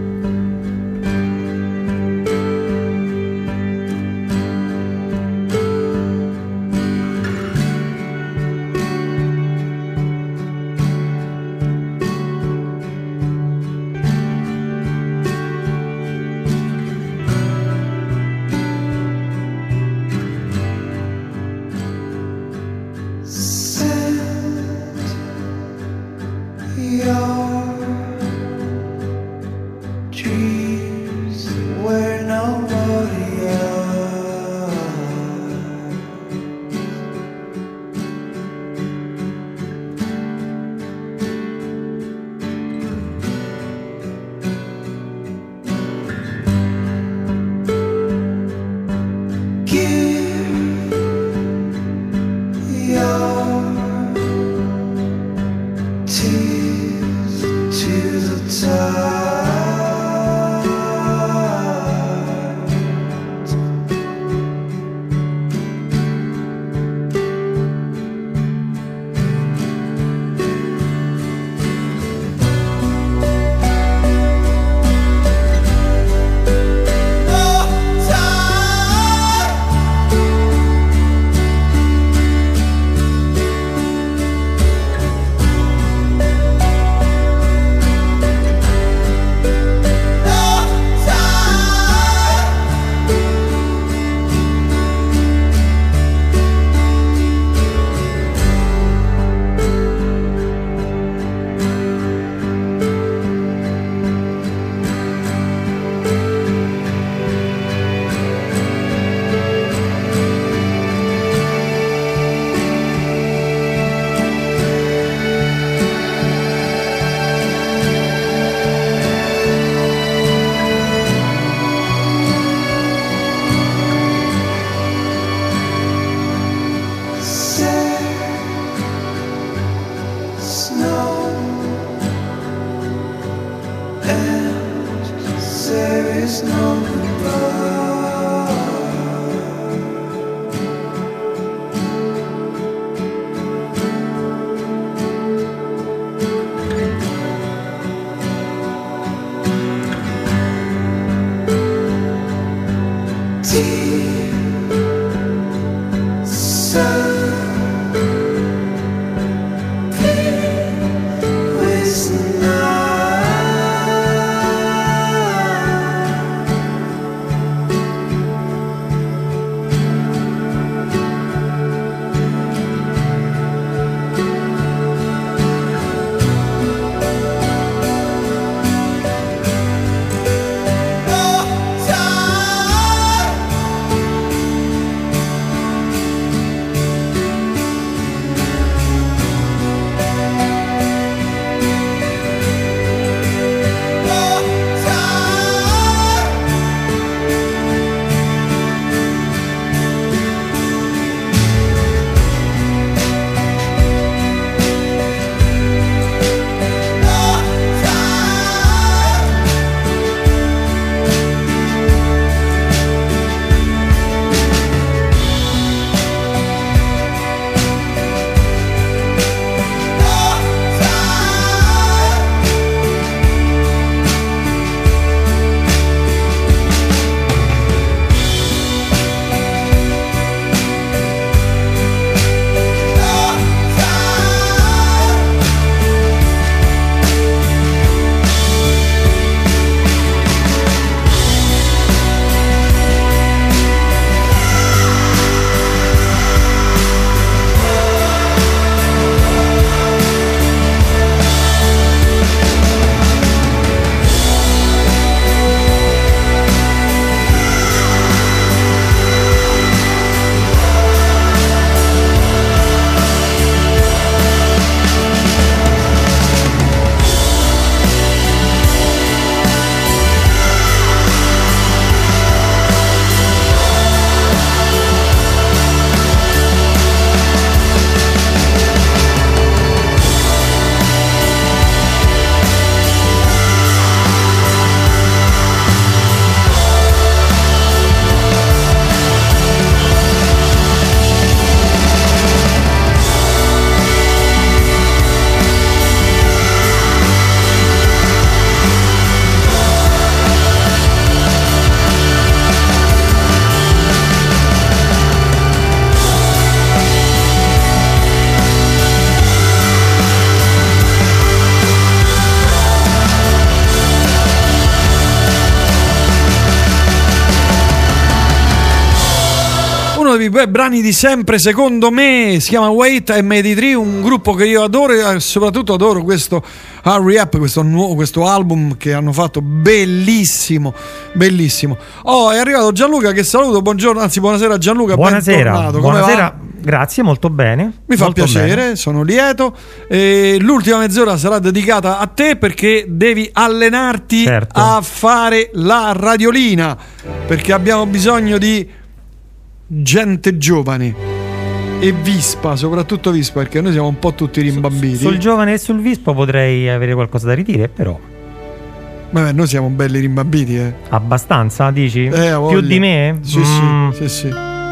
Oh, time. dei bei brani di sempre, secondo me. Si chiama Wait M D tre, un gruppo che io adoro e soprattutto adoro questo Hurry Up, questo, nuovo, questo album che hanno fatto, bellissimo, bellissimo. Oh, è arrivato Gianluca, che saluto, buongiorno, anzi buonasera Gianluca, buonasera, bentornato. Come buonasera. va? Grazie, molto bene. Mi fa molto piacere, bene. sono lieto. E l'ultima mezz'ora sarà dedicata a te perché devi allenarti Certo. a fare la radiolina, perché abbiamo bisogno di gente giovane e vispa, soprattutto vispa, perché noi siamo un po' tutti rimbambiti. Sul giovane e sul vispo potrei avere qualcosa da ridire, però Vabbè, noi siamo belli rimbambiti, eh. abbastanza, dici? Eh, ha Più voglia. di me? Sì, Mm. sì, sì, sì.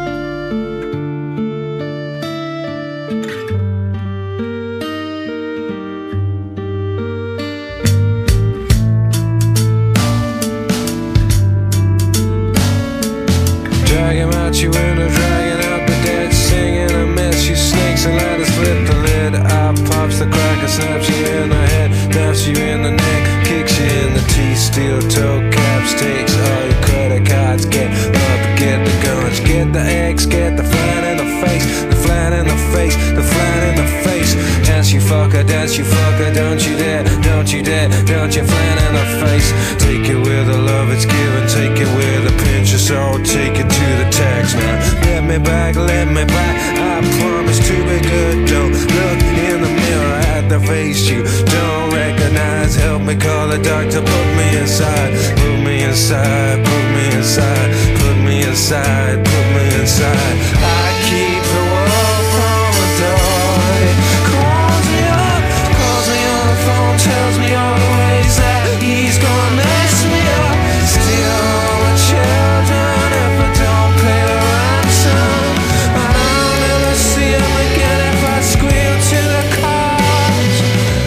Drag him out, you end up dragging out the dead, singing a mess. You snakes and ladders, flip the lid. Eye pops the cracker, snaps you in the head, snaps you in the neck, kicks you in the teeth. Steel toe caps, takes all your credit cards. Get up, get the guns, get the eggs, get the flat in the face, the flat in the face, the flat in the face. Dance you fucker, dance you fucker, don't you dare, don't you dare, don't you flat in the face. Take it with the love it's given, take it with a pinch of salt, take it to the tax now. Let me back, let me back, I promise to be good. Don't look in the mirror at the face you don't recognize. Help me call the doctor, put me inside, put me inside, put me inside, put me inside, put me inside. I keep the world from the door. It calls me up, calls me on the phone, tells me all the ways that he's gonna mess me up. Steal all my children if I don't pay the ransom. I'll never see him again if I squeal to the cops.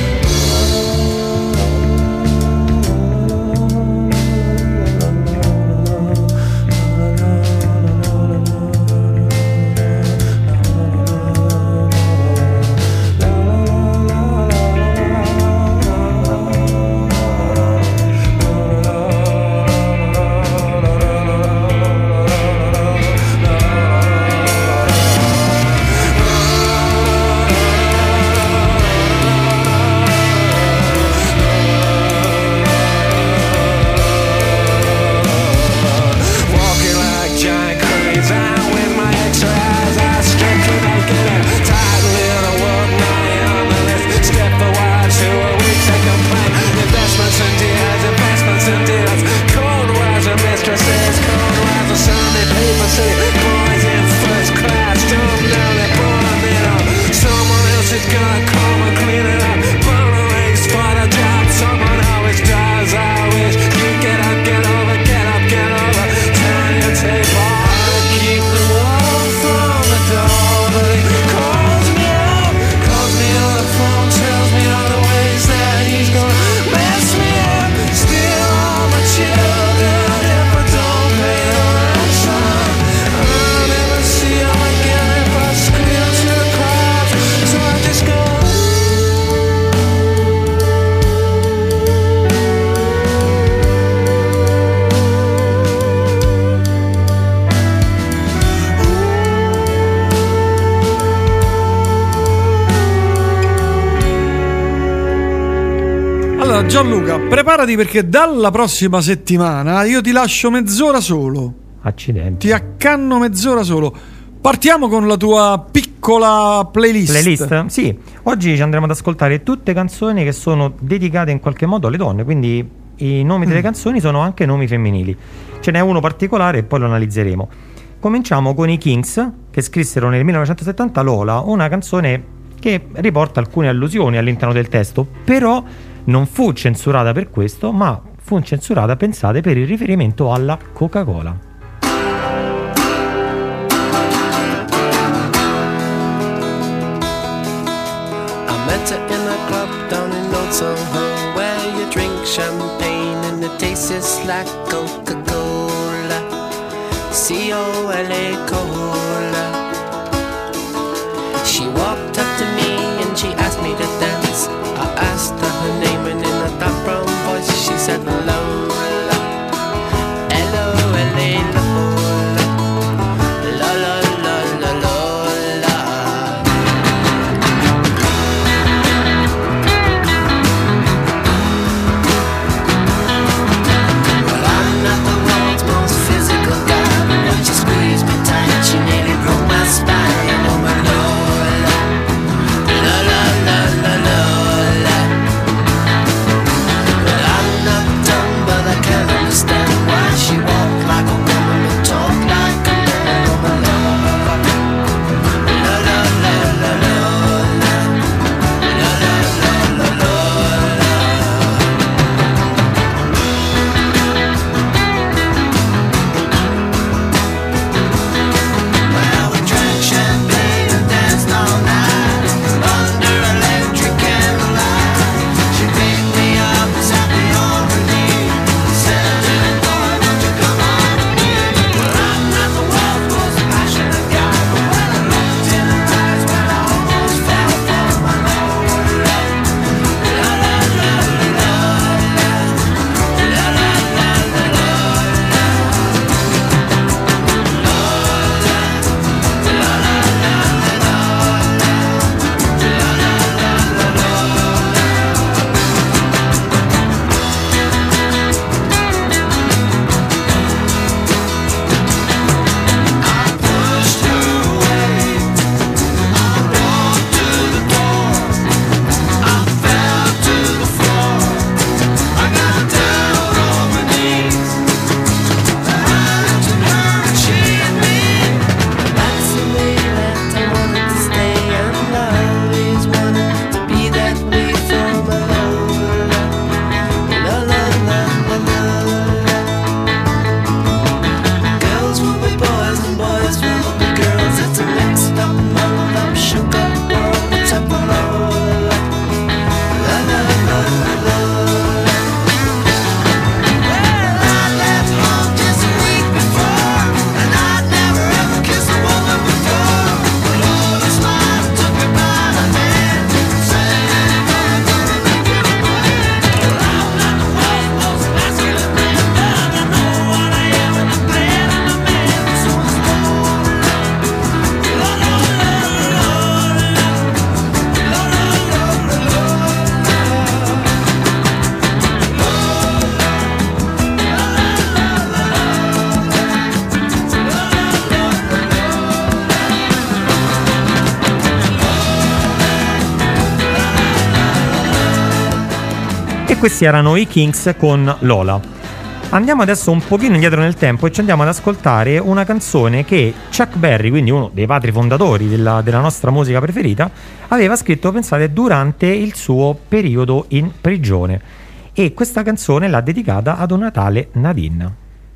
Walking like giant cranes, I'm with my extra eyes. I stretch without getting tired. Live a world night on the list. Step a while to a week, take a plan. Investments and deals, investments and deals. Cold wires and mistresses, cold wires and Sunday paper say boys in first class don't know they're born it up. Someone else is gonna come and clean it up. Burn a race for the job, someone always does. I wish you get up, get over, get up, get over. Turn your tape on, keep the wall from the door. But he calls me up, calls me on the phone, tells me all the ways that he's gonna mess me up. Steal all my children if I don't pay the ransom. I'll never see him again if I squeal to the cops. So I just go. Allora Gianluca, preparati perché dalla prossima settimana io ti lascio mezz'ora solo. Accidenti. Ti accanno mezz'ora solo. Partiamo con la tua piccola playlist. Playlist? Sì, oggi ci andremo ad ascoltare tutte canzoni che sono dedicate in qualche modo alle donne, quindi i nomi delle Mm. canzoni sono anche nomi femminili. Ce n'è uno particolare e poi lo analizzeremo. Cominciamo con i Kings, che scrissero nel millenovecentosettanta Lola, una canzone che riporta alcune allusioni all'interno del testo, però non fu censurata per questo, ma fu censurata, pensate, per il riferimento alla Coca-Cola. I met her in a club down in Old Soho, where you drink champagne and it tastes like Coca-Cola, C O L A Cola. She walked up to me and she asked me to dance. I asked her her name and in a dark brown voice she said Lola, L O L A Lola, la la la questi erano i Kinks con Lola. Andiamo adesso un pochino indietro nel tempo e ci andiamo ad ascoltare una canzone che Chuck Berry, quindi uno dei padri fondatori della, della nostra musica preferita, aveva scritto, pensate, durante il suo periodo in prigione, e questa canzone l'ha dedicata ad una tale Nadine.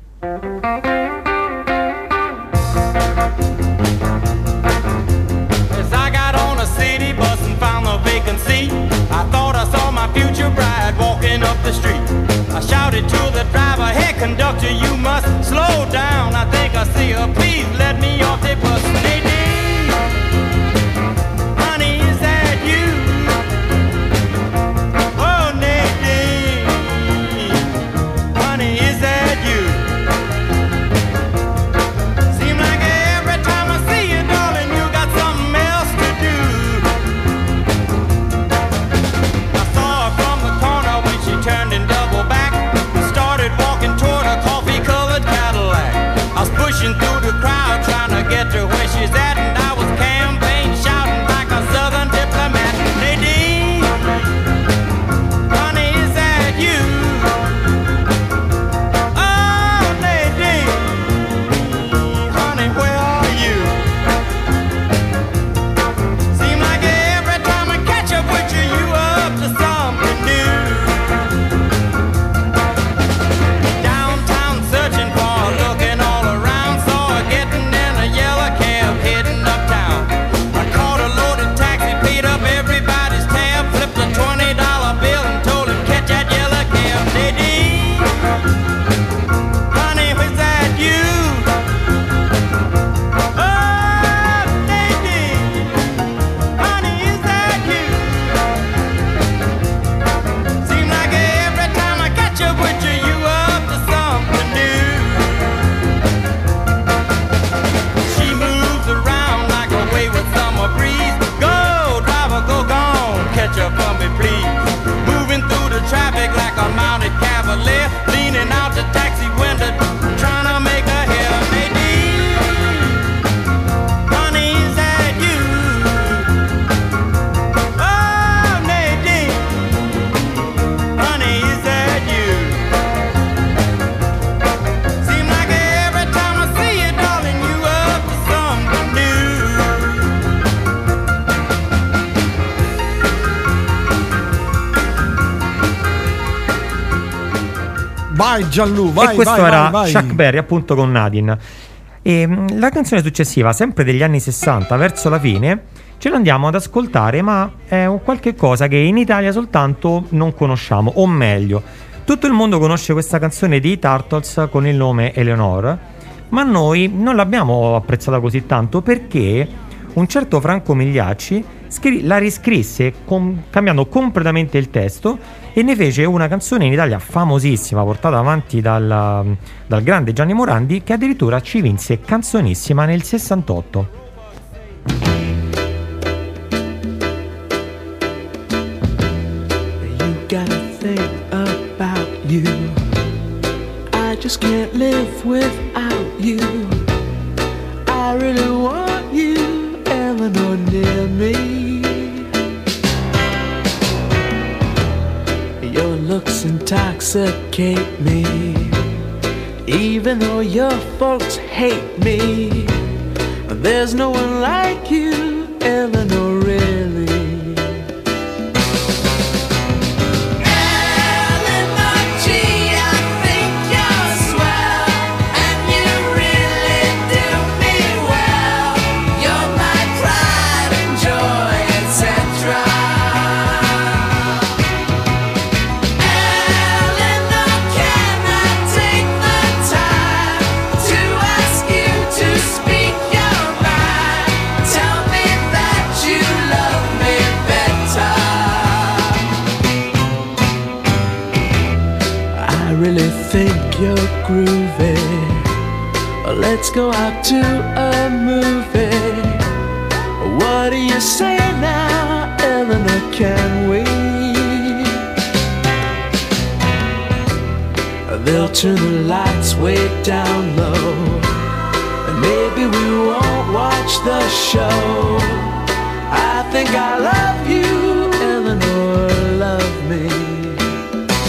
As I got on a city bus and found a vacant seat, I thought I saw my future bride walking up the street. I shouted to the driver, hey conductor, you must slow down. I think I see her, please let me off the bus. Nadine, honey, is that you? Oh, Nadine, honey, is that you? Seem like every time I see you, darling, you got something else to do. I saw her from the corner when she turned and doubled back, started walking toward a coffee-colored Cadillac. I was pushing through the crowd trying to get to where she's at, and I was campaign shouting like a southern diplomat. Nadine, honey, is that you? Oh, Nadine, honey, where are you? Seem like every time I catch up with you, you up to something new. Downtown searching for her, looking all around, saw her getting in a yellow cab heading uptown. I caught a loaded taxi, paid up everybody's tab, flipped a twenty dollar bill and told him catch that yellow cab. Nadine, honey, was that you? Oh, Nadine, honey, is that you? Seem like every time I catch up with you, you up to something new. She moves around like a wayward summer breeze. Go, driver, go gone, catch up for me, please. Moving through the traffic like a mounted cavalier, leaning out the taxi window, trying to make a hair. Nadine, honey, is that you? Oh, Nadine, honey, is that you? Seem like every time I see you, darling, you up to something new. Vai Gianlu, vai, e questo vai, era vai, vai. Chuck Berry, appunto, con Nadine. E mh, la canzone successiva, sempre degli anni sessanta, verso la fine, ce l'andiamo ad ascoltare, ma è un qualche cosa che in Italia soltanto non conosciamo, o meglio, tutto il mondo conosce questa canzone di Turtles con il nome Eleanor, ma noi non l'abbiamo apprezzata così tanto perché un certo Franco Migliacci scri- la riscrisse com- cambiando completamente il testo e ne fece una canzone in Italia famosissima, portata avanti dal, dal grande Gianni Morandi, che addirittura ci vinse Canzonissima nel sessantotto. You gotta think about you. I just can't live without you. I really want you, Eleanor, near me. Your looks intoxicate me, even though your folks hate me. There's no one like you, Eleanor, really. Think you're groovy. Let's go out to a movie. What do you say now, Eleanor? Can we? They'll turn the lights way down low, and maybe we won't watch the show. I think I love you, Eleanor, love me.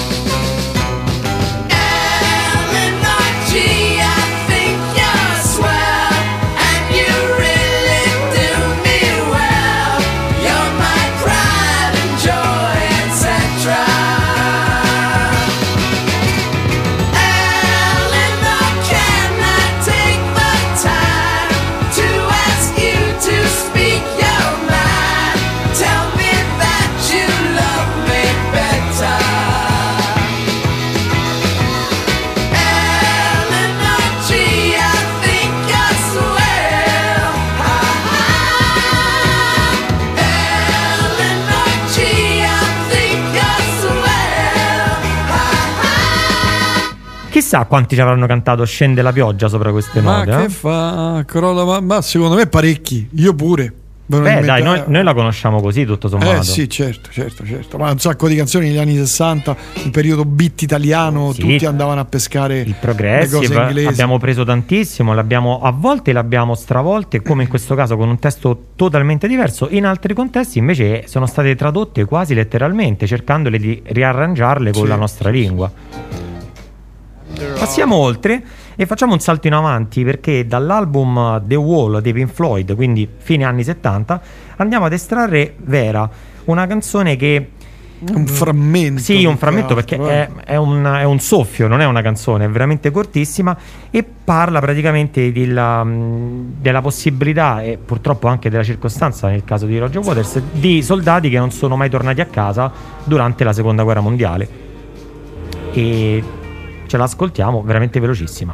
Chissà quanti ci avranno cantato Scende la pioggia sopra queste Ma note. che eh? fa? Crolla, ma, ma secondo me parecchi, io pure. Beh, dai, noi, noi la conosciamo così, tutto sommato. Eh sì, certo, certo, certo. Ma un sacco di canzoni negli anni sessanta, il periodo beat italiano, Sì. tutti andavano a pescare Il le cose progressive inglesi. abbiamo preso tantissimo, l'abbiamo, a volte l'abbiamo stravolte, come in questo caso con un testo totalmente diverso, in altri contesti invece sono state tradotte quasi letteralmente, cercandole di riarrangiarle con Sì, la nostra sì, lingua. Passiamo oltre e facciamo un salto in avanti, perché dall'album The Wall dei Pink Floyd, quindi fine anni settanta, andiamo ad estrarre Vera, una canzone che un frammento. sì, un frammento, più perché altro, eh. è, è un, è un soffio, non è una canzone, è veramente cortissima e parla praticamente della, mh, della possibilità e purtroppo anche della circostanza, nel caso di Roger Waters, di soldati che non sono mai tornati a casa durante la seconda guerra mondiale. E ce l'ascoltiamo, veramente velocissima.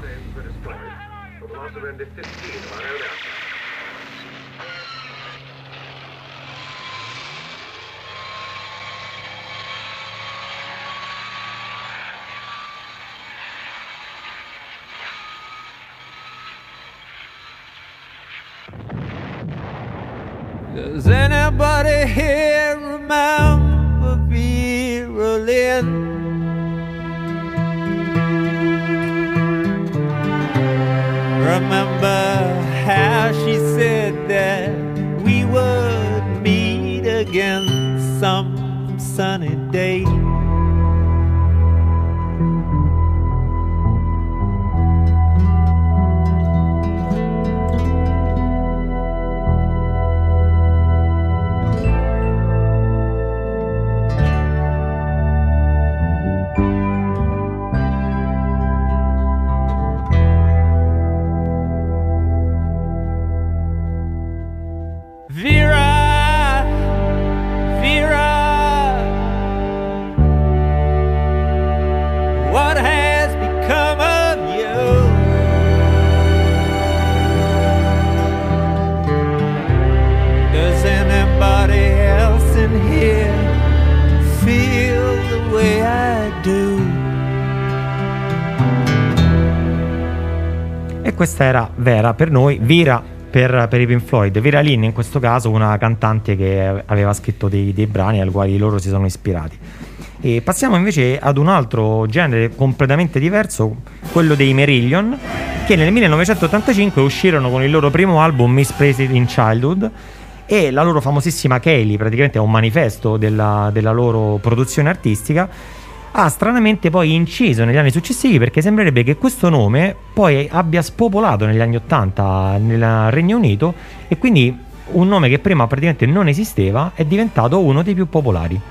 Does anybody here remember Vera Lynn? Remember how she said that we would meet again some sunny day? Vera, Vera, what has become of you? Does anybody else in here feel the way I do? E questa era Vera per noi, Vera per, per i Pink Floyd. Vera Lynn in questo caso, una cantante che aveva scritto dei, dei brani ai quali loro si sono ispirati. E passiamo invece ad un altro genere completamente diverso, quello dei Marillion, che nel millenovecentottantacinque uscirono con il loro primo album Misplaced in Childhood, e la loro famosissima Kaylee, praticamente è un manifesto della, della loro produzione artistica. Ha stranamente poi inciso negli anni successivi, perché sembrerebbe che questo nome poi abbia spopolato negli anni ottanta nel Regno Unito, e quindi un nome che prima praticamente non esisteva è diventato uno dei più popolari.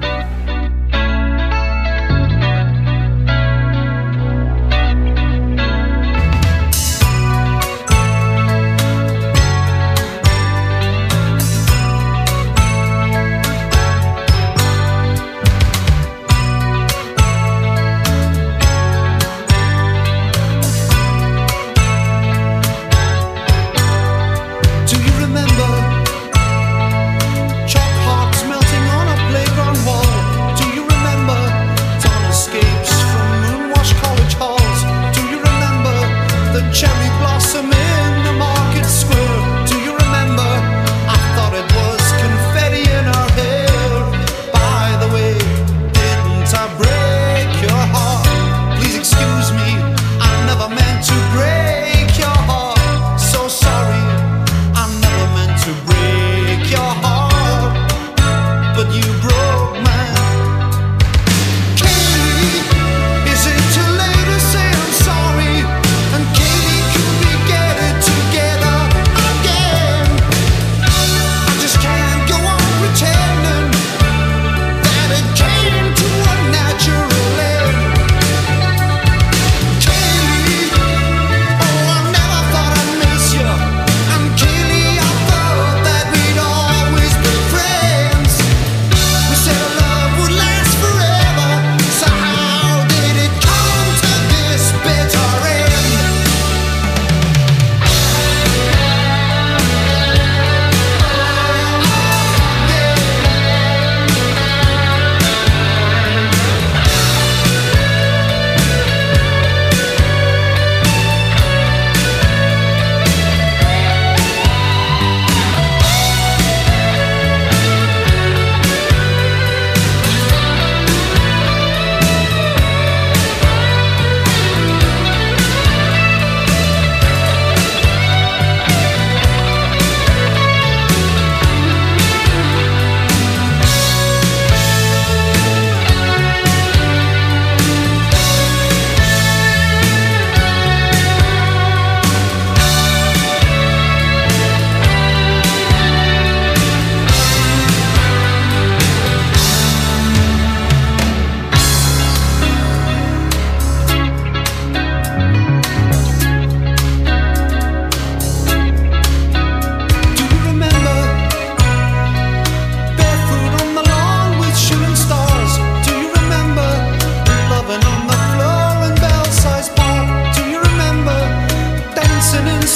Do you remember chalk hearts melting on a playground wall? Do you remember dawn escapes from moonwashed college halls? Do you remember the cherry blossom in the market square? Do you remember I thought it was confetti in her hair? By the way, didn't I break your heart? Please excuse me, I never meant to break your heart. So sorry, I never meant to break your heart, but you broke mine. Katie, is it too late to say I'm sorry? And Katie, could we get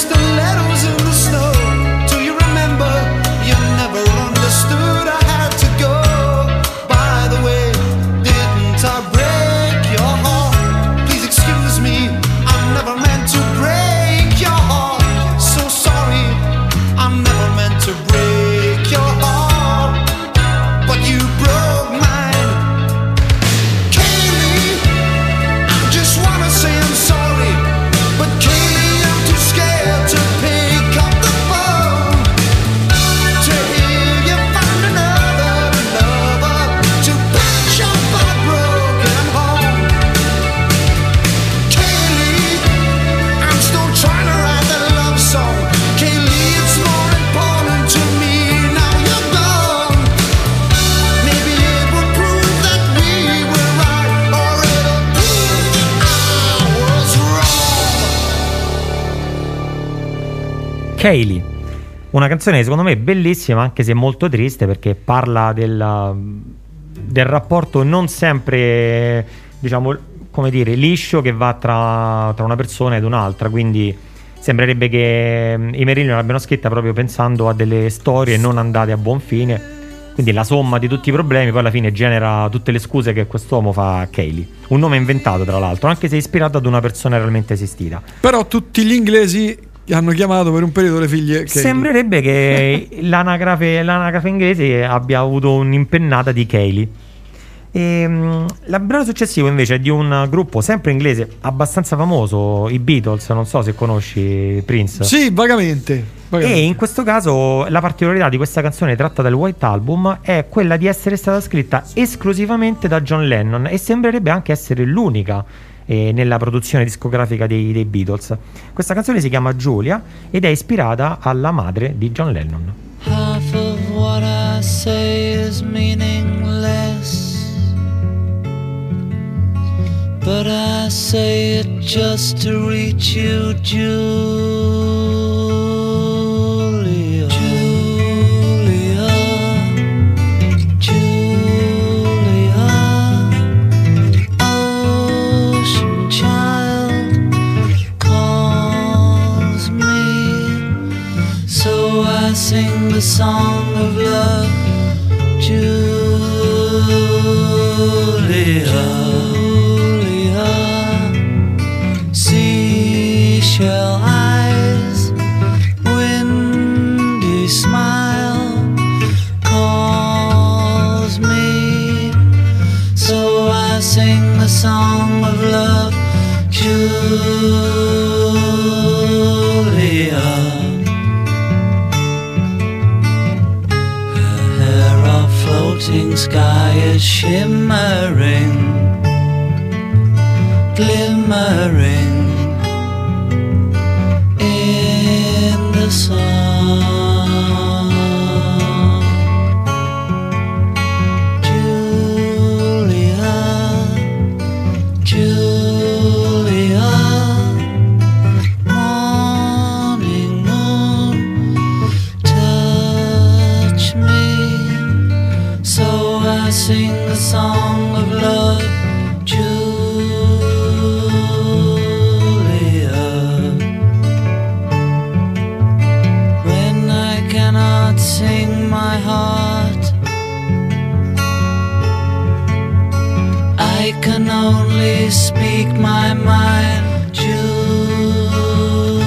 stilettos in the snow. Do you remember? You never understood I had to go. By the way, didn't I break your heart? Please excuse me, I never meant to break your heart. So sorry, I never meant to break your heart, but you broke mine. Kaylee, I just wanna say I'm sorry, but Kaylee, I'm too scared to pick up the phone. To hear you found another lover to patch up our broken home. Kaylee, I'm still trying to write that love song. Kaylee, it's more important to me now you're gone. Maybe it will prove that we were right, or it'll prove that I was wrong. Kaylee, una canzone secondo me bellissima, anche se molto triste, perché parla del, del rapporto non sempre, diciamo, come dire, liscio che va tra, tra una persona ed un'altra, quindi sembrerebbe che mm, i Marillion l'abbiano scritta proprio pensando a delle storie non andate a buon fine, quindi la somma di tutti i problemi poi alla fine genera tutte le scuse che quest'uomo fa a Kaylee, un nome inventato tra l'altro, anche se ispirato ad una persona realmente esistita. Però tutti gli inglesi hanno chiamato per un periodo le figlie Kaylee. Sembrerebbe che l'anagrafe, l'anagrafe inglese abbia avuto un'impennata di Kaylee. E, mm, il brano successivo invece è di un gruppo sempre inglese abbastanza famoso, i Beatles, non so se conosci Prince. Sì, vagamente, vagamente. E in questo caso la particolarità di questa canzone tratta dal White Album è quella di essere stata scritta esclusivamente da John Lennon e sembrerebbe anche essere l'unica eh, nella produzione discografica dei, dei Beatles. Questa canzone si chiama Julia ed è ispirata alla madre di John Lennon. Half of what I say is meaningless, but I say it just to reach you, Julia. Julia, Julia, ocean child calls me, so I sing the song of love, Julia. Seashell eyes, windy smile calls me, so I sing the song of love, Julia. Her hair of floating sky is shimmering, glimmering in the sun. Julia, Julia, morning moon, touch me, so I sing the song of love, Julia. Sing my heart, I can only speak my mind, Julia.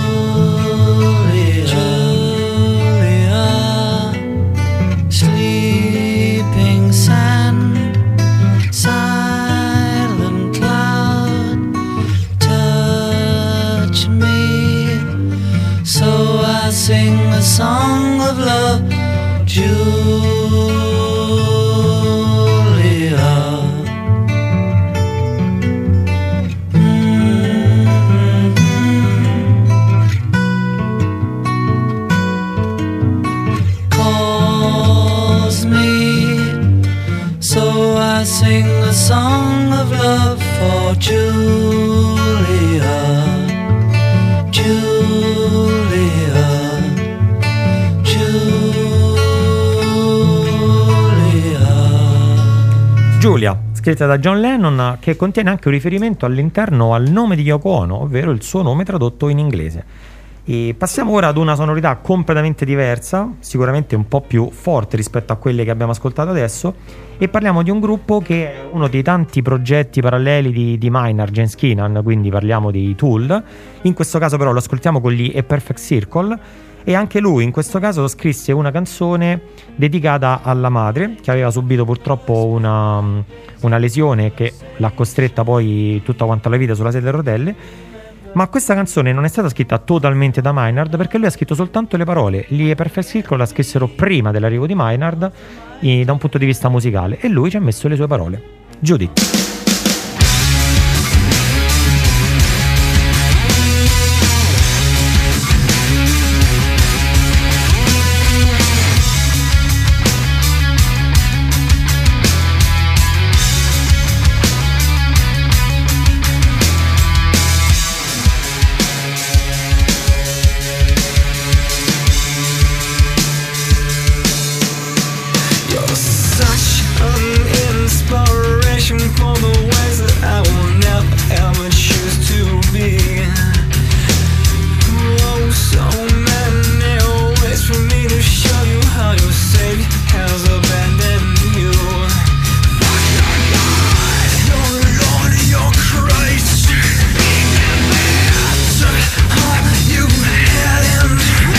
Julia, sleeping sand, silent cloud, touch me, so I sing the song of love, Julia. Mm-hmm. Calls me, so I sing the song of love for Julia. Julia, Julia, scritta da John Lennon, che contiene anche un riferimento all'interno al nome di Yoko Ono, ovvero il suo nome tradotto in inglese. E passiamo ora ad una sonorità completamente diversa, sicuramente un po' più forte rispetto a quelle che abbiamo ascoltato adesso, e parliamo di un gruppo che è uno dei tanti progetti paralleli di, di Maynard James Keenan, quindi parliamo di Tool. In questo caso però lo ascoltiamo con gli A Perfect Circle, e anche lui in questo caso scrisse una canzone dedicata alla madre, che aveva subito purtroppo una, una lesione che l'ha costretta poi tutta quanta la vita sulla sedia a rotelle. Ma questa canzone non è stata scritta totalmente da Maynard, perché lui ha scritto soltanto le parole. Gli A Perfect Circle la scrissero prima dell'arrivo di Maynard eh, da un punto di vista musicale, e lui ci ha messo le sue parole. Judith. Such an inspiration for the ways that I will never ever choose to be. Oh, so many ways for me to show you how your Savior has abandoned you. Your Lord, your Christ, you had him.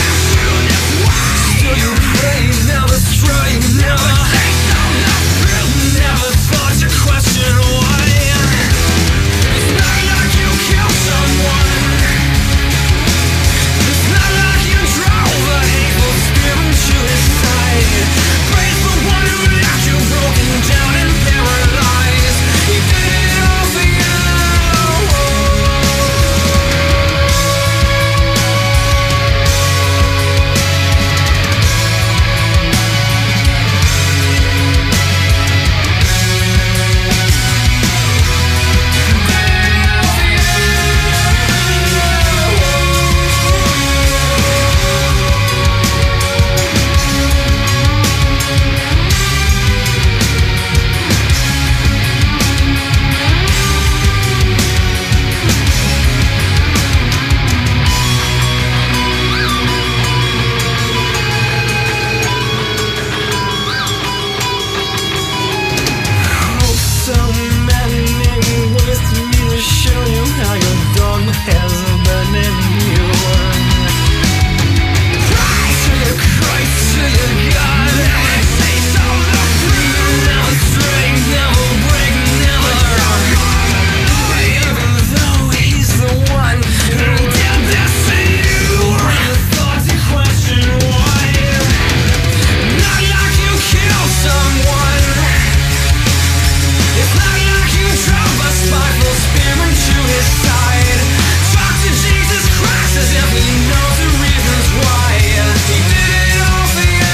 Still you pray, never stray, never. Never thought to question why. It's not like you killed someone. It's not like you drove a hateful spirit to his side. Praise the one who left you broken down and paralyzed. He did it all for you. So many ways to me to show you how your dog has abandoned you. Cry to your Christ, to your God. Face all the fruit. Never stray, never break, never wrong. Even though he's the one who did this to you. Never thought to question why. Not like you killed someone. It's not like you drove a spiteful spirit to his side. Talk to Jesus Christ as if he knows the reasons why. He did it all for you.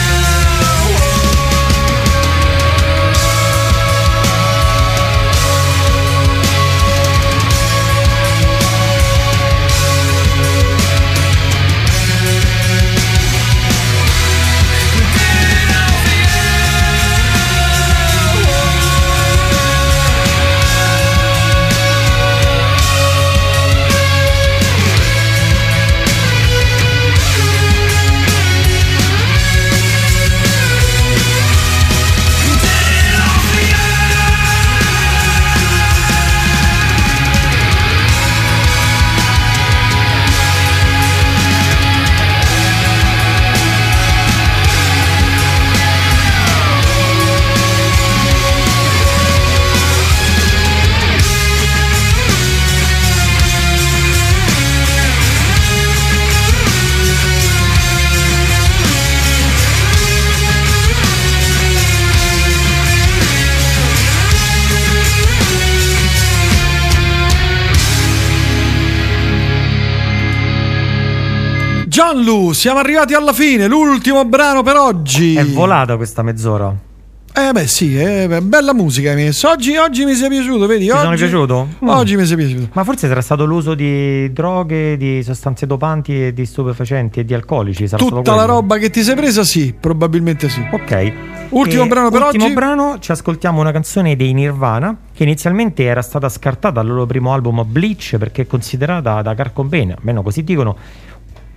Gianlu, siamo arrivati alla fine, l'ultimo brano per oggi. È volata questa mezz'ora. Eh beh sì, eh, bella musica hai messo. Oggi, oggi mi sei piaciuto, vedi? Ti oggi, sono piaciuto? Oggi mi sei piaciuto. Ma forse sarà stato l'uso di droghe, di sostanze dopanti e di stupefacenti e di alcolici. Sarà Tutta la roba che ti sei presa, sì, probabilmente sì. Ok. Ultimo e brano per ultimo oggi. brano, ci ascoltiamo una canzone dei Nirvana, che inizialmente era stata scartata dal loro primo album Bleach perché è considerata da Kurt Cobain, almeno così dicono,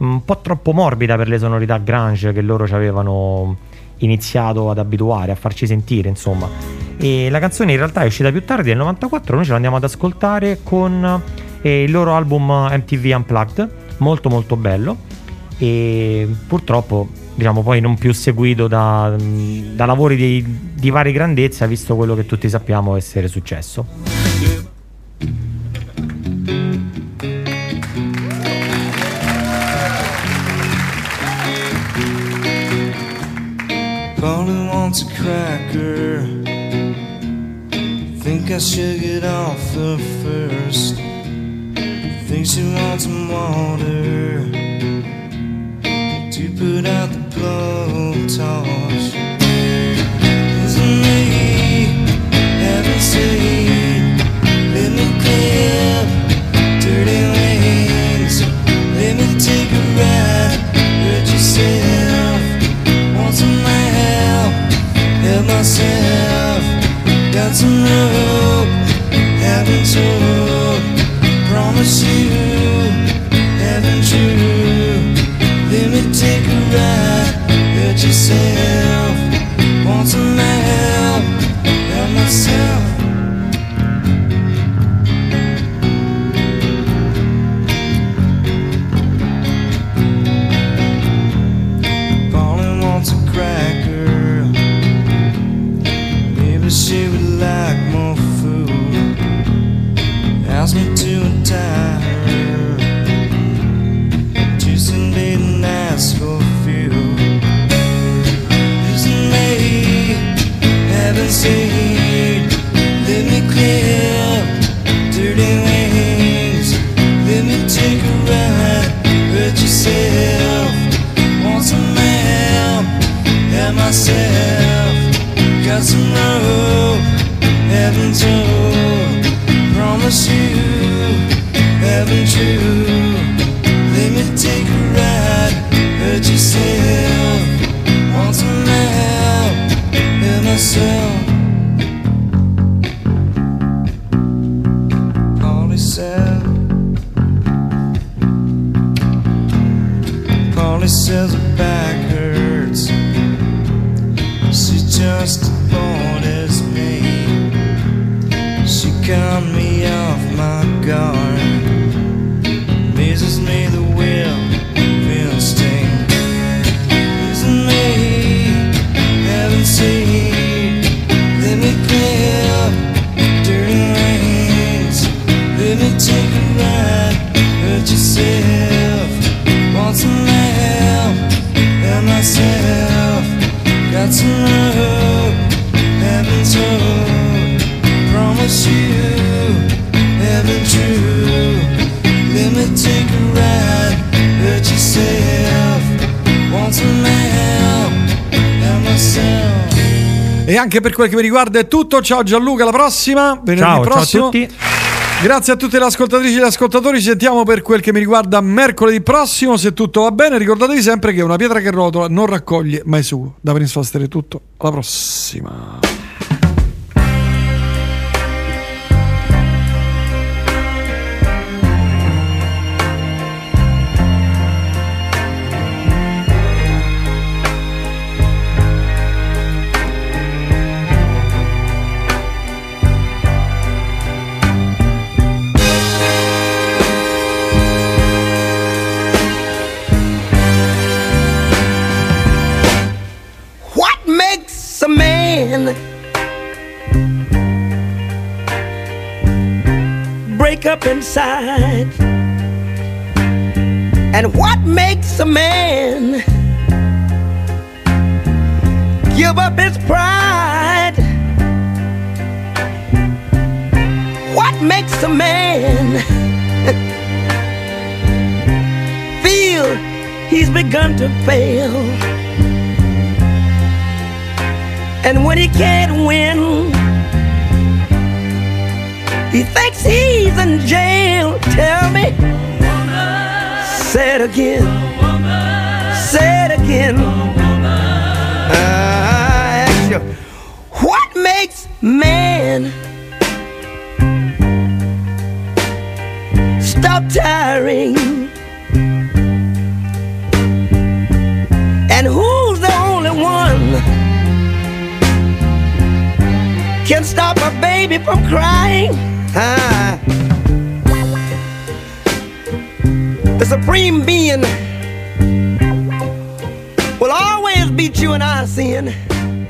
un po' troppo morbida per le sonorità grunge che loro ci avevano iniziato ad abituare, a farci sentire, insomma. E la canzone in realtà è uscita più tardi, nel novantaquattro. Noi ce l'andiamo ad ascoltare con eh, il loro album M T V Unplugged, molto molto bello, e purtroppo diciamo poi non più seguito da, da lavori di, di varie grandezza, visto quello che tutti sappiamo essere successo. Polly wants a cracker. Think I should get off her first. Think she wants some water to put out the blowtorch. Isn't me having seen? Let me clip dirty wings. Let me take a ride. Hurt yourself. Want some help? Help myself. Got some rope. Haven't told. Promise you. Haven't true. Let me take a ride, hurt yourself. Want some help, help myself. Polly wants a cracker. Maybe she would like more food. Ask me to untie her. Juicing didn't ask for fuel. Isn't me haven't seen? Let me clip dirty wings. Let me take a ride. Hurt yourself. Want some help? Help myself. Got some rope. Haven't told. Promise you. Haven't true. Let me take a ride, hurt yourself. Want some help, help myself. Polly said, Polly says her back hurts. She's just as bored as me. She cut me off my guard. Amazes me the will feel sting. Isn't me haven't seen? Let me clip dirty rings. Let me take a ride. Hurt yourself. Want some help? Help myself. Got some rope. Haven't told. Promise you. Haven't true. Let me take a ride, hurt yourself. Want some help, help myself. E anche per quel che mi riguarda è tutto. Ciao Gianluca, alla prossima. Venerdì ciao, prossimo. Ciao a tutti. Grazie a tutte le ascoltatrici e gli ascoltatori. Ci sentiamo per quel che mi riguarda mercoledì prossimo, se tutto va bene. Ricordatevi sempre che una pietra che rotola non raccoglie mai suo. Da Prince Foster è tutto. Alla prossima. A man break up inside, and what makes a man give up his pride? What makes a man feel he's begun to fail? And when he can't win, he thinks he's in jail. Tell me, say it again, say it again. I ask you, what makes man stop tiring can't stop a baby from crying. Ah. The supreme being will always beat you in our sin.